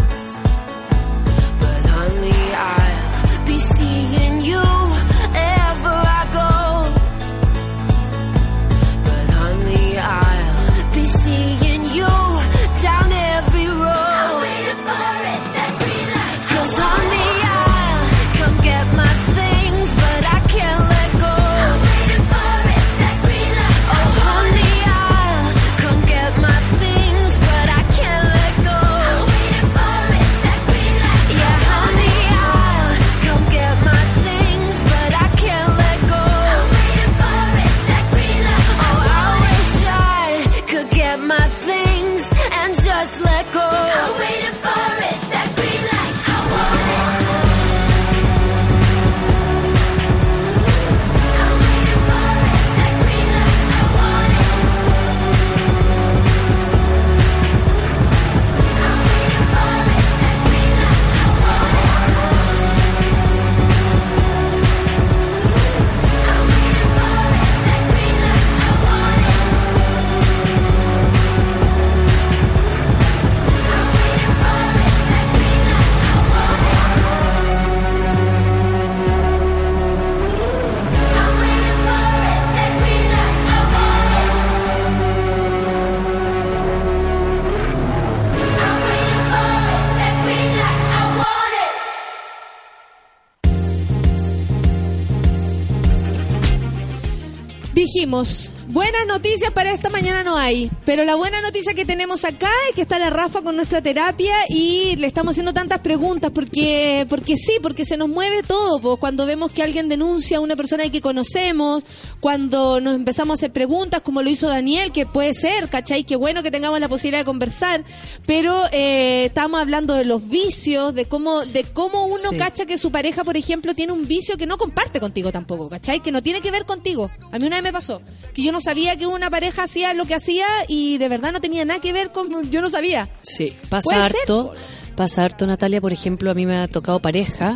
But honey, I'll be seeing you ever I go. But honey, I'll be seeing you down every road. I'm waiting for it, that green light. 'Cause honey, I'll come get my things, but I can't let go. I'm waiting for it, that green light. Oh honey, I'll come get my things, but I can't let go. I'm waiting for it, that green light. Yeah, honey, I'll come get my things, but I can't let go. I'm waiting for it, that green light. Oh, I wish I could get my things and just let go. I'm waiting for it, that green light. I want it. I'm waiting for it, that green light. I want it. I'm waiting for it, that green light. I want it. I'm waiting for it, that green light. I want it. Dijimos, Buenas noticias para esta mañana no hay, pero la buena noticia que tenemos acá es que está la Rafa con nuestra terapia y le estamos haciendo tantas preguntas porque porque sí, porque se nos mueve todo, pues, cuando vemos que alguien denuncia a una persona que conocemos, cuando nos empezamos a hacer preguntas como lo hizo Daniel, que puede ser, ¿cachai? Qué bueno que tengamos la posibilidad de conversar, pero eh, estamos hablando de los vicios, de cómo de cómo uno Sí. cacha que su pareja, por ejemplo, tiene un vicio que no comparte contigo tampoco, ¿cachai? Que no tiene que ver contigo. A mí una vez me pasó que yo no sabía que una pareja hacía lo que hacía y de verdad no tenía nada que ver con... Yo no sabía. Sí, pasa Puede ser, harto, pasa harto, Natalia, por ejemplo, a mí me ha tocado pareja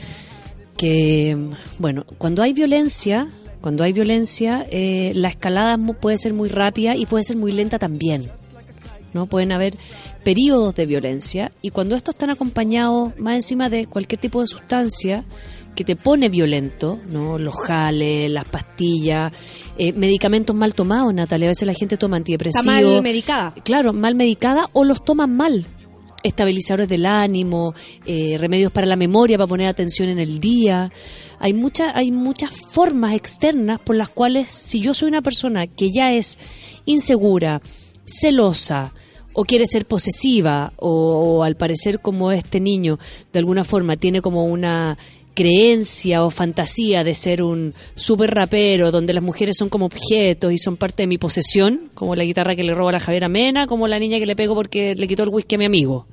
que, bueno, cuando hay violencia, cuando hay violencia, eh, la escalada mu- puede ser muy rápida y puede ser muy lenta también, ¿no? Pueden haber periodos de violencia y cuando estos están acompañados más encima de cualquier tipo de sustancia que te pone violento, ¿no? Los jales, las pastillas, eh, medicamentos mal tomados, Natalia. A veces la gente toma antidepresivos. Está mal medicada. Claro, mal medicada o los toman mal. Estabilizadores del ánimo, eh, remedios para la memoria, para poner atención en el día. Hay muchas, hay muchas formas externas por las cuales, si yo soy una persona que ya es insegura, celosa, o quiere ser posesiva, o, o al parecer como este niño, de alguna forma tiene como una creencia o fantasía de ser un súper rapero donde las mujeres son como objetos y son parte de mi posesión, como la guitarra que le roba a la Javiera Mena, como la niña que le pego porque le quitó el whisky a mi amigo.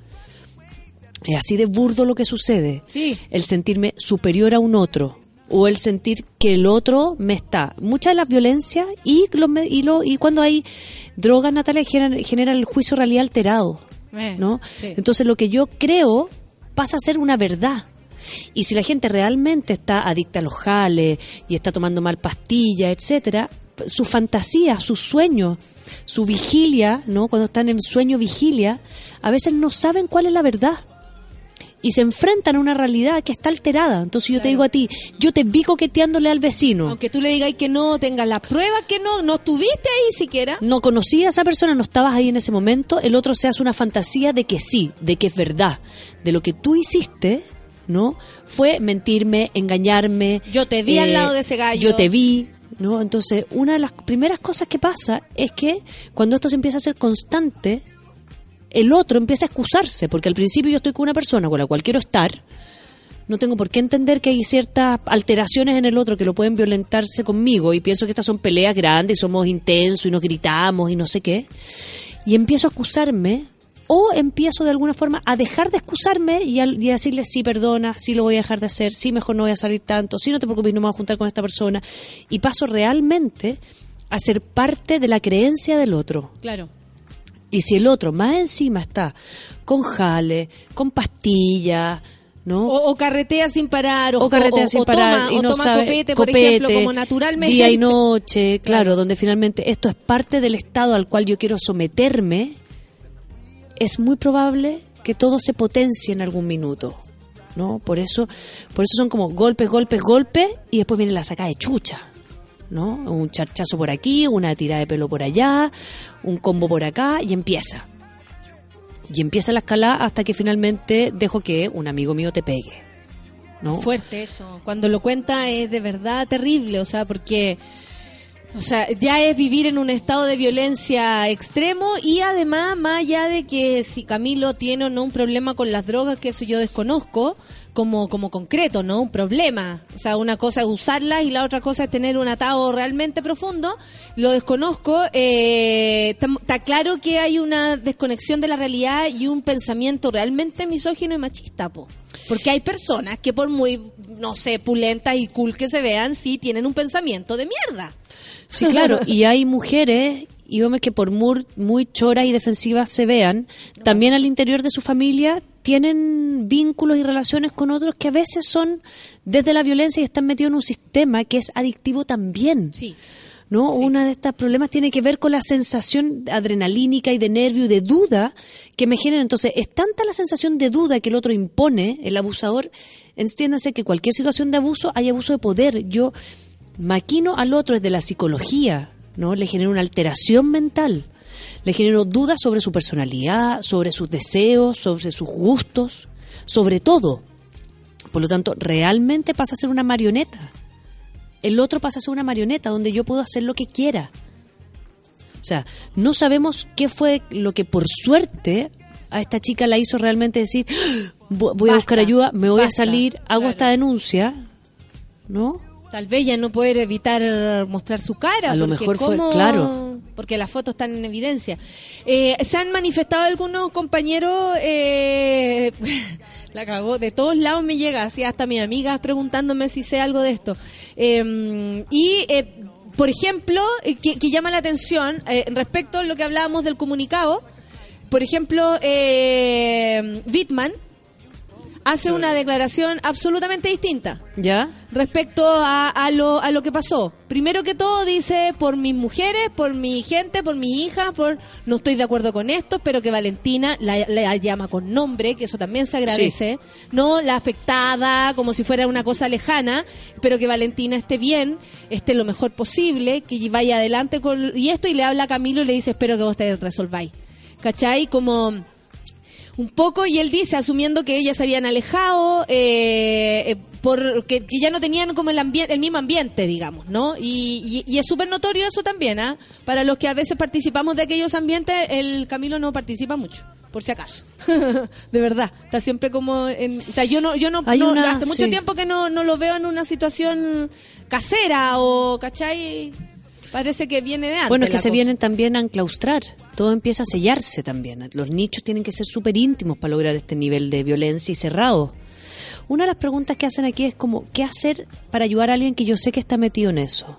Es así de burdo lo que sucede. Sí. El sentirme superior a un otro o el sentir que el otro me está. Muchas de las violencias y, lo, y, lo, y cuando hay drogas, Natalia, genera, genera el juicio realidad alterado, Eh, ¿no? sí. Entonces lo que yo creo pasa a ser una verdad. Y si la gente realmente está adicta a los jales y está tomando mal pastillas, etcétera, su fantasía, su sueño, su vigilia, ¿no? Cuando están en sueño vigilia, a veces no saben cuál es la verdad. Y se enfrentan a una realidad que está alterada. Entonces yo te digo a ti, yo te vi coqueteándole al vecino. Aunque tú le digas que no, tengas la prueba que no, no estuviste ahí siquiera. No conocías a esa persona, no estabas ahí en ese momento, el otro se hace una fantasía de que sí, de que es verdad. De lo que tú hiciste, ¿no? Fue mentirme, engañarme. Yo te vi al lado de ese gallo. Yo te vi, ¿no? Entonces, una de las primeras cosas que pasa es que cuando esto se empieza a hacer constante, el otro empieza a excusarse, porque al principio yo estoy con una persona con la cual quiero estar, no tengo por qué entender que hay ciertas alteraciones en el otro que lo pueden violentarse conmigo y pienso que estas son peleas grandes y somos intensos y nos gritamos y no sé qué, y empiezo a excusarme o empiezo de alguna forma a dejar de excusarme y a, y a decirle sí, perdona, sí lo voy a dejar de hacer, sí, mejor no voy a salir tanto, sí, no te preocupes, no me voy a juntar con esta persona, y paso realmente a ser parte de la creencia del otro. Claro. Y si el otro más encima está con jale, con pastillas, ¿no? O, o carretea sin parar, o, o carretea o- sin o parar toma, y o no toma sabe, copete, por ejemplo, como naturalmente. día y noche, claro, donde finalmente esto es parte del estado al cual yo quiero someterme, es muy probable que todo se potencie en algún minuto, ¿no? Por eso, por eso son como golpes, golpes, golpes y después viene la sacada de chucha, ¿no? Un charchazo por aquí, una tirada de pelo por allá, un combo por acá y empieza. Y empieza la escalada hasta que finalmente dejo que un amigo mío te pegue, ¿no? Fuerte eso. Cuando lo cuenta es de verdad terrible, o sea, porque o sea, ya es vivir en un estado de violencia extremo y además, más allá de que si Camilo tiene o no un problema con las drogas, que eso yo desconozco, como como concreto, ¿no? Un problema. O sea, una cosa es usarlas y la otra cosa es tener un atado realmente profundo. Lo desconozco. Eh, está, está claro que hay una desconexión de la realidad y un pensamiento realmente misógino y machista, po. Porque hay personas que por muy, no sé, pulentas y cool que se vean, sí tienen un pensamiento de mierda. Sí, claro, y hay mujeres y hombres que por muy, muy choras y defensivas se vean, también al interior de su familia tienen vínculos y relaciones con otros que a veces son desde la violencia y están metidos en un sistema que es adictivo también. Sí. ¿No? Sí. Uno de estos problemas tiene que ver con la sensación adrenalínica y de nervio y de duda que me genera. Entonces, es tanta la sensación de duda que el otro impone, el abusador, entiéndase que cualquier situación de abuso hay abuso de poder. Yo maquino al otro desde la psicología, ¿no? Le genero una alteración mental, le genero dudas sobre su personalidad, sobre sus deseos, sobre sus gustos, sobre todo. Por lo tanto, realmente pasa a ser una marioneta. El otro pasa a ser una marioneta donde yo puedo hacer lo que quiera, O sea, no sabemos qué fue lo que por suerte a esta chica la hizo realmente decir, ¡Ah! voy Basta, a buscar ayuda, me voy basta, a salir, hago claro. esta denuncia, ¿no? Tal vez ya no poder evitar mostrar su cara. A lo porque mejor fue- cómo- claro. Porque las fotos están en evidencia. Eh, se han manifestado algunos compañeros, eh, la cagó, de todos lados me llega, así hasta mis amigas preguntándome si sé algo de esto. Eh, y, eh, por ejemplo, eh, que, que llama la atención, eh, respecto a lo que hablábamos del comunicado, por ejemplo, eh, Bittman hace una declaración absolutamente distinta ¿Ya? respecto a, a lo a lo que pasó. Primero que todo dice, por mis mujeres, por mi gente, por mis hijas, por no estoy de acuerdo con esto, espero que Valentina la, la llama con nombre, que eso también se agradece, no la afectada como si fuera una cosa lejana, pero que Valentina esté bien, esté lo mejor posible, que vaya adelante con y esto, y le habla a Camilo y le dice, espero que vos te resolváis. ¿Cachai? Como un poco, y él dice, asumiendo que ellas se habían alejado, eh, eh, por que, que ya no tenían como el ambiente, el mismo ambiente, digamos, ¿no? Y, y, y es súper notorio eso también, ¿ah? Para los que a veces participamos de aquellos ambientes, el Camilo no participa mucho, por si acaso. De verdad, está siempre como en, o sea, yo no, yo no, Hay no- una- hace mucho sí. tiempo que no, no lo veo en una situación casera o, ¿cachai? Parece que viene de antes. Bueno, es que la se cosa. vienen también a enclaustrar. Todo empieza a sellarse también. Los nichos tienen que ser súper íntimos para lograr este nivel de violencia y cerrado. Una de las preguntas que hacen aquí es como, ¿qué hacer para ayudar a alguien que yo sé que está metido en eso?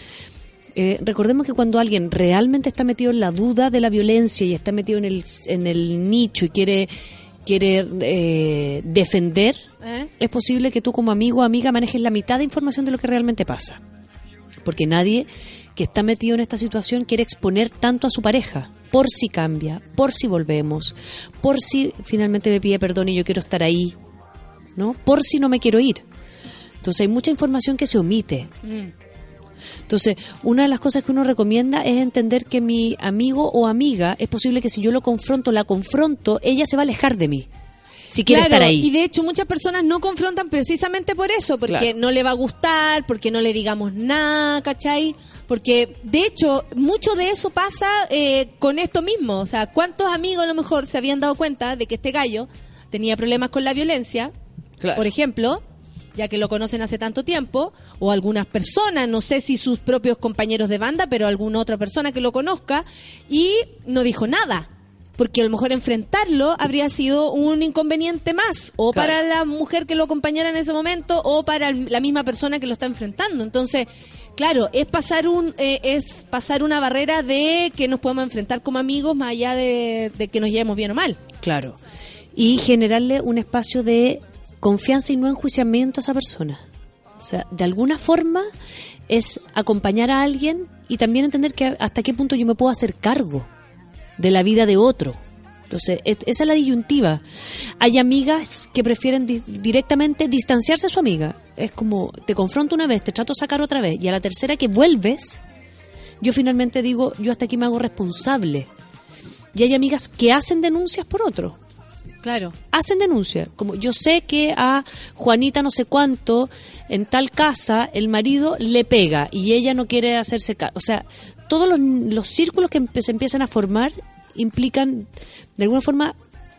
Eh, recordemos que cuando alguien realmente está metido en la duda de la violencia y está metido en el, en el nicho y quiere, quiere eh, defender, ¿Eh? es posible que tú como amigo o amiga manejes la mitad de información de lo que realmente pasa. Porque nadie que está metido en esta situación quiere exponer tanto a su pareja, por si cambia, por si volvemos, por si finalmente me pide perdón y yo quiero estar ahí, ¿no? Por si no me quiero ir. Entonces hay mucha información que se omite. Mm. Entonces, una de las cosas que uno recomienda es entender que mi amigo o amiga, es posible que si yo lo confronto, la confronto, ella se va a alejar de mí. Si quiere Claro, estar ahí. y de hecho muchas personas no confrontan precisamente por eso, porque Claro. no le va a gustar, porque no le digamos nada, ¿cachai? Porque de hecho mucho de eso pasa eh, con esto mismo, o sea, ¿cuántos amigos a lo mejor se habían dado cuenta de que este gallo tenía problemas con la violencia, Claro. por ejemplo, ya que lo conocen hace tanto tiempo, o algunas personas, no sé si sus propios compañeros de banda, pero alguna otra persona que lo conozca, y no dijo nada? Porque a lo mejor enfrentarlo habría sido un inconveniente más, o Claro. para la mujer que lo acompañara en ese momento, o para el- la misma persona que lo está enfrentando. Entonces, claro, es pasar un eh, es pasar una barrera de que nos podemos enfrentar como amigos, más allá de, de que nos llevemos bien o mal. Claro. Y generarle un espacio de confianza y no enjuiciamiento a esa persona. O sea, de alguna forma es acompañar a alguien y también entender que hasta qué punto yo me puedo hacer cargo de la vida de otro. Entonces, es- esa es la disyuntiva. Hay amigas que prefieren di- directamente distanciarse de su amiga. Es como, te confronto una vez, te trato de sacar otra vez, y a la tercera que vuelves, yo finalmente digo, yo hasta aquí me hago responsable. Y hay amigas que hacen denuncias por otro. Claro. Hacen denuncia, como yo sé que a Juanita no sé cuánto en tal casa el marido le pega y ella no quiere hacerse cargo. O sea, todos los, los círculos que empe- se empiezan a formar implican de alguna forma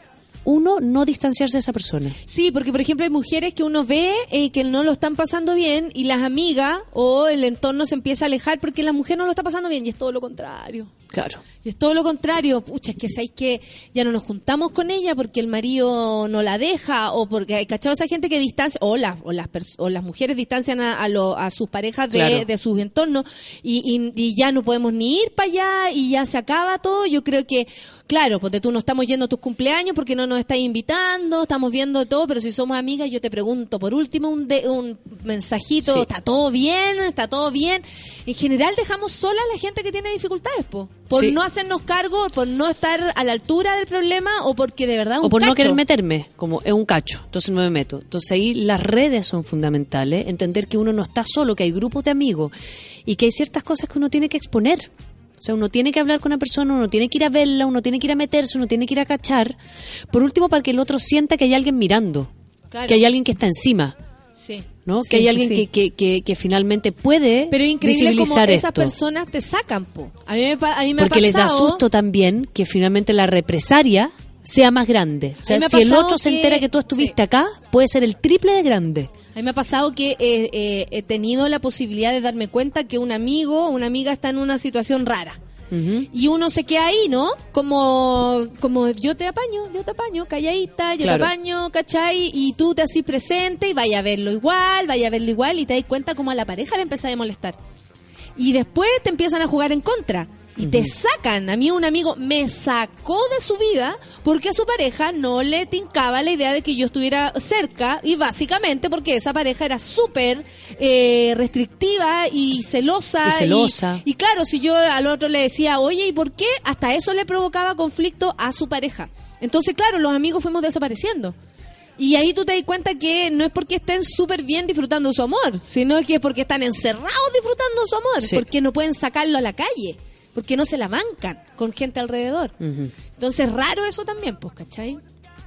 uno no distanciarse de esa persona. Sí, porque por ejemplo hay mujeres que uno ve eh, que no lo están pasando bien y las amigas o el entorno se empieza a alejar porque la mujer no lo está pasando bien, y es todo lo contrario. Claro. Y es todo lo contrario. Pucha, es que sabéis que ya no nos juntamos con ella porque el marido no la deja, o porque hay cachado esa gente que distancia, o las, o las, pers- o las mujeres distancian a, a, lo- a sus parejas de, Claro. de sus entornos, y, y, y ya no podemos ni ir para allá y ya se acaba todo. Yo creo que, claro, porque tú no estamos yendo a tus cumpleaños porque no nos estás invitando, estamos viendo todo, pero si somos amigas, yo te pregunto por último un, de, un mensajito, Sí. ¿está todo bien? ¿Está todo bien? En general dejamos sola a la gente que tiene dificultades, po, por Sí. no hacernos cargo, por no estar a la altura del problema, o porque de verdad es un O por no cacho. querer meterme, como es un cacho, entonces no me meto. Entonces ahí las redes son fundamentales, entender que uno no está solo, que hay grupos de amigos y que hay ciertas cosas que uno tiene que exponer. O sea, uno tiene que hablar con una persona, uno tiene que ir a verla, uno tiene que ir a meterse, uno tiene que ir a cachar. Por último, para que el otro sienta que hay alguien mirando, Claro. que hay alguien que está encima. Sí. ¿no? Sí, que hay sí, alguien sí. Que, que, que, que finalmente puede Pero es increíble cómo visibilizar esas esto. personas te sacan, po. A mí me, pa- a mí me Porque ha les da pasado... susto también que finalmente la represalia sea más grande. O sea, A mí me ha si el pasado otro se que- entera que tú estuviste acá, puede ser el triple de grande. A mí me ha pasado que eh, eh, he tenido la posibilidad de darme cuenta que un amigo o una amiga está en una situación rara. Ujú. Y uno se queda ahí, ¿no? Como, como yo te apaño, yo te apaño, calladita, yo Claro. te apaño, ¿cachai? Y tú te haces presente y vaya a verlo igual, vaya a verlo igual y te das cuenta como a la pareja le empieza a molestar. Y después te empiezan a jugar en contra y te sacan. A mí un amigo me sacó de su vida porque a su pareja no le tincaba la idea de que yo estuviera cerca, y básicamente porque esa pareja era súper eh, restrictiva y celosa. Y celosa. Y, y claro, si yo al otro le decía, oye, ¿y por qué? Hasta eso le provocaba conflicto a su pareja. Entonces, claro, los amigos fuimos desapareciendo. Y ahí tú te das cuenta que no es porque estén súper bien disfrutando su amor, sino que es porque están encerrados disfrutando su amor, Sí. porque no pueden sacarlo a la calle, porque no se la bancan con gente alrededor. Ujú. Entonces, raro eso también, pues, ¿cachai?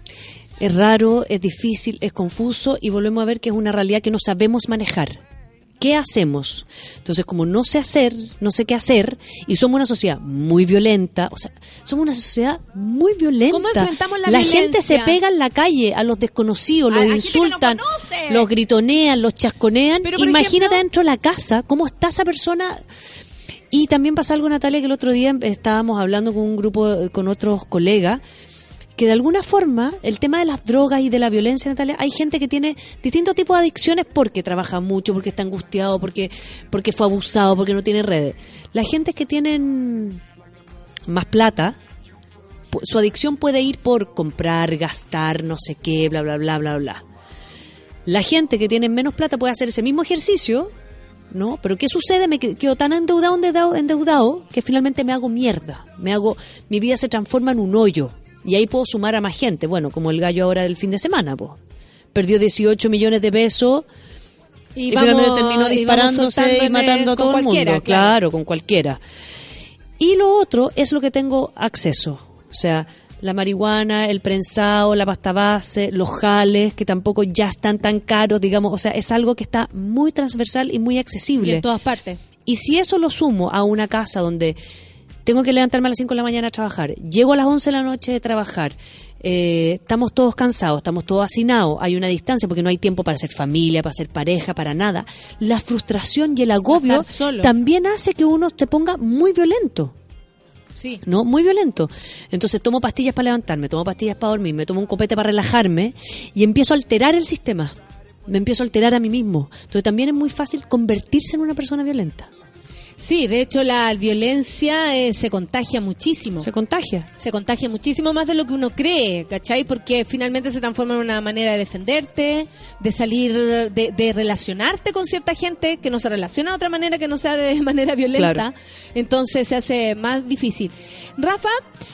Es raro, es difícil, es confuso y volvemos a ver que es una realidad que no sabemos manejar. ¿Qué hacemos? Entonces, como no sé hacer, no sé qué hacer, y somos una sociedad muy violenta, o sea, somos una sociedad muy violenta. ¿Cómo enfrentamos la gente se violencia? pega en la calle a los desconocidos, A los la gente que no insultan, conoce. los gritonean, los chasconean. Pero, por Imagínate ejemplo- dentro de la casa, cómo está esa persona. Y también pasa algo, Natalia, que el otro día estábamos hablando con un grupo, con otros colegas, que de alguna forma el tema de las drogas y de la violencia, Natalia, hay gente que tiene distintos tipos de adicciones porque trabaja mucho, porque está angustiado, porque, porque fue abusado, porque no tiene redes. Las gentes que tienen más plata, pu- su adicción puede ir por comprar, gastar, no sé qué, bla, bla, bla, bla, bla. La gente que tiene menos plata puede hacer ese mismo ejercicio, ¿no? Pero ¿qué sucede? Me que- quedo tan endeudado, endeudado, endeudado, que finalmente me hago mierda. Me hago, mi vida se transforma en un hoyo. Y ahí puedo sumar a más gente. Bueno, como el gallo ahora del fin de semana, pues. Perdió dieciocho millones de pesos y, finalmente terminó disparándose y matando a todo el mundo. Claro. claro, con cualquiera. Y lo otro es lo que tengo acceso. O sea, la marihuana, el prensado, la pasta base, los jales, que tampoco ya están tan caros, digamos. O sea, es algo que está muy transversal y muy Y accesible. en todas partes. Y si eso lo sumo a una casa donde tengo que levantarme a las cinco de la mañana a trabajar, llego a las once de la noche de trabajar, eh, estamos todos cansados, estamos todos hacinados, hay una distancia porque no hay tiempo para hacer familia, para hacer pareja, para nada, la frustración y el agobio estar solo. también hace que uno se ponga muy violento. Sí. ¿No? Muy violento. Entonces tomo pastillas para levantarme, tomo pastillas para dormir, me tomo un copete para relajarme y empiezo a alterar el sistema. Me empiezo a alterar a mí mismo. Entonces también es muy fácil convertirse en una persona violenta. Sí, de hecho la violencia eh, se contagia muchísimo. Se contagia. Se contagia muchísimo más de lo que uno cree, ¿cachai? Porque finalmente se transforma en una manera de defenderte, de salir, de, de relacionarte con cierta gente que no se relaciona de otra manera que no sea de manera violenta. Claro. Entonces se hace más difícil. Rafa,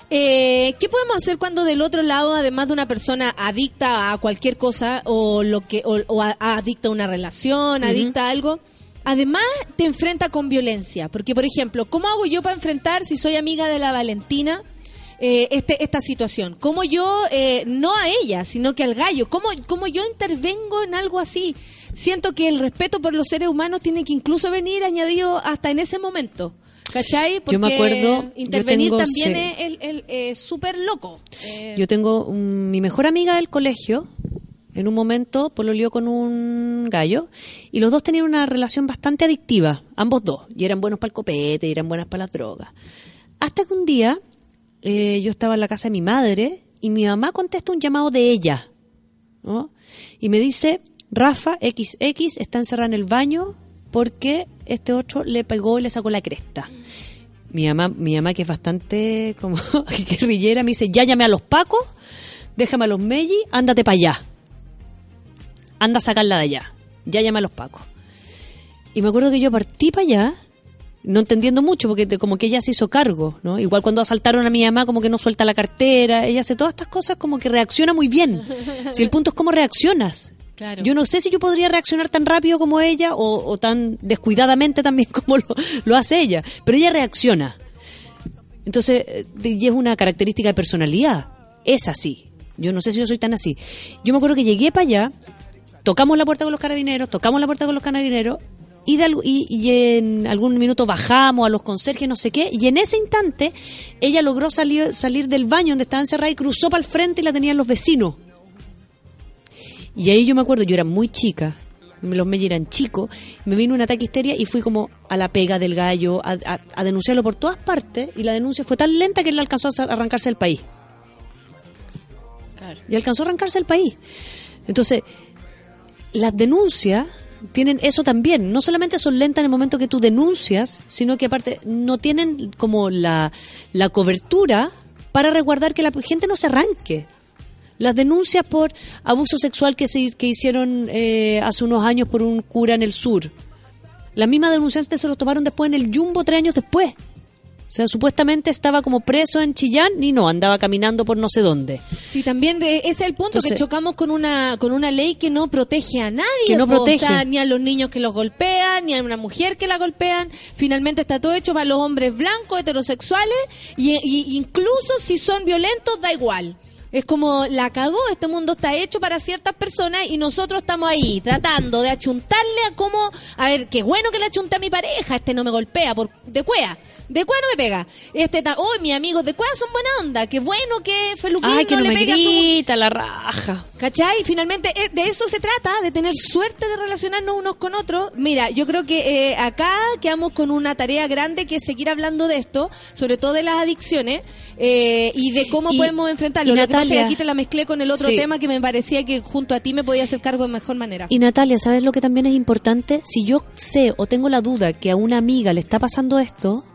eh, ¿qué podemos hacer cuando del otro lado, además de una persona adicta a cualquier cosa o lo que o, o a- adicta a una relación, Ujú. adicta a algo? Además, te enfrenta con violencia. Porque, por ejemplo, ¿cómo hago yo para enfrentar, si soy amiga de la Valentina, eh, este, esta situación? ¿Cómo yo, eh, no a ella, sino que al gallo, ¿cómo, cómo yo intervengo en algo así? Siento que el respeto por los seres humanos tiene que incluso venir añadido hasta en ese momento. ¿Cachai? Porque Yo me acuerdo, yo intervenir tengo, también sí. es el, el, eh, súper loco. Eh, Yo tengo un- mi mejor amiga del colegio, en un momento pololeó con un gallo y los dos tenían una relación bastante adictiva, ambos dos, y eran buenos para el copete y eran buenas para las drogas. Hasta que un día eh, yo estaba en la casa de mi madre y mi mamá contesta un llamado de ella, ¿no? Y me dice, Rafa equis equis está encerrada en el baño porque este otro le pegó y le sacó la cresta. Mi mamá, mi mamá que es bastante como guerrillera, me dice, ya llamé a los pacos, déjame a los mellis, ándate para allá. Anda a sacarla de allá. Ya llama a los pacos. Y me acuerdo que yo partí para allá, no entendiendo mucho, porque te- como que ella se hizo cargo, ¿no? Igual cuando asaltaron a mi mamá, como que no suelta la cartera, ella hace todas estas cosas como que reacciona muy bien. Si el punto es cómo reaccionas. Claro. Yo no sé si yo podría reaccionar tan rápido como ella o, o tan descuidadamente también como lo, lo hace ella, pero ella reacciona. Entonces, eh, y es una característica de personalidad. Es así. Yo no sé si yo soy tan así. Yo me acuerdo que llegué para allá tocamos la puerta con los carabineros, tocamos la puerta con los carabineros, y, de, y, y en algún minuto bajamos a los conserjes, no sé qué, y en ese instante ella logró salir, salir del baño donde estaba encerrada y cruzó para el frente y la tenían los vecinos. Y ahí yo me acuerdo, yo era muy chica, los Meyer eran chicos, me vino un ataque histeria y fui como a la pega del gallo, a, a, a denunciarlo por todas partes, y la denuncia fue tan lenta que él alcanzó a arrancarse del país. Claro. Y alcanzó a arrancarse del país. Entonces, las denuncias tienen eso también, no solamente son lentas en el momento que tú denuncias, sino que aparte no tienen como la, la cobertura para resguardar que la gente no se arranque. Las denuncias por abuso sexual que se que hicieron eh, hace unos años por un cura en el sur, la misma denunciante se los tomaron después en el Jumbo tres años después. O sea, supuestamente estaba como preso en Chillán y no, andaba caminando por no sé dónde. Sí, también de, ese es el punto. Entonces, que chocamos con una con una ley que no protege a nadie. Que no po, protege. O sea, ni a los niños que los golpean, ni a una mujer que la golpean. Finalmente está todo hecho para los hombres blancos, heterosexuales, y, y incluso si son violentos, da igual. Es como la cagó, este mundo está hecho para ciertas personas y nosotros estamos ahí tratando de achuntarle a cómo, a ver, qué bueno que le achunté a mi pareja, este no me golpea por de cuea, de cuea no me pega. Este ta, oh, mis amigos de cuea son buena onda, qué bueno que Feluquín Ay, que no, no me le pega grita su... la raja. ¿Cachai? Finalmente eh, de eso se trata, de tener suerte de relacionarnos unos con otros. Mira, yo creo que eh, acá quedamos con una tarea grande que es seguir hablando de esto, sobre todo de las adicciones eh, y de cómo Y- podemos enfrentarlo. y Lo que pasa es que Natalia- aquí te la mezclé con el otro Sí. tema que me parecía que junto a ti me podía hacer cargo de mejor manera. Y Natalia, ¿sabes lo que también es importante? Si yo sé o tengo la duda que a una amiga le está pasando esto,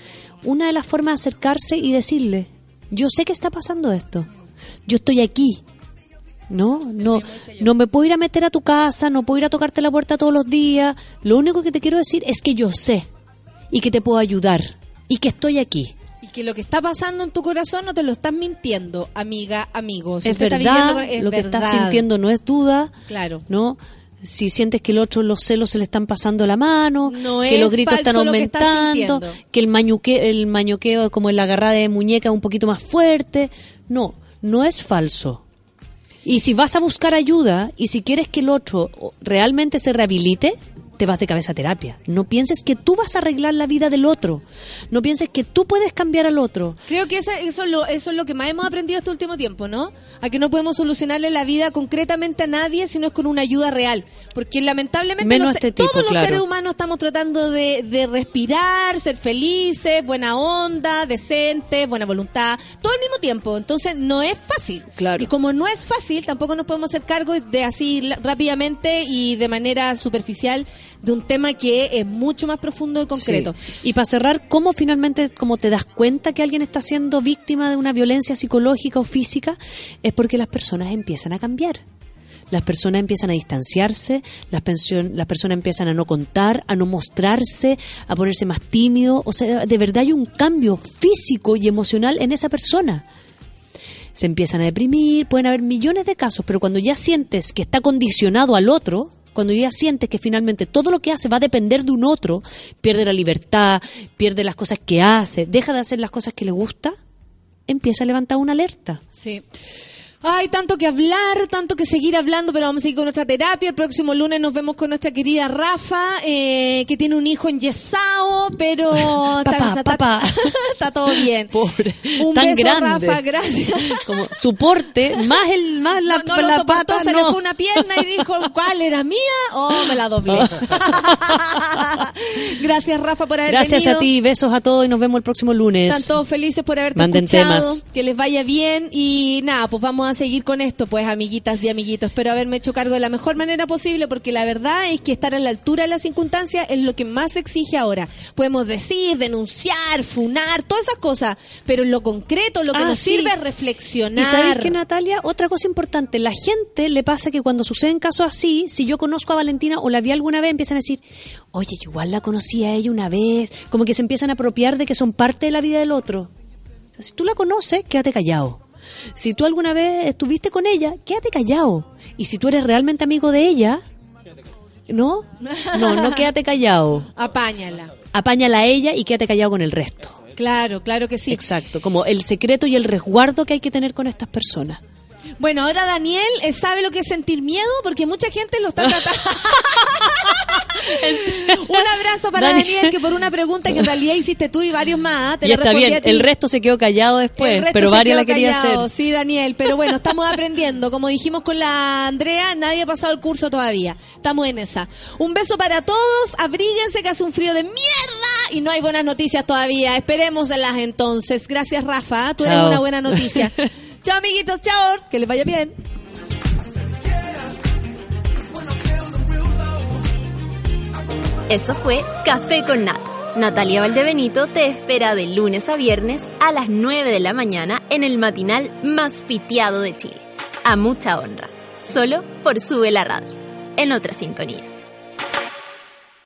una de las formas de acercarse y decirle, yo sé que está pasando esto, yo estoy aquí, ¿no? No, no me puedo ir a meter a tu casa, no puedo ir a tocarte la puerta todos los días, lo único que te quiero decir es que yo sé y que te puedo ayudar y que estoy aquí. Y que lo que está pasando en tu corazón no te lo estás mintiendo, amiga, amigo. Si Es usted está verdad, viviendo con- es lo que verdad. estás sintiendo no es duda, Claro. ¿no? Si sientes que el otro, los celos se le están pasando la mano, No que es los gritos están falso lo que estás aumentando, sintiendo. que el mañuqueo, el mañuqueo como en la agarrada de muñeca es un poquito más fuerte. No, no es falso. Y si vas a buscar ayuda y si quieres que el otro realmente se rehabilite, te vas de cabeza a terapia. No pienses que tú vas a arreglar la vida del otro. No pienses que tú puedes cambiar al otro. Creo que esa- eso, es lo, eso es lo que más hemos aprendido este último tiempo, ¿no? A que no podemos solucionarle la vida concretamente a nadie si no es con una ayuda real. Porque lamentablemente Menos los- este tipo, todos los claro. seres humanos estamos tratando de, de respirar, ser felices, buena onda, decentes, buena voluntad, todo al mismo tiempo. Entonces no es fácil. Claro. Y como no es fácil, tampoco nos podemos hacer cargo de así la- rápidamente y de manera superficial de un tema que es mucho más profundo y concreto. Sí. Y para cerrar, ¿cómo finalmente como te das cuenta que alguien está siendo víctima de una violencia psicológica o física? Es porque las personas empiezan a cambiar. Las personas empiezan a distanciarse, las, pensión- las personas empiezan a no contar, a no mostrarse, a ponerse más tímido. O sea, de verdad hay un cambio físico y emocional en esa persona. Se empiezan a deprimir, pueden haber millones de casos, pero cuando ya sientes que está condicionado al otro, cuando ya sientes que finalmente todo lo que hace va a depender de un otro, pierde la libertad, pierde las cosas que hace, deja de hacer las cosas que le gusta, empieza a levantar una alerta. Sí. Hay tanto que hablar, tanto que seguir hablando, pero vamos a seguir con nuestra terapia. El próximo lunes nos vemos con nuestra querida Rafa, eh, que tiene un hijo enyesado, pero Papá, está, papá. está todo bien. Pobre, Un tan beso, grande. Rafa, gracias. Como soporte, más el más la, no, no lo la soportó, pata, se no. le fue una pierna y dijo, ¿cuál era mía? Oh, me la doblé. Gracias, Rafa, por haber Gracias venido. a ti, besos a todos y nos vemos el próximo lunes. Están todos felices por haberte Manden escuchado, temas. que les vaya bien y nada, pues vamos a seguir con esto, pues amiguitas y amiguitos. Espero haberme hecho cargo de la mejor manera posible porque la verdad es que estar a la altura de las circunstancias es lo que más se exige ahora. Podemos decir, denunciar, funar, todas esas cosas, pero en lo concreto lo que Ah, nos sí. sirve es reflexionar. Y sabéis que, Natalia, otra cosa importante, la gente le pasa que cuando suceden casos así, si yo conozco a Valentina o la vi alguna vez, empiezan a decir, oye, yo igual la conocí a ella una vez, como que se empiezan a apropiar de que son parte de la vida del otro. O sea, si tú la conoces, quédate callado. Si tú alguna vez estuviste con ella, quédate callado. Y si tú eres realmente amigo de ella, ¿no? No, no quédate callado. Apáñala. Apáñala a ella y quédate callado con el resto. Claro, claro que sí. Exacto, como el secreto y el resguardo que hay que tener con estas personas. Bueno, ahora Daniel eh, sabe lo que es sentir miedo porque mucha gente lo está tratando. Un abrazo para Daniel. Daniel, que por una pregunta que en realidad hiciste tú y varios más, ¿eh? Te Y la está respondí bien, a ti. el resto se quedó callado después, El resto pero se varios quedó la quería callado, hacer. Sí, Daniel, pero bueno, estamos aprendiendo. Como dijimos con la Andrea, nadie ha pasado el curso todavía. Estamos en esa. Un beso para todos, abríguense que hace un frío de mierda y no hay buenas noticias todavía. Esperémoslas entonces. Gracias, Rafa, tú eres Chao. una buena noticia. Chao, amiguitos, chao, que les vaya bien. Eso fue Café con Nata. Natalia Valdebenito te espera de lunes a viernes a las nueve de la mañana en el matinal más piteado de Chile. A mucha honra. Solo por Sube la Radio. En otra sintonía.